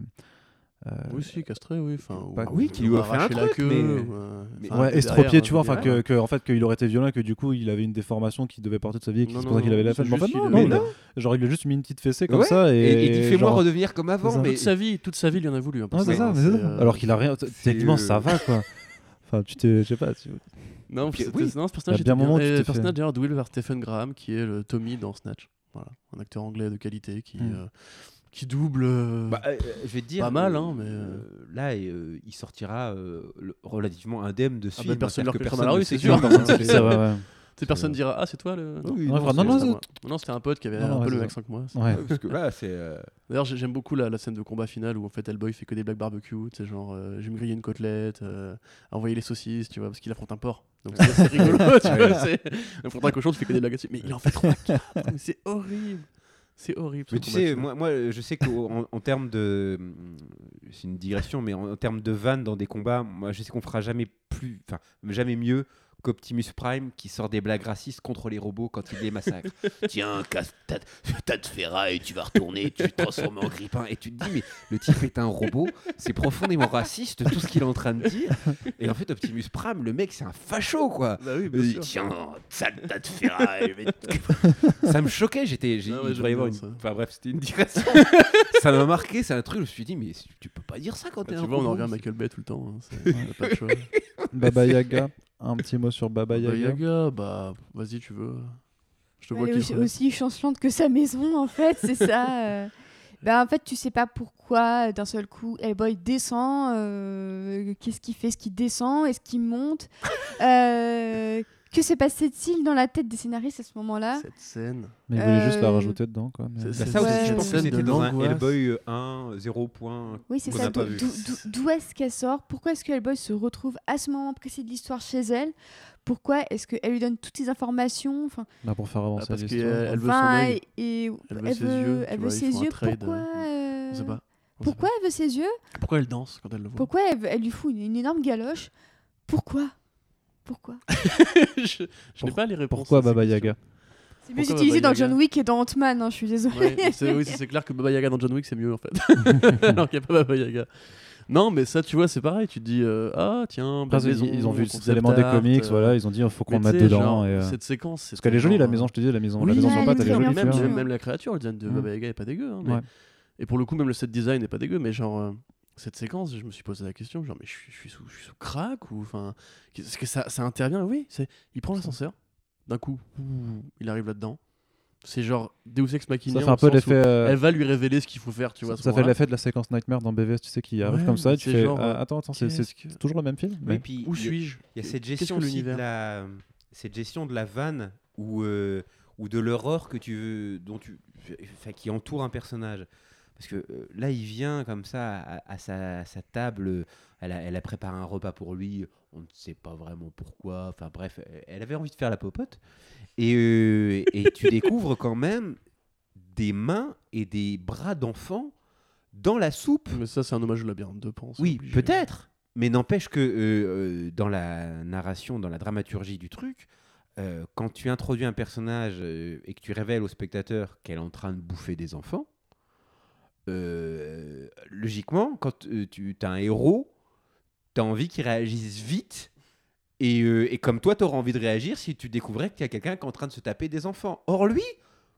S1: euh,
S2: Oui, si, castré, oui. Enfin,
S1: Pas-
S2: ou-
S1: oui,
S4: qu'il lui
S2: ou
S4: aurait fait un
S2: arraché la
S4: truc,
S2: queue,
S4: mais-
S2: ou, euh,
S4: mais-
S2: enfin,
S1: ouais,
S2: derrière,
S1: estropié,
S2: hein,
S1: tu vois, enfin
S2: derrière.
S1: que, que en fait qu'il aurait été violent, et que du coup il avait une déformation qu'il devait porter de sa vie, et que
S2: Non,
S1: c'est
S2: non,
S1: pour ça qu'il
S2: non,
S1: avait la
S2: c'est
S1: peine. Mais en fait,
S2: juste
S1: non,
S2: qu'il
S1: non,
S2: avait-
S1: non. Genre il lui a juste mis une petite fessée comme
S4: Ouais,
S1: ça et,
S4: et, et dit fais-moi
S1: genre-
S4: redevenir comme avant.
S1: C'est ça.
S4: Mais
S2: Toute sa vie, toute sa vie, il en a voulu. hein, pour
S1: Ouais, c'est ça,
S2: hein,
S1: mais c'est ça.
S2: euh,
S1: Alors qu'il a rien. Techniquement,
S4: euh,
S1: ça va quoi. Enfin, tu t'es, je sais pas. tu-
S2: Non,
S4: Puis,
S2: c'était-
S4: oui.
S2: non, ce personnage
S1: Il y a bien
S2: était
S1: un moment où tu
S2: Et
S1: t'es
S2: le
S1: fait-
S2: personnage d'ailleurs doué par Stephen Graham, qui est le Tommy dans Snatch. Voilà, un acteur anglais de qualité qui,
S1: Mm.
S2: euh, qui double. euh,
S4: Bah, euh, je vais te dire.
S2: Pas mal,
S4: euh,
S2: hein, mais,
S4: euh, là, euh, il sortira euh, le- relativement indemne de ce
S2: Ah,
S4: film.
S2: bah, personne
S4: c'est-à-dire
S2: le
S4: que
S2: reconnaîtra dans la
S4: ne
S2: rue,
S4: sait
S2: c'est
S4: qui
S2: sûr.
S4: est dans un-
S1: C'est vrai, ouais.
S2: Ces personnes dira ah c'est toi le. Non,
S4: Oui,
S1: Ouais,
S4: non,
S1: enfin,
S4: c'est-
S1: non, non,
S2: c'est
S1: c'est-
S2: moi. Non, c'était un pote qui avait
S1: Non, non,
S2: un peu
S1: ouais,
S2: le
S1: c'est
S2: même
S1: ça.
S2: accent que moi.
S1: Ouais.
S4: Ouais, parce que là, c'est. euh,
S2: D'ailleurs, j'ai- j'aime beaucoup la, la scène de combat finale où en fait Hellboy fait que des blagues barbecue, tu sais, genre euh, je vais me griller une côtelette, euh, envoyer les saucisses, tu vois, parce qu'il affronte un porc. Donc c'est c'est rigolo, tu vois, c'est affronte un cochon, tu fais que des blagues là-dessus. Mais il en fait trois quatre, mais c'est horrible. C'est horrible.
S4: Mais
S2: ce
S4: tu
S2: combat
S4: sais,
S2: final.
S4: moi, moi, je sais qu'en en termes de. C'est une digression, mais en, en termes de vannes dans des combats, moi, je sais qu'on fera jamais plus. Enfin, jamais mieux qu'Optimus Prime qui sort des blagues racistes contre les robots quand il les massacre. Tiens, casse ta, ta de ferraille, tu vas retourner, tu te transformes en grippin. Et tu te dis, mais le type est un robot, c'est profondément raciste tout ce qu'il est en train de dire. Et en fait, Optimus Prime, le mec, c'est un facho, quoi.
S2: Bah oui,
S4: Il
S2: bien
S4: dit,
S2: sûr.
S4: tiens, sale tas de ferraille. mais- ça me choquait, j'étais. j'ai-
S2: Ah ouais,
S4: il devrait y
S2: j'aime
S4: avoir
S2: bien
S4: une-
S2: ça.
S4: Enfin bref, c'était une digression. Ça m'a marqué, c'est un truc, je me suis dit, mais tu peux pas dire ça quand
S2: Bah,
S4: t'es un
S2: tu vois, on en
S4: robot,
S2: revient à
S4: c'est-
S2: Michael Bay tout le temps. hein, c'est- y a pas de choix.
S1: Baba Yaga. Un petit mot sur Baba
S2: Baba
S1: Yaga.
S2: Yaga, bah vas-y, tu veux. Je te vois
S3: Elle
S2: qui
S3: est aussi, aussi chancelante que sa maison, en fait, c'est ça. euh. Bah, en fait, tu sais pas pourquoi, d'un seul coup, Hellboy descend. euh, Qu'est-ce qu'il fait? Est-ce qu'il descend? Est-ce qu'il monte? Euh, Que s'est passé-t-il dans la tête des scénaristes à ce moment-là?
S2: cette scène.
S1: Mais il voulait juste la
S3: Euh,
S1: rajouter dedans quoi. mais-
S2: c'est-
S4: Bah,
S2: c'est-
S4: ça aussi,
S3: Ouais.
S4: je pense que
S2: Scène de
S4: c'était dans un
S2: l'angoisse.
S4: Hellboy un, zéro point.
S3: Oui, c'est
S4: qu'on
S3: ça.
S4: n'a pas
S3: D'où
S4: vu.
S3: d'où- d'où- d'où est-ce qu'elle sort? Pourquoi est-ce que Hellboy se retrouve à ce moment précis de l'histoire chez elle? Pourquoi est-ce qu'elle lui donne toutes ces informations? Enfin,
S1: Bah, pour faire
S2: Ah,
S1: avancer
S2: parce
S1: l'histoire.
S2: qu'elle elle veut son
S3: enfin,
S2: œil.
S3: et, et-
S2: Elle veut
S3: elle
S2: ses
S3: veut,
S2: yeux, tu
S3: elle
S2: vois,
S3: veut
S2: ils
S3: ses
S2: font un
S3: yeux.
S2: trade.
S3: Pourquoi euh,
S2: On sait pas. On sait
S3: Pourquoi elle veut ses yeux?
S2: pas. Pourquoi elle danse quand elle le voit?
S3: Pourquoi elle, veut- elle lui fout une, une énorme galoche? Pourquoi? Pourquoi?
S2: Je, je n'ai
S1: Pour-
S2: pas les réponses.
S1: Pourquoi
S2: à ces
S1: Baba
S2: questions.
S1: Yaga?
S3: C'est mieux
S2: Pourquoi
S3: utilisé
S2: Baba
S3: dans John
S2: Yaga
S3: Wick et dans Ant-Man, hein, je suis désolée.
S2: Ouais, mais c'est- oui, c'est c'est clair que Baba Yaga dans John Wick c'est mieux en fait. Alors qu'il n'y a pas Baba Yaga. Non, mais ça, tu vois, c'est pareil. Tu te dis, euh, ah tiens,
S1: Après,
S2: belle
S1: ils,
S2: maison,
S1: ils ont vu
S2: concept
S1: ces éléments des
S2: art,
S1: comics,
S2: euh,
S1: voilà, ils ont dit il faut qu'on
S2: mais
S1: le mette
S2: tu sais,
S1: dedans.
S2: genre,
S1: et, euh,
S2: Cette séquence.
S1: Parce qu'elle est jolie la maison, je te dis, la maison,
S2: Oui,
S1: la maison
S3: elle
S1: sur
S3: est
S1: pattes, elle est
S3: très
S1: jolie.
S3: bien
S1: tu
S2: même,
S1: vois.
S3: foutue.
S2: même la créature, le design de
S1: Mm.
S2: Baba Yaga est pas dégueu. Hein, mais-
S1: Ouais.
S2: Et pour le coup, même le set design n'est pas dégueu. Mais genre, euh, cette séquence, je me suis posé la question, genre, mais je suis, je suis, sous, je suis sous crack ou enfin, est-ce que ça, ça intervient? Oui, c'est, il prend l'ascenseur, d'un coup, il arrive là-dedans. C'est genre Deus Ex Machina.
S1: Ça fait
S2: au
S1: un peu
S2: sens où
S1: l'effet. euh,
S2: Elle va lui révéler ce qu'il faut faire, tu vois. à ce
S1: Ça fait
S2: moment-là.
S1: l'effet de la séquence Nightmare dans B V S, tu sais, qui arrive
S2: Ouais,
S1: comme ça,
S2: mais
S1: et tu
S2: c'est
S1: fais
S2: genre,
S1: ah,
S2: euh,
S1: attends, attends, c'est
S2: Qu'est-ce
S1: c'est
S2: que-
S1: toujours le même film?
S4: Oui,
S1: Mais-
S4: puis
S2: Où
S4: il y a-
S2: suis-je?
S4: Il y a cette
S2: Qu'est-ce que
S4: gestion aussi de
S2: l'univers
S4: la, cette gestion de la vanne ou, euh, ou de l'horreur que tu veux, dont tu, enfin, qui entoure un personnage. Parce que euh, là, il vient comme ça à, à sa, à sa table, elle a, elle a préparé un repas pour lui, on ne sait pas vraiment pourquoi, enfin bref, elle avait envie de faire la popote. Et, euh, et tu découvres quand même des mains et des bras d'enfants dans la soupe.
S2: Mais ça, c'est un hommage au labyrinthe de Pan.
S4: Oui,
S2: obligé.
S4: peut-être. Mais n'empêche que euh, euh, dans la narration, dans la dramaturgie du truc, euh, quand tu introduis un personnage euh, et que tu révèles au spectateur qu'elle est en train de bouffer des enfants, euh, logiquement, quand euh, tu as un héros, tu as envie qu'il réagisse vite. Et, euh, et comme toi, tu auras envie de réagir si tu découvrais qu'il y a quelqu'un qui est en train de se taper des enfants. Or, lui,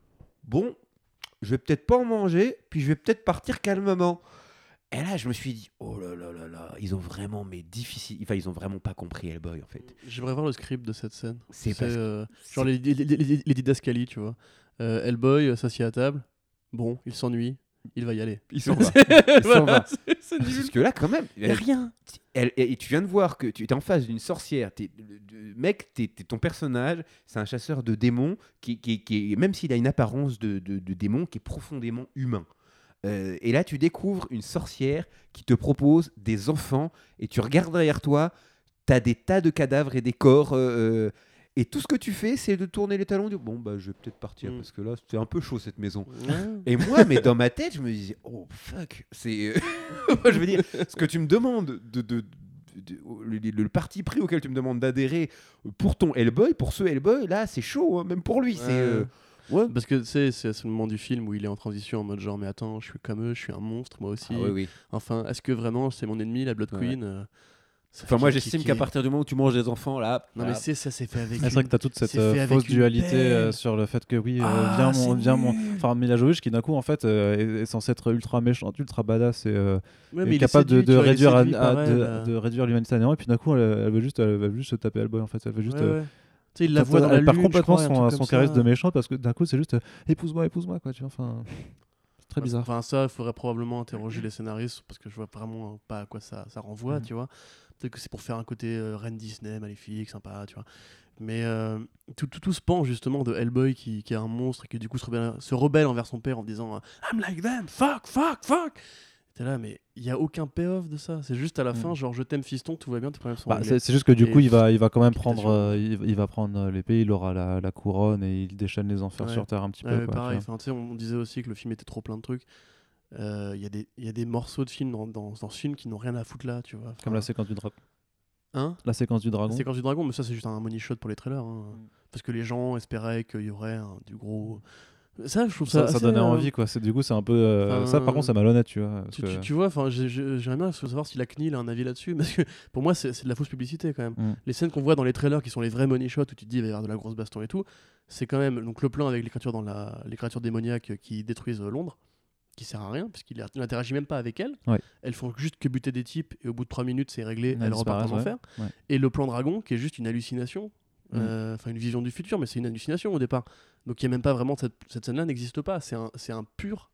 S4: bon, je vais peut-être pas en manger, puis je vais peut-être partir calmement. Et là, je me suis dit, oh là là là là, ils ont vraiment, mais difficile, enfin, ils ont vraiment pas compris Hellboy en fait.
S2: J'aimerais voir le script de cette scène.
S4: C'est parce que-
S2: euh,
S4: c'est-
S2: genre les, les, les, les- les didascalies, tu vois. Euh, Hellboy s'assied à table. Bon, il s'ennuie. Il va y aller.
S4: Ils s'en va.
S2: C'est-
S4: s'en
S2: voilà,
S4: va.
S2: c'est- c'est nul.
S4: Parce que là, quand même,
S2: Il y a rien.
S4: elle, elle- et tu viens de voir que tu es en face d'une sorcière. T'es, le- le- mec, t'es, t'es ton personnage, c'est un chasseur de démons qui, qui, qui est- même s'il a une apparence de, de, de démon, qui est profondément humain. Euh, et là, tu découvres une sorcière qui te propose des enfants et tu regardes derrière toi, t'as des tas de cadavres et des corps. euh, euh, et tout ce que tu fais, c'est de tourner les talons et de dire bon, bah, je vais peut-être partir
S2: Mm.
S4: parce que là, c'est un peu chaud cette maison.
S2: Ouais.
S4: Et moi, mais dans ma tête, je me disais, oh fuck, c'est. euh, Moi, je veux dire, ce que tu me demandes, de, de, de- de- le, le parti pris auquel tu me demandes d'adhérer pour ton Hellboy, pour ce Hellboy, là, c'est chaud, hein, même pour lui. C'est. euh, ouais.
S2: Parce que tu sais, c'est à ce moment du film où il est en transition en mode genre, mais attends, je suis comme eux, je suis un monstre moi aussi.
S4: Ah, oui, oui.
S2: Enfin, est-ce que vraiment c'est mon ennemi, la Blood
S4: Ouais.
S2: Queen euh, ça
S4: Enfin,
S2: fait
S4: moi,
S2: qui-
S4: j'estime
S2: qui-
S4: qu'à partir du moment où tu manges des enfants, là.
S2: Non,
S4: là,
S2: mais c'est ça, c'est fait avec.
S1: Ah, c'est vrai que tu as toute cette
S2: c'est
S1: euh,
S2: fait avec
S1: fausse
S2: une
S1: dualité euh,
S2: belle.
S1: sur le fait que oui, euh,
S2: Ah,
S1: viens
S2: c'est
S1: mon, viens mon.
S2: nul.
S1: Enfin, Mila Jovovich qui d'un coup en fait euh, est, est censée être ultra méchante, ultra badass et euh,
S2: Ouais,
S1: est
S2: mais il est
S1: capable de,
S2: séduit,
S1: de
S2: tu vois, il est
S1: réduire à-
S2: séduit
S1: à-
S2: par
S1: de,
S2: elle, euh.
S1: de réduire l'humanité à néant et puis d'un coup elle, elle veut juste elle veut juste se taper Hellboy en fait, elle veut juste.
S2: Ouais,
S1: euh,
S2: ouais. Tu sais, il la
S1: ça-
S2: voit dans la
S1: elle perd
S2: lune, je
S1: complètement
S2: crois, un
S1: son,
S2: truc
S1: son
S2: comme
S1: charisme
S2: ça.
S1: de méchant parce que d'un coup c'est juste euh, épouse-moi, épouse-moi quoi, tu vois. Enfin, c'est très bizarre.
S2: Enfin, ça, il faudrait probablement interroger les scénaristes parce que je vois vraiment pas à quoi ça, ça renvoie,
S1: Mhm.
S2: tu vois. Peut-être que c'est pour faire un côté euh, reine Disney, maléfique, sympa, tu vois. Mais euh, tout, tout, tout ce pan justement de Hellboy qui, qui est un monstre et qui du coup se rebelle, se rebelle envers son père en disant euh, I'm like them, fuck, fuck, fuck. T'es là, mais il y a aucun payoff de ça. C'est juste à la
S1: Mhm.
S2: fin, genre je t'aime fiston, tout va bien, tes problèmes sont
S1: Bah,
S2: réglés.
S1: c'est c'est juste que du
S2: Et
S1: coup il va, il va quand même
S2: explication.
S1: prendre, euh, il, il va prendre euh, l'épée, il aura la, la couronne et il déchaîne les enfers
S2: Ouais.
S1: sur terre un petit
S2: Ouais,
S1: peu.
S2: mais
S1: quoi, tu
S2: pareil,
S1: vois.
S2: enfin, tu sais, on disait aussi que le film était trop plein de trucs. Euh, Il y, a des- il y a des morceaux de film dans, dans, dans ce film qui n'ont rien à foutre là, tu vois.
S1: Comme
S2: Enfin,
S1: la séquence du dragon.
S2: Hein
S1: La séquence du
S2: La
S1: dragon.
S2: séquence du dragon, mais ça c'est juste un money shot pour les trailers. hein.
S1: Mm.
S2: Parce que les gens espéraient qu'il y aurait un- du gros. Ça, je trouve
S1: Ça,
S2: ça.
S1: ça
S2: assez,
S1: donnait
S2: euh,
S1: envie quoi. C'est du coup c'est un peu euh,
S2: enfin,
S1: ça par contre c'est malhonnête tu vois. parce
S2: Tu,
S1: que-
S2: tu- tu vois, enfin, j'ai- j'ai- j'aimerais bien savoir si la C N I L a un avis là-dessus, parce que pour moi c'est c'est de la fausse publicité quand même.
S1: Mm.
S2: Les scènes qu'on voit dans les trailers qui sont les vrais money shots où tu te dis il va y avoir de la grosse baston et tout, c'est quand même donc le plan avec les créatures dans la les créatures démoniaques qui détruisent euh, Londres, qui sert à rien puisqu'il a- il n'interagit même pas avec elles.
S1: Ouais.
S2: Elles font juste que buter des types et au bout de trois minutes c'est réglé,
S1: Elles
S2: elles repartent en
S1: disparaissent,
S2: enfer.
S1: ouais. Ouais.
S2: Et le plan dragon qui est juste une hallucination.
S1: Mm.
S2: Euh, Enfin, une vision du futur, mais c'est une hallucination au départ. Donc, il n'y a même pas vraiment. Cette, cette scène-là n'existe pas. C'est un, c'est un pur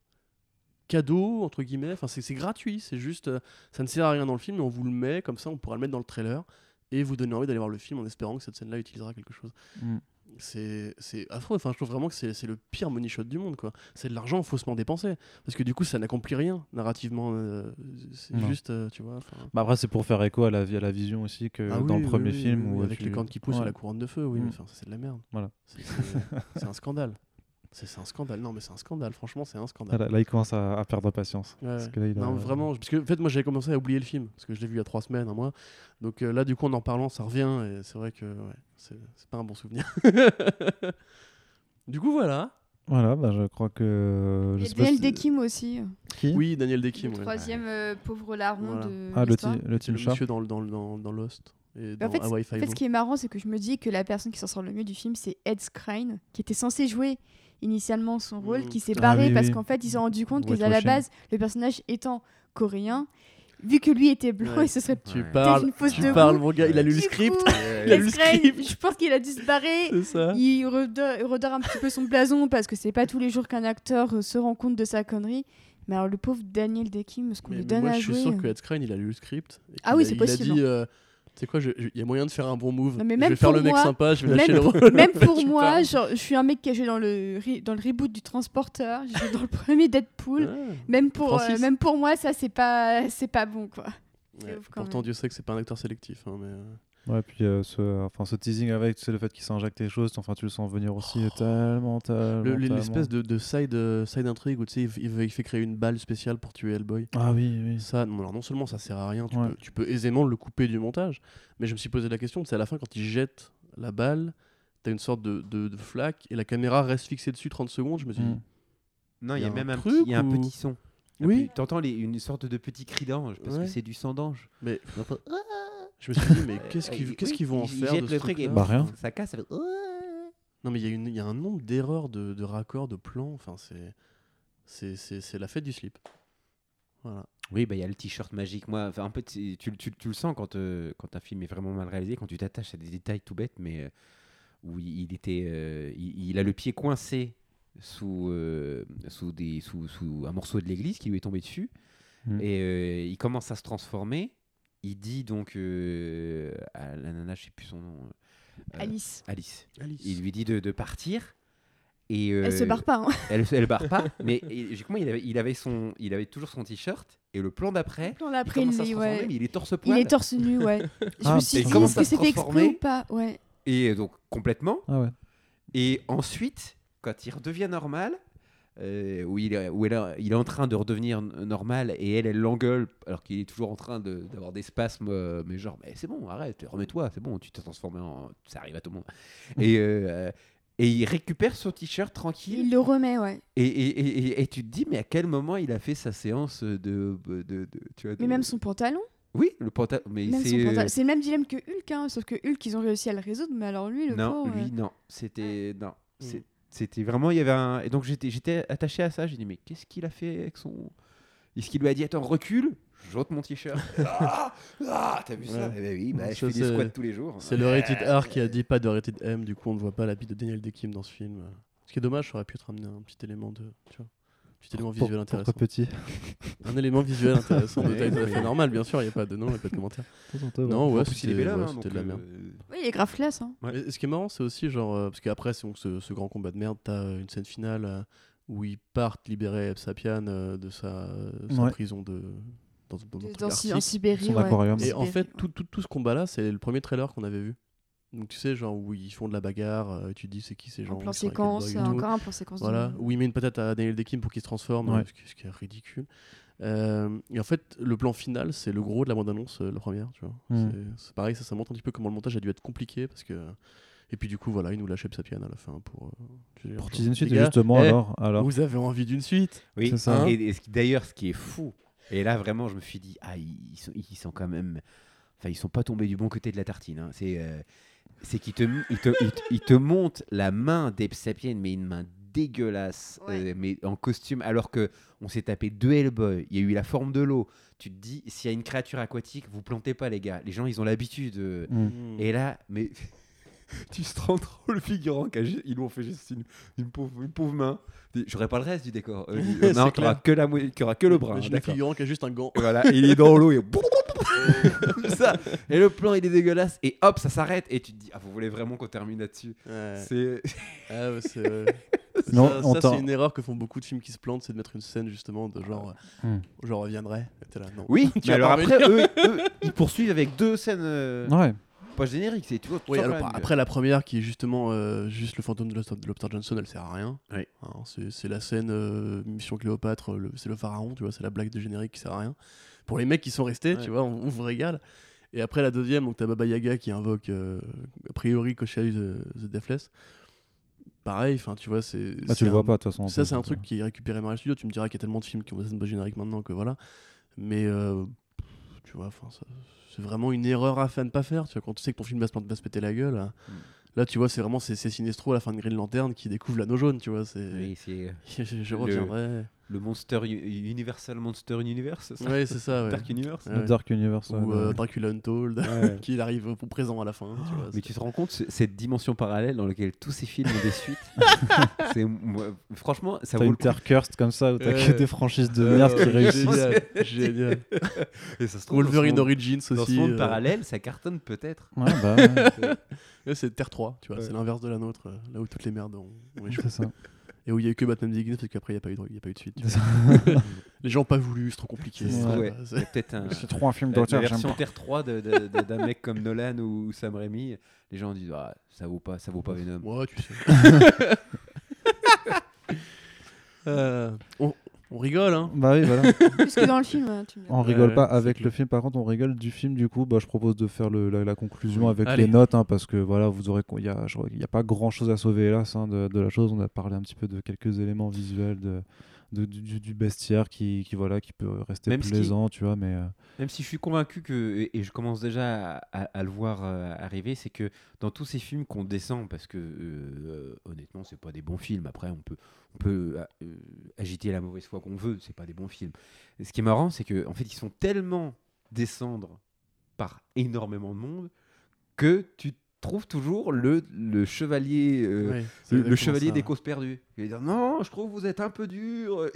S2: cadeau, entre guillemets. Enfin, c'est c'est gratuit. C'est juste. euh, ça ne sert à rien dans le film, mais on vous le met comme ça, on pourra le mettre dans le trailer et vous donner envie d'aller voir le film en espérant que cette scène-là utilisera quelque chose.
S1: Mm.
S2: C'est c'est affreux. Enfin, je trouve vraiment que c'est c'est le pire money shot du monde, quoi. C'est de l'argent faussement dépensé. Parce que du coup, ça n'accomplit rien narrativement. euh, c'est
S1: Non.
S2: juste. euh, tu vois. enfin,
S1: Bah après c'est pour faire écho à la, vie- à la vision aussi que
S2: ah
S1: dans
S2: oui,
S1: le
S2: oui,
S1: premier
S2: oui,
S1: film
S2: oui,
S1: où
S2: oui, avec
S1: tu-
S2: les cornes qui poussent
S1: Ouais.
S2: et la couronne de feu, oui,
S1: Mm.
S2: mais enfin, ça, c'est de la merde.
S1: Voilà.
S2: C'est- C'est c'est un scandale. C'est c'est un scandale. Non, mais c'est un scandale. Franchement, c'est un scandale.
S1: Là, là, il commence à, à perdre patience.
S2: Ouais,
S1: Parce
S2: ouais.
S1: que là, il a-
S2: Non, vraiment. Parce que en fait, moi, j'avais commencé à oublier le film parce que je l'ai vu il y a trois semaines, un mois. Donc euh, là, du coup, en en parlant, ça revient et c'est vrai que ouais, c'est c'est pas un bon souvenir. Du coup, voilà.
S1: Voilà, bah, je crois que. Je
S3: Et
S1: sais pas
S3: Daniel
S1: si-
S3: Dekim aussi,
S1: Qui
S2: Oui, Daniel Dekim.
S3: le
S2: ouais.
S3: troisième euh, pauvre larron
S2: Voilà.
S3: de
S1: Ah, le,
S3: l'histoire.
S1: ti- le
S2: C'est
S1: team
S2: le
S1: chat.
S2: monsieur dans, le- dans, le- dans, dans Lost et dans
S3: En fait,
S2: Hawaii
S3: En fait,
S2: Five-O.
S3: ce qui est marrant, c'est que je me dis que la personne qui s'en sort le mieux du film, c'est Ed Skrein, qui était censé jouer initialement son rôle,
S2: Mm.
S3: qui s'est
S1: Ah
S3: barré
S1: oui,
S3: parce
S1: oui.
S3: qu'en fait, ils se sont rendus compte que à la
S1: Whitewashing.
S3: base, le personnage étant coréen, vu que lui était blanc,
S2: Ouais.
S3: et ce serait
S2: Tu
S4: Ouais.
S2: parles,
S3: une fausse
S2: tu
S3: de
S2: parles,
S3: goût.
S2: mon gars. Il a lu le
S3: Du
S2: script.
S3: coup,
S2: Il a lu
S3: Ed
S2: le
S3: Skrein,
S2: script.
S3: je pense qu'il a dû se barrer.
S2: C'est ça.
S3: Il redore, il redore un petit peu son blason parce que c'est pas tous les jours qu'un acteur euh, se rend compte de sa connerie. Mais alors le pauvre Daniel Dekim, ce qu'on
S2: Mais,
S3: lui
S2: mais
S3: donne
S2: moi,
S3: à
S2: je suis
S3: jouer.
S2: sûr que Ed Skrein, il a lu le script. et
S3: Ah
S2: qu'il
S3: oui,
S2: a-
S3: c'est
S2: il a
S3: possible,
S2: dit, euh, sais quoi, il y a moyen de faire un bon move.
S3: Non, mais
S2: Je
S3: même
S2: vais faire
S3: pour
S2: le mec
S3: moi-
S2: sympa, je vais
S3: même
S2: lâcher le
S3: pour-
S2: rôle.
S3: Même pour
S2: Je
S3: moi,
S2: parle.
S3: genre, je suis un mec qui a joué dans le, re- dans le reboot du Transporteur, j'ai joué dans le premier Deadpool.
S2: Ah,
S3: Même pour, euh,
S2: Francis.
S3: même pour moi, ça, c'est pas, c'est pas bon, quoi. C'est
S2: ouais.
S3: ouf quand
S2: Pourtant,
S3: même.
S2: Dieu sait que c'est pas un acteur sélectif. Hein, mais, euh,
S1: Ouais, puis euh, ce, enfin, ce teasing avec, tu sais, le fait qu'il s'injecte des choses, enfin, tu le sens venir aussi
S2: Oh.
S1: tellement, tellement.
S2: le-
S1: tellement.
S2: L'espèce de, de side, euh, side intrigue où tu sais, il, il, il fait créer une balle spéciale pour tuer Hellboy.
S1: Ah oui, oui.
S2: Ça, non, alors non seulement ça sert à rien, tu,
S1: Ouais.
S2: peux, tu peux aisément le couper du montage, mais je me suis posé la question, c'est à la fin quand il jette la balle, t'as une sorte de, de, de flaque et la caméra reste fixée dessus trente secondes, je me suis dit,
S1: Mm.
S4: Non, il y a
S2: Il y a
S4: même
S2: un
S4: un,
S2: truc
S4: petit, il y a un
S2: ou-
S4: petit son. Et
S2: oui,
S4: puis, t'entends les- une sorte de petit cri d'ange, parce
S2: Ouais.
S4: que c'est du sang d'ange.
S2: mais je me suis dit, mais qu'est-ce qu'ils
S4: Euh,
S2: qu'est-ce
S4: oui,
S2: qu'ils vont en
S4: ils
S2: faire
S4: jettent
S2: de
S4: le
S2: ce
S4: truc et
S2: truc-là
S1: Bah, rien.
S4: Ça casse, ça fait...
S2: Non mais il y, a une- il y a un nombre d'erreurs de, de raccords, de plans, enfin c'est c'est c'est c'est la fête du slip. Voilà.
S4: Oui, bah il y a le t-shirt magique. Moi, enfin, un peu, tu, tu, tu, tu le sens quand, euh, quand un film est vraiment mal réalisé, quand tu t'attaches à des détails tout bêtes, mais euh, où il, il était, euh, il, il a le pied coincé sous, euh, sous, des, sous, sous un morceau de l'église qui lui est tombé dessus,
S1: Mm.
S4: et euh, il commence à se transformer. Il dit donc euh, à la nana, je sais plus son nom, euh,
S3: Alice.
S4: Alice.
S2: Alice.
S4: Il lui dit de, de partir. Et euh,
S3: Elle se barre pas, hein.
S4: Elle, elle barre pas, mais et, j'ai- comment il avait, il avait son, il avait toujours son t-shirt et le plan d'après.
S3: On
S4: Il
S3: l'a pris,
S4: commence à se
S3: il,
S4: transformer,
S3: ouais.
S4: mais il est torse
S3: Il
S4: poil.
S3: est torse nu, ouais. Je
S1: Ah,
S3: me suis
S1: et
S3: dit,
S1: comment
S3: est-ce
S1: ça
S3: que
S4: se
S3: c'était exprès
S4: transformer
S3: ou pas? Ouais.
S4: Et donc complètement.
S1: Ah ouais.
S4: Et ensuite, quand il redevient normal, euh, où, il est, où elle a- il est en train de redevenir n- normal et elle, elle l'engueule alors qu'il est toujours en train de- d'avoir des spasmes, euh, mais genre, mais c'est bon, arrête, remets-toi, c'est bon, tu t'es transformé en. Ça arrive à tout le monde. Et, euh, et il récupère son t-shirt tranquille.
S3: Il le remet, ouais.
S4: Et, et, et, et- et tu te dis, mais à quel moment il a fait sa séance de. de, de- de- tu vois,
S3: Mais
S4: de-
S3: même son pantalon.
S4: Oui, le pantalon. Mais
S3: Même son
S4: c'est.
S3: pantalon. C'est le même dilemme que Hulk, hein, sauf que Hulk, ils ont réussi à le résoudre, mais alors lui, le
S4: Non,
S3: pauvre,
S4: lui,
S3: euh,
S4: non. C'était. Non.
S2: Mm.
S4: C'est- C'était vraiment. Il y avait un. Et donc j'étais j'étais attaché à ça. J'ai dit, mais qu'est-ce qu'il a fait avec son. Est-ce qu'il lui a dit, attends, recule, j'ôte mon t-shirt. ah, ah, t'as vu ça
S2: Ouais.
S4: Eh ben oui, bah,
S2: Non,
S4: je
S2: ça,
S4: fais des
S2: c'est-
S4: squats tous les jours.
S2: C'est le rated R qui a dit pas de rated M, du coup on ne voit pas la bite de Daniel Day-Kim dans ce film. Ce qui est dommage, ça aurait pu te ramener un petit élément de, tu vois, un petit élément
S1: Pour-
S2: visuel intéressant.
S1: Pourquoi petit
S2: Un élément visuel intéressant, de
S4: Ouais,
S2: taille tout à
S4: ouais.
S2: fait normal, bien sûr, il n'y a pas de nom, il n'y a pas de commentaire.
S1: Non,
S2: Non, ouais,
S4: En plus, il
S2: c'était
S4: est bel homme,
S2: ouais,
S4: hein,
S2: c'était
S4: donc,
S2: de la
S4: euh,
S2: merde.
S3: Oui, il est grave classe. Hein.
S4: Ouais.
S2: Mais ce qui est marrant, c'est aussi genre, euh, parce qu'après c'est donc ce, ce grand combat de merde, t'as euh, une scène finale euh, où ils partent libérer Eb Sapian euh, de sa, euh, sa
S1: Ouais.
S2: prison de, dans, dans, dans un truc
S3: Dans,
S2: arctique.
S3: en Sibérie.
S1: Son
S3: ouais.
S1: aquarium.
S2: Et
S3: En
S2: en
S3: Sibérie,
S2: fait,
S3: ouais.
S2: tout, tout, tout ce combat-là, c'est le premier trailer qu'on avait vu. Donc tu sais, genre où ils font de la bagarre, euh, tu te dis c'est qui ces gens
S3: En plan
S2: ils sont avec
S3: séquence,
S2: Hellboy et tout.
S3: encore un plan séquence. de-
S2: Voilà, où il met une patate à Daniel Day-Kim pour qu'il se transforme,
S1: Ouais.
S2: euh, ce, qui, ce qui est ridicule. Euh, et en fait, le plan final, c'est le gros de la bande-annonce, euh, la première. Tu vois.
S1: Mm.
S2: C'est- C'est pareil, ça, ça montre un petit peu comment le montage a dû être compliqué parce que. Et puis du coup, voilà, il nous lâche Eb Sapian à la fin pour. euh, je veux dire,
S1: Pour
S2: genre,
S1: teaser une suite,
S2: les gars,
S1: justement,
S2: eh,
S1: alors, alors.
S2: Vous avez envie d'une suite
S4: Oui,
S1: C'est ça.
S4: et, et ce qui- d'ailleurs, ce qui est fou, et là vraiment, je me suis dit, ah, ils sont, ils sont quand même. Enfin, ils sont pas tombés du bon côté de la tartine. Hein. C'est. euh, c'est qu'ils te, ils te, ils te, ils te montent la main d'Eb Sapian, mais une main dégueulasse,
S3: Ouais.
S4: euh, mais en costume, alors que on s'est tapé deux Hellboy, il y a eu la forme de l'eau. Tu te dis, s'il y a une créature aquatique, vous plantez pas, les gars. Les gens, ils ont l'habitude. euh,
S1: Mm.
S4: Et là, mais tu te rends trop le figurant qu'ils lui ont fait juste une, une, pauvre, une pauvre main. J'aurais pas le reste du décor. Euh,
S2: C'est
S4: non, tu
S2: clair.
S4: que, la mo- t'auras que le bras. hein,
S2: Imagine le
S4: d'accord.
S2: figurant qui a juste un gant.
S4: Et voilà, et il est dans l'eau et comme ça. Et le plan il est dégueulasse et hop ça s'arrête et tu te dis ah vous voulez vraiment qu'on termine là-dessus.
S2: Ouais.
S4: C'est
S2: Ah ouais, c'est euh,
S1: Non,
S2: ça,
S1: on
S2: ça,
S1: t'en-
S2: c'est une erreur que font beaucoup de films qui se plantent, c'est de mettre une scène justement de genre
S1: Hmm.
S2: euh, je reviendrai. Et t'es là, non.
S4: oui.
S2: Tu
S4: Mais
S2: vas
S4: alors
S2: pas
S4: après eux, eux, ils poursuivent avec deux scènes euh,
S1: Ouais.
S4: pas génériques c'est tu vois.
S2: Oui,
S4: tout ça,
S2: alors
S4: quand
S2: par-
S4: même.
S2: après la première qui est justement euh, juste le fantôme de Lobster, de Lobster Johnson, elle sert à rien.
S4: Oui.
S2: Hein, c'est, c'est la scène euh, Mission Cléopâtre, le- c'est le pharaon, tu vois, c'est la blague de générique qui sert à rien. Pour les mecs qui sont restés,
S4: Ouais.
S2: tu vois, on, on vous régale. Et après la deuxième, donc t'as Baba Yaga qui invoque euh, a priori Koshai the, the Deathless. Pareil, enfin tu vois, c'est.
S1: Bah,
S2: c'est
S1: tu le vois
S2: un-
S1: pas, de toute façon.
S2: Ça, c'est un truc qui est récupéré par les studios. Tu me diras qu'il y a tellement de films qui ont des scènes génériques maintenant que voilà. Mais euh, tu vois, enfin, ça- c'est vraiment une erreur à ne pas faire. Tu vois, quand tu sais que ton film va se, va se péter la gueule, là,
S4: Mm.
S2: là, tu vois, c'est vraiment c'est, c'est Sinestro à la fin de Green Lantern qui découvre l'anneau jaune. Tu vois, c'est.
S4: Oui, c'est
S2: je, je
S4: Le-
S2: reviendrai.
S4: le Monster U- Universal Monster Universe, c'est ça
S2: Ouais, c'est ça. Ouais.
S4: Dark Universe.
S2: Ouais.
S1: Le Dark Universe.
S2: Ou
S1: ouais,
S2: euh,
S1: ouais.
S2: Dracula Untold,
S4: Ouais.
S2: qui arrive au présent à la fin. Tu vois,
S4: Mais
S2: c'est-
S4: tu te rends compte, ce- cette dimension parallèle dans laquelle tous ces films ont des suites, c'est, moi, franchement, ça
S1: T'as
S4: vaut
S1: une
S4: le coup.
S1: terre cursed comme ça où t'as
S2: Ouais.
S1: que des franchises de
S2: Euh,
S1: merde qui réussissent.
S2: Génial, génial.
S4: Et ça se trouve,
S2: Wolverine
S4: dans ce monde,
S2: Origins
S4: dans
S2: aussi.
S4: ce monde
S2: euh,
S4: parallèle, ça cartonne peut-être.
S1: Ouais, bah ouais,
S2: ouais, c'est Terre trois, tu vois,
S4: Ouais.
S2: c'est l'inverse de la nôtre, euh, là où toutes les merdes ont, ont échoué.
S1: c'est ça.
S2: Et où il y a eu que Batman Begins parce qu'après il n'y a, pas eu de- il y a pas eu de suite. tu
S1: C'est
S2: vois.
S1: ça.
S2: Les gens n'ont pas voulu, c'est trop compliqué.
S1: C'est
S2: Ouais,
S4: Ouais.
S2: bah,
S4: Il y
S2: c'est-
S4: a peut-être un,
S1: C'est trop un film
S4: la, la
S1: d'auteur, j'aime
S4: version
S1: pas.
S4: Terre trois de, de- de- d'un mec comme Nolan ou Sam Raimi. Les gens disent ah, ça vaut pas, ça vaut pas Venom.
S2: Ouais, tu sais. Euh, on, on rigole, hein.
S1: Bah oui, voilà.
S3: Plus que dans le film. hein, tu me dis.
S1: On rigole
S2: Ouais,
S1: pas
S2: c'est
S1: avec
S2: clair.
S1: le film, par contre on rigole du film. Du coup, bah, je propose de faire le- la, la conclusion
S2: Oui.
S1: avec
S2: Allez.
S1: les notes, hein, parce que voilà, vous aurez, il y a, je crois qu'il y a pas grand chose à sauver hélas hein, de, de la chose. On a parlé un petit peu de quelques éléments visuels, de, de- du, du bestiaire qui, qui voilà, qui peut rester
S4: Même ce qui-
S1: plaisant, tu vois, mais euh,
S4: Même si je suis convaincu que, et, et je commence déjà à, à- à le voir euh, arriver, c'est que dans tous ces films qu'on descend, parce que euh, honnêtement, c'est pas des bons films. Après, on peut, on peut euh, agiter la mauvaise foi qu'on veut, c'est pas des bons films. Et ce qui est marrant, c'est que en fait, ils sont tellement descendre par énormément de monde que tu trouves toujours le, le chevalier. euh,
S2: Ouais, c'est
S4: le, le
S2: exactement
S4: chevalier
S2: ça.
S4: des causes perdues. Il va dire non, je trouve que vous êtes un peu dur.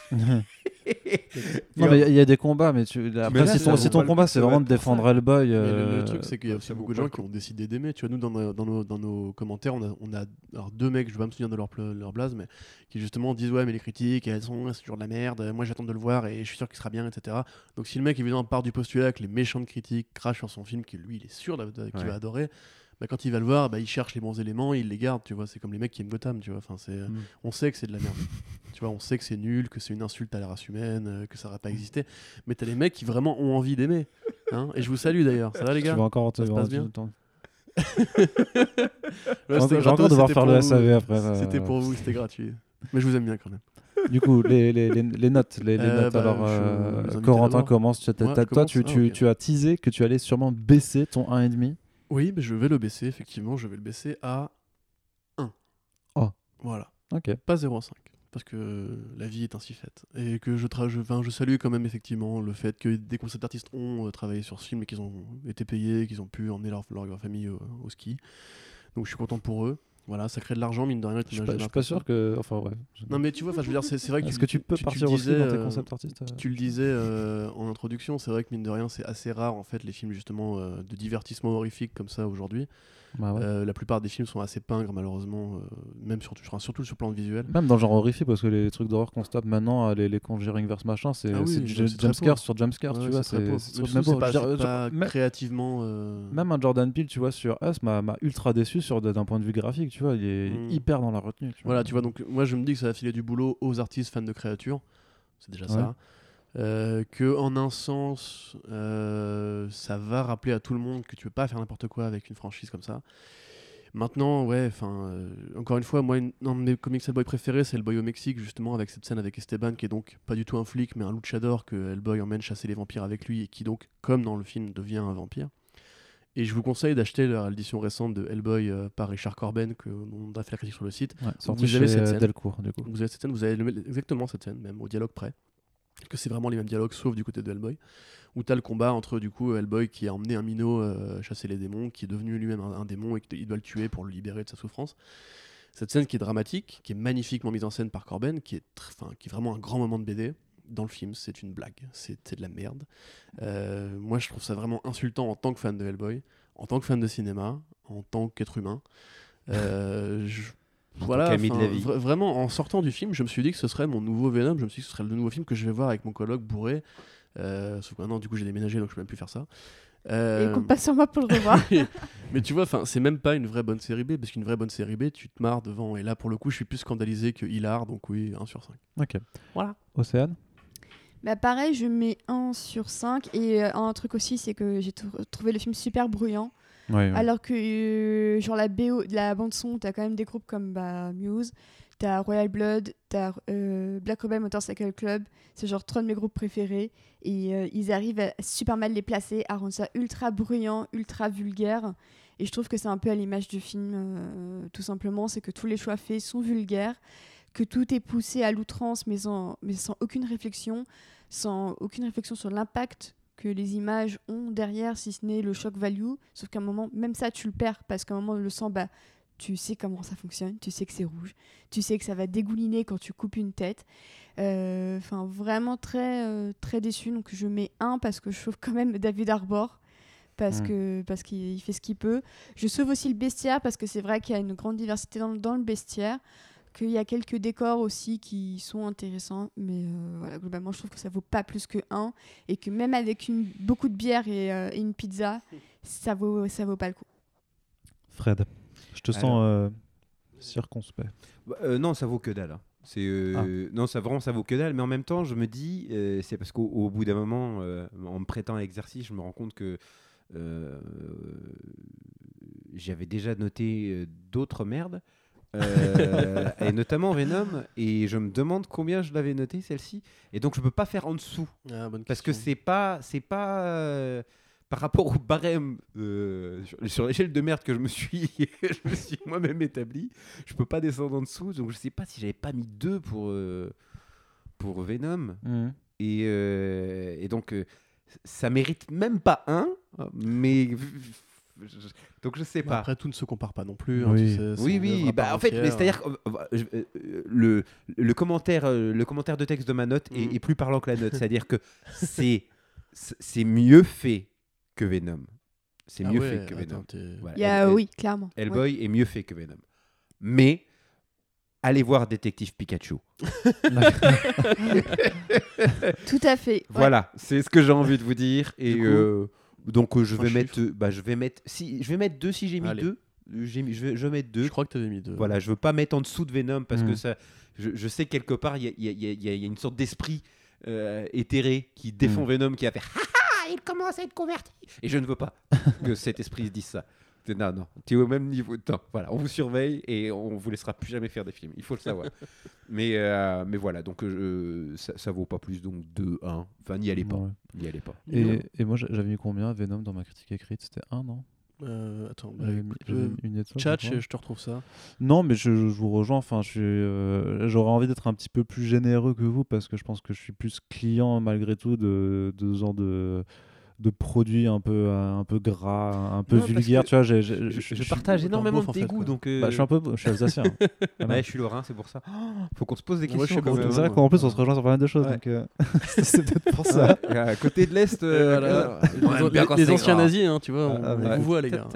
S1: non, mais il y, a- il y a des combats, mais tu, après,
S4: là,
S1: si
S4: ça
S1: ton,
S4: vaut
S1: si
S4: pas
S1: ton
S4: le
S1: combat
S4: coup,
S1: c'est
S4: ça va
S1: vraiment
S4: être
S1: de
S4: pour ça.
S1: défendre Hellboy,
S2: Mais le,
S1: euh,
S2: le truc, c'est qu'il y a aussi
S4: ça vaut
S2: beaucoup de
S4: pas
S2: gens
S4: le
S2: qui ont décidé d'aimer. Tu vois, nous, dans nos, dans nos, dans nos commentaires, on a, on a alors, deux mecs, je vais pas me souvenir de leur, pla- leur blase, mais qui justement disent ouais, mais les critiques, elles sont, c'est toujours de la merde. Moi, j'attends de le voir et je suis sûr qu'il sera bien, et cetera. Donc, si le mec évidemment part du postulat que les méchantes critiques crachent sur son film, qui lui, il est sûr d'a- d'a- qu'il
S4: Ouais.
S2: va adorer. Bah, quand il va le voir, bah, il cherche les bons éléments, il les garde, tu vois. C'est comme les mecs qui aiment Gotham, tu vois. Enfin, c'est,
S4: Mm.
S2: on sait que c'est de la merde. Tu vois, on sait que c'est nul, que c'est une insulte à la race humaine, euh, que ça n'aurait pas existé. Mais t'as des mecs qui vraiment ont envie d'aimer. Hein, et je vous salue d'ailleurs. Ça va les
S1: tu
S2: gars
S1: vas encore te
S2: Ça se passe bien
S1: temps.
S2: Ouais,
S1: J'ai
S2: c'était
S1: encore- j'ai
S2: gratos,
S1: encore devoir
S2: c'était
S1: faire
S2: pour
S1: le
S2: vous.
S1: S A V après. euh,
S2: C'était pour vous, c'était gratuit. Mais je vous aime bien quand même.
S1: Du coup, les, les, les, les notes, les, les
S2: Euh,
S1: notes.
S2: bah,
S1: alors,
S2: je-
S1: euh,
S2: les invités
S1: Corentin
S2: d'abord.
S1: commence. Tu, as-
S2: Moi,
S1: t'as-
S2: je
S1: toi, tu,
S2: commence
S1: tu,
S2: Ah, ok.
S1: tu as teasé que tu allais sûrement baisser ton un virgule cinq.
S2: Oui, mais je vais le baisser, effectivement. Je vais le baisser à un.
S1: Oh.
S2: Voilà.
S1: Ok.
S2: Pas zéro virgule cinq. Parce que la vie est ainsi faite. Et que je, tra- je, enfin, je salue quand même effectivement le fait que des concept artistes ont euh, travaillé sur ce film et qu'ils ont été payés, qu'ils ont pu emmener leur, leur, leur famille au, au ski. Donc je suis content pour eux. Voilà, ça crée de l'argent, mine de rien.
S1: Je suis pas, je suis pas sûr que. Enfin, ouais. Je-
S2: Non mais tu vois, enfin, je veux dire, c'est c'est vrai que
S1: Est-ce
S2: tu,
S1: que tu peux
S2: tu- tu
S1: partir
S2: le
S1: au ski
S2: disais,
S1: dans tes
S2: euh,
S1: concept artistes euh,
S2: Tu le disais euh, en introduction, c'est vrai que mine de rien, c'est assez rare en fait les films justement euh, de divertissement horrifique comme ça aujourd'hui.
S1: Bah ouais.
S2: Euh, la plupart des films sont assez pingres malheureusement, euh, même surtout, enfin, surtout sur le plan visuel.
S1: Même dans le genre horrifique, parce que les trucs d'horreur qu'on se tape maintenant, euh, les, les Conjuring verse machin, c'est
S2: Ah oui,
S1: c'est
S2: non,
S1: du
S2: c'est très
S1: jumpscare
S2: pauvre.
S1: sur jumpscare,
S2: Ouais,
S1: tu vois.
S2: c'est très
S1: C'est
S2: pauvre.
S1: c'est
S2: Mais
S1: sur-
S2: surtout,
S1: mais bon,
S2: c'est pas,
S1: je veux dire,
S2: c'est pas
S1: genre, même-
S2: créativement. euh,
S1: Même un Jordan Peele, tu vois, sur Us m'a m'a ultra déçu sur d'un point de vue graphique, tu vois. Il est
S2: Mm.
S1: hyper dans la retenue. Tu vois.
S2: Voilà, tu vois, donc moi je me dis que ça va filer du boulot aux artistes fans de créatures, c'est déjà ça. Euh, que en un sens, euh, ça va rappeler à tout le monde que tu peux pas faire n'importe quoi avec une franchise comme ça. Maintenant, ouais, enfin, euh, encore une fois, moi, une- un de mes comics Hellboy préférés, c'est Hellboy au Mexique, justement, avec cette scène avec Esteban, qui est donc pas du tout un flic, mais un luchador que Hellboy emmène chasser les vampires avec lui, et qui donc, comme dans le film, devient un vampire. Et je vous conseille d'acheter l'édition récente de Hellboy euh, par Richard Corben, que on a fait la critique sur le site.
S1: Ouais, sorti
S2: vous avez
S1: chez,
S2: cette
S1: euh,
S2: scène.
S1: Delcourt, du coup.
S2: Vous avez cette scène, vous avez le- exactement cette scène, même au dialogue près. Que c'est vraiment les mêmes dialogues, sauf du côté de Hellboy. Où tu as le combat entre du coup Hellboy qui a emmené un minot euh, chasser les démons, qui est devenu lui-même un, un démon et qu'il doit le tuer pour le libérer de sa souffrance. Cette scène qui est dramatique, qui est magnifiquement mise en scène par Corben, qui est, tr- enfin, qui est vraiment un grand moment de B D. Dans le film, c'est une blague, c'est c'est de la merde. Euh, moi, je trouve ça vraiment insultant en tant que fan de Hellboy, en tant que fan de cinéma, en tant qu'être humain. Euh, je-
S4: En tant
S2: voilà,
S4: qu'ami de
S2: enfin,
S4: la vie.
S2: vra- vraiment, en sortant du film, je me suis dit que ce serait mon nouveau Venom. Je me suis dit que ce serait le nouveau film que je vais voir avec mon coloc bourré. Euh, sauf que maintenant, du coup, j'ai déménagé, donc je peux même plus faire ça. Euh,
S3: Et compte pas sur moi pour le revoir.
S2: mais tu vois, enfin, c'est même pas une vraie bonne série B, parce qu'une vraie bonne série B, tu te marres devant. Et là, pour le coup, je suis plus scandalisé que hilar, donc oui, un sur cinq.
S1: Ok.
S2: Voilà.
S1: Océane.
S3: Bah pareil, je mets un sur cinq. Et euh, un truc aussi, c'est que j'ai trou- trouvé le film super bruyant.
S1: Ouais, ouais.
S3: Alors que euh, genre la B O, la bande son, t'as quand même des groupes comme bah, Muse, t'as Royal Blood, t'as euh, Black Rebel Motorcycle Club, c'est genre trois de mes groupes préférés et euh, ils arrivent à super mal les placer, à rendre ça ultra bruyant, ultra vulgaire. Et je trouve que c'est un peu à l'image du film, euh, tout simplement, c'est que tous les choix faits sont vulgaires, que tout est poussé à l'outrance, mais sans, mais sans aucune réflexion, sans aucune réflexion sur l'impact que les images ont derrière, si ce n'est le shock value. Sauf qu'à un moment, même ça, tu le perds, parce qu'à un moment, le sang, bah, tu sais comment ça fonctionne, tu sais que c'est rouge, tu sais que ça va dégouliner quand tu coupes une tête. Enfin, euh, vraiment très, euh, très déçu. Donc je mets un parce que je sauve quand même David Harbour. Parce, mmh. que, parce qu'il fait ce qu'il peut. Je sauve aussi le bestiaire parce que c'est vrai qu'il y a une grande diversité dans, dans le bestiaire, qu'il y a quelques décors aussi qui sont intéressants, mais euh, voilà, globalement je trouve que ça vaut pas plus que un, et que même avec une, beaucoup de bière et, euh, et une pizza, ça vaut, ça vaut pas le coup.
S1: Fred, je te sens euh, circonspect.
S4: Bah, euh, non, ça vaut que dalle. Hein. C'est, euh, ah. Non, ça vraiment ça vaut que dalle, mais en même temps je me dis, euh, c'est parce qu'au au bout d'un moment, euh, en me prêtant à l'exercice, je me rends compte que Euh, j'avais déjà noté euh, d'autres merdes euh, et notamment Venom, et je me demande combien je l'avais noté celle-ci, et donc je peux pas faire en dessous
S2: ah,
S4: parce que c'est pas c'est pas euh, par rapport au barème euh, sur, sur l'échelle de merde que je me suis je me suis moi-même établi, je peux pas descendre en dessous, donc je sais pas si j'avais pas mis deux pour euh, pour Venom. Mmh. et, euh, et donc euh, ça mérite même pas un, mais donc je sais pas.
S2: Après, tout ne se compare pas non plus.
S1: Oui,
S2: hein, tu sais,
S4: oui, oui. Bah, en fait, mais c'est-à-dire que euh, le le commentaire le commentaire de texte de ma note mm. est, est plus parlant que la note. C'est-à-dire que c'est c'est mieux fait que Venom. C'est
S2: ah
S4: mieux
S2: ouais,
S4: fait que Venom.
S3: Voilà. Yeah, oui, clairement.
S4: Hellboy ouais. est mieux fait que Venom. Mais allez voir Détective Pikachu.
S3: Tout à fait.
S4: Voilà,
S3: ouais.
S4: c'est ce que j'ai envie de vous dire. Et
S2: coup,
S4: euh, donc euh, je vais mettre, euh, bah je vais mettre, si je vais mettre deux si j'ai mis Allez. deux. J'ai mis, je vais, je vais mettre deux.
S2: Je crois que tu avais mis deux.
S4: Voilà, je veux pas mettre en dessous de Venom parce
S1: mmh.
S4: que ça, je, je sais quelque part il y a, y, a, y, a, y a une sorte d'esprit euh, éthéré qui défend mmh. Venom, qui a fait ah il commence à être converti. Et je ne veux pas que cet esprit se dise ça. Non, non, tu es au même niveau. Non, voilà, on vous surveille et on vous laissera plus jamais faire des films. Il faut le savoir. mais, euh, mais voilà, donc euh, ça, ça vaut pas plus, donc deux, un. Enfin, n'y allez pas.
S1: Ouais.
S4: N'y allez pas.
S1: Et, et moi, j'avais mis combien Venom dans ma critique écrite? C'était un, non
S2: euh, Attends, bah,
S1: j'avais mis, j'avais mis une étoile.
S2: Tchatch, je te retrouve ça.
S1: Non, mais je, je vous rejoins. Enfin, je suis, euh, j'aurais envie d'être un petit peu plus généreux que vous parce que je pense que je suis plus client malgré tout de, de ce genre de. de produits un peu un peu gras, un peu
S4: non,
S1: vulgaires, tu vois. J'ai, j'ai,
S4: je, je,
S1: je,
S4: je partage
S1: je
S4: énormément de tes goûts, donc. Euh...
S1: Bah, je suis un peu, je suis alsacien.
S4: Hein. Ouais, je suis lorrain, c'est pour ça. Oh, faut qu'on se pose des questions.
S1: Ouais, bon, c'est vrai qu'en plus on se rejoint sur pas mal de choses, ouais. donc euh, c'est peut-être pour ça.
S4: Ouais, à côté de l'est, euh,
S2: voilà. euh, les, les, les anciens nazis, hein, tu vois, on, ah, on ouais. vous voit les gars.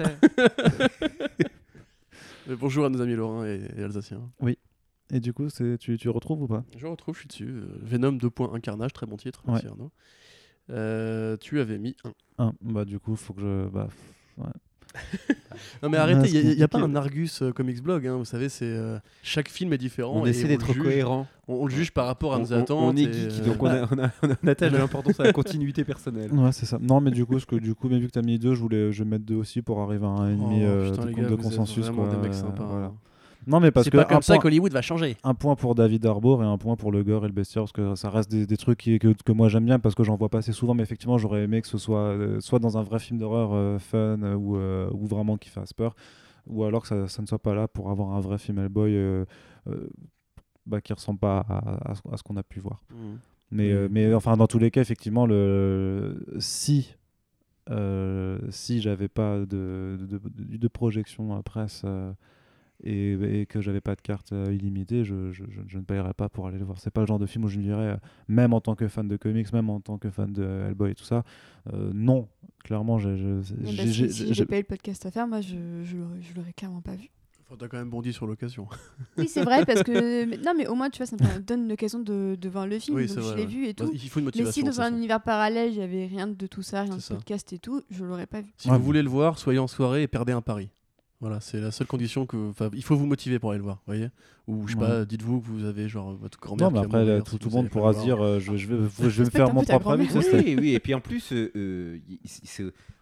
S2: Bonjour à nos amis lorrains et, et alsaciens.
S1: Oui. Et du coup, c'est, tu, tu retrouves ou pas?
S2: Je retrouve, je suis dessus. Euh, Venom deux points un Carnage, très bon titre.
S1: Ouais.
S2: Merci Arnaud. Euh, tu avais mis un.
S1: un. Bah du coup, faut que je. Bah, ouais.
S2: Non mais arrêtez, il n'y a, a pas un Argus euh, Comics Blog, hein, vous savez, c'est euh, chaque film est différent.
S4: On
S2: et
S4: essaie d'être cohérent.
S2: On, on le juge par rapport à
S4: on,
S2: nos attentes.
S4: On est geek, euh... donc on, a, on, a, on attache de l'importance à la continuité personnelle.
S1: Ouais, c'est ça. Non, mais du coup, ce que, du coup, même vu que tu as mis deux, je voulais je vais mettre deux aussi pour arriver à un et demi
S2: oh, putain,
S1: euh, de,
S2: gars,
S1: de consensus.
S2: Vraiment
S1: quoi,
S2: des mecs sympas.
S1: Euh, voilà.
S2: Hein.
S1: Non, mais parce
S2: c'est
S1: que
S2: pas comme
S1: un
S2: ça
S1: point,
S2: qu'Hollywood va changer.
S1: Un point pour David Harbour et un point pour le gore et le bestiaire, parce que ça reste des, des trucs qui, que, que moi j'aime bien, parce que j'en vois pas assez souvent, mais effectivement j'aurais aimé que ce soit euh, soit dans un vrai film d'horreur euh, fun euh, ou, euh, ou vraiment qui fasse peur, ou alors que ça, ça ne soit pas là pour avoir un vrai film Hellboy euh, euh, bah, qui ressemble pas à, à, à ce qu'on a pu voir. Mmh. Mais, mmh. Euh, mais enfin dans tous les cas, effectivement, le, si euh, si j'avais pas de, de, de, de projection à presse euh, Et, et que j'avais pas de carte euh, illimitée, je, je, je, je ne paierais pas pour aller le voir. C'est pas le genre de film où je me dirais, euh, même en tant que fan de comics, même en tant que fan de Hellboy et tout ça, euh, non, clairement, j'ai, je,
S3: j'ai, bah, j'ai, si, si j'ai, j'ai payé le podcast à faire, moi je, je, l'aurais, je l'aurais clairement pas vu.
S2: Enfin, t'as quand même bondi sur l'occasion.
S3: Oui, c'est vrai, parce que mais, non, mais au moins, tu vois, ça me donne l'occasion de, de voir le film,
S2: oui,
S3: donc
S2: vrai,
S3: je l'ai
S2: ouais.
S3: vu et tout.
S2: Bah, il faut une motivation.
S3: Mais si dans un
S2: ça.
S3: univers parallèle, il y avait rien de tout ça, rien
S2: c'est
S3: de
S2: ça.
S3: podcast et tout, je l'aurais pas vu.
S2: Si
S1: ouais,
S2: vous voulez le voir, soyez en soirée et perdez un pari. Voilà, c'est la seule condition que. Il faut vous motiver pour aller le voir, vous voyez. Ou je sais ouais. pas, dites-vous que vous avez genre votre grand-mère.
S1: Non, mais après, là, tout, si tout le monde pourra se dire euh, je, je vais, je vais me faire mon propre avis.
S4: Oui, oui, et puis en plus, euh, euh,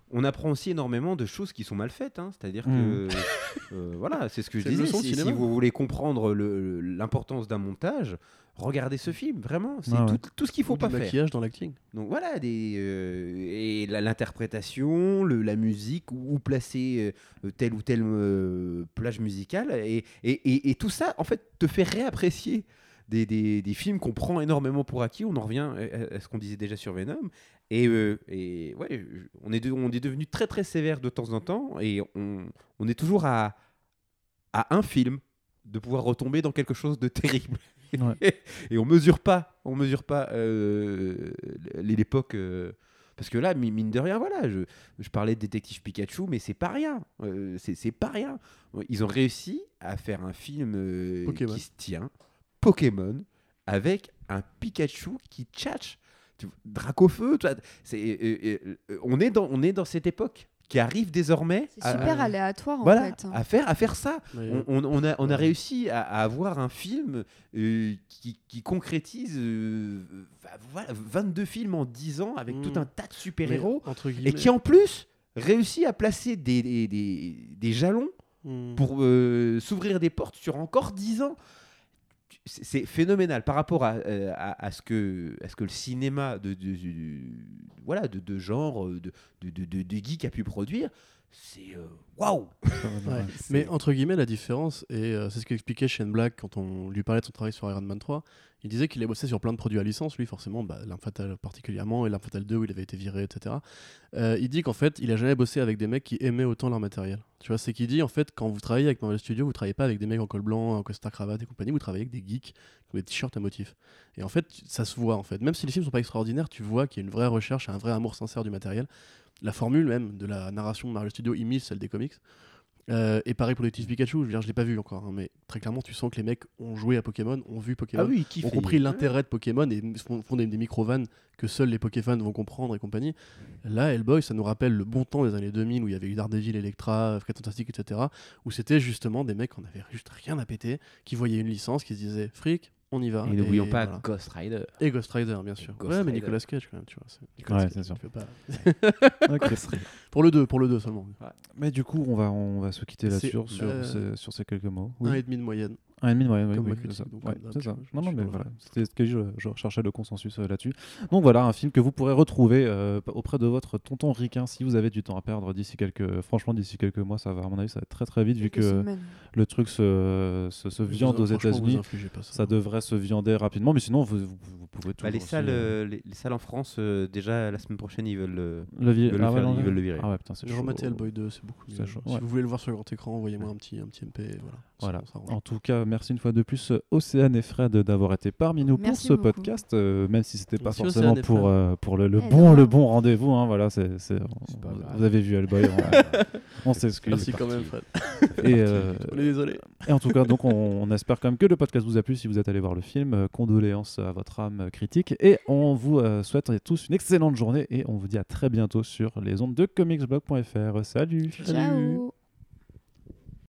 S4: on apprend aussi énormément de choses qui sont mal faites. Hein. C'est-à-dire
S1: Mm.
S4: que, euh, voilà, c'est ce que je
S2: C'est une
S4: disais.
S2: leçon de
S4: Si, si
S2: cinéma.
S4: vous voulez comprendre le- l'importance d'un montage, regardez ce film. Vraiment, c'est
S1: Ah ouais.
S4: tout, tout ce qu'il faut
S2: Ou
S4: pas
S2: du
S4: faire.
S2: maquillage dans l'acting.
S4: Donc voilà, des, euh, et la- l'interprétation, le- la musique, où, où placer euh, telle ou telle euh, plage musicale, et, et, et, et tout ça, en fait, te fait réapprécier des, des, des films qu'on prend énormément pour acquis. On en revient à, à ce qu'on disait déjà sur Venom. Et, euh, et ouais, on est, de, on est devenu très très sévère de temps en temps, et on, on est toujours à, à un film de pouvoir retomber dans quelque chose de terrible.
S1: Ouais.
S4: Et on mesure pas, on mesure pas euh, l'époque. Euh, parce que là, mi- mine de rien, voilà, je, je parlais de Détective Pikachu, mais c'est pas rien. Euh, c'est c'est pas rien. Ils ont réussi à faire un film euh,
S2: Pokémon.
S4: qui se tient, Pokémon, avec un Pikachu qui tchatche. Tu- Dracofeu, tu vois, c'est, euh, euh, euh, on, est dans, on est dans cette époque qui arrive désormais
S3: C'est
S4: à,
S3: super aléatoire en
S4: voilà,
S3: fait.
S4: à, faire, à faire ça.
S2: Mais,
S4: On, on- on a, on a
S2: Ouais.
S4: réussi à, à avoir un film euh, qui, qui concrétise euh, va- voilà, vingt-deux films en dix ans avec
S2: Mm.
S4: tout un tas de
S2: mais,
S4: super-héros
S2: entre
S4: et
S2: guillemets,
S4: qui en plus réussit à placer des, des, des- des jalons
S2: Hmm.
S4: pour euh, s'ouvrir des portes sur encore dix ans. C'est c'est phénoménal par rapport à, euh, à, à ce, que, à ce que le cinéma de, de, de- voilà, de, de genre, de, de, de, de, de geek a pu produire. C'est euh, waouh!
S2: Ouais. Mais entre guillemets, la différence, et euh, c'est ce qu'expliquait Shane Black quand on lui parlait de son travail sur Iron Man trois, il disait qu'il a bossé sur plein de produits à licence, lui forcément, bah, L'Arme Fatale particulièrement, et L'Arme Fatale deux où il avait été viré, et cetera. Euh, il dit qu'en fait, il a jamais bossé avec des mecs qui aimaient autant leur matériel. Tu vois, c'est qu'il dit en fait, quand vous travaillez avec Marvel Studios, vous travaillez pas avec des mecs en col blanc, en costard cravate et compagnie, vous travaillez avec des geeks qui ont des t-shirts à motifs. Et en fait, ça se voit en fait. Même si les films sont pas extraordinaires, tu vois qu'il y a une vraie recherche et un vrai amour sincère du matériel. La formule même de la narration de Marvel Studios imite celle des comics. Euh, et pareil pour Détective Pikachu, je veux dire, je l'ai pas vu encore, hein, mais très clairement, tu sens que les mecs ont joué à Pokémon, ont vu Pokémon,
S4: Ah oui, qui
S2: ont compris l'intérêt de Pokémon et font, font des, des micro-vannes que seuls les Pokéfans vont comprendre et compagnie. Là, Hellboy, ça nous rappelle le bon temps des années deux mille où il y avait eu Daredevil, Electra, Fred Fantastic, et cetera. Où c'était justement des mecs qui n'avaient juste rien à péter, qui voyaient une licence, qui se disaient fric, on y va.
S4: Et n'oublions pas
S2: voilà.
S4: Ghost Rider.
S2: Et Ghost Rider, bien sûr.
S4: Ghost
S2: ouais, mais
S4: Rider.
S2: Nicolas Cage quand même, tu vois. C'est Nicolas
S1: Ouais,
S2: Cage,
S1: c'est sûr.
S2: tu peux pas-
S1: Ok.
S2: Pour le deux, pour le deux seulement.
S1: Mais du coup, on va, on va se quitter
S2: C'est-
S1: là-dessus sur,
S2: euh,
S1: ces, sur ces quelques mots.
S2: Un
S1: Oui.
S2: et demi de moyenne.
S1: Un et demi, ouais, ouais,
S2: Comme
S1: oui,
S2: ma
S1: c'est
S2: critique,
S1: ça.
S2: donc
S1: Ouais,
S2: comme
S1: c'est
S2: d'hab,
S1: ça.
S2: je- je
S1: Non, non,
S2: suis
S1: mais
S2: dans-
S1: voilà, c'était ce que je, je recherchais le consensus euh, là-dessus. Donc voilà, un film que vous pourrez retrouver euh, auprès de votre tonton ricain si vous avez du temps à perdre d'ici quelques, franchement d'ici quelques mois, ça va à mon avis, ça va être très très vite vu
S3: Quelques
S1: que
S3: semaines.
S1: le truc se, se, se viande
S2: Vous-
S1: aux
S2: franchement, vous
S1: États-Unis.
S2: infligez pas ça.
S1: Ça devrait se viander rapidement, mais sinon vous, vous, vous pouvez toujours
S4: Bah, les,
S1: aussi,
S4: salles,
S1: euh,
S4: euh, les, les salles en France, euh, déjà la semaine prochaine, ils veulent, euh,
S1: le vi-
S4: ils veulent le
S1: ah ouais,
S4: faire-
S1: non,
S4: ils
S1: ouais.
S4: veulent le virer.
S1: Ah ouais, putain, c'est
S2: J'ai
S1: chaud.
S2: rematé Hellboy deux, c'est beaucoup mieux.
S1: C'est chaud,
S2: Si
S1: ouais.
S2: vous voulez le voir sur grand écran, envoyez-moi un petit, un petit M P. et Voilà.
S1: Voilà.
S2: Ça s'arrange.
S1: En tout cas, merci une fois de plus euh, Océane et Fred d'avoir été parmi nous
S3: Merci
S1: pour ce
S3: beaucoup.
S1: podcast, euh, même si c'était pas
S2: Merci,
S1: forcément
S2: Océane et
S1: pour
S2: Fred.
S1: euh, pour le, le
S3: Eh
S1: bon
S3: non.
S1: le bon rendez-vous. Hein, voilà, c'est c'est-
S4: C'est pas
S1: vous,
S4: grave.
S1: vous avez vu Hellboy, on, on s'excuse.
S2: Merci quand même, Fred.
S1: Et, euh,
S2: On est désolé.
S1: et en tout cas, donc on, on espère quand même que le podcast vous a plu si vous êtes allé voir le film. Euh, condoléances à votre âme euh, critique et on vous euh, souhaite à tous une excellente journée et on vous dit à très bientôt sur les ondes de comicsblog point f r. Salut.
S3: Ciao.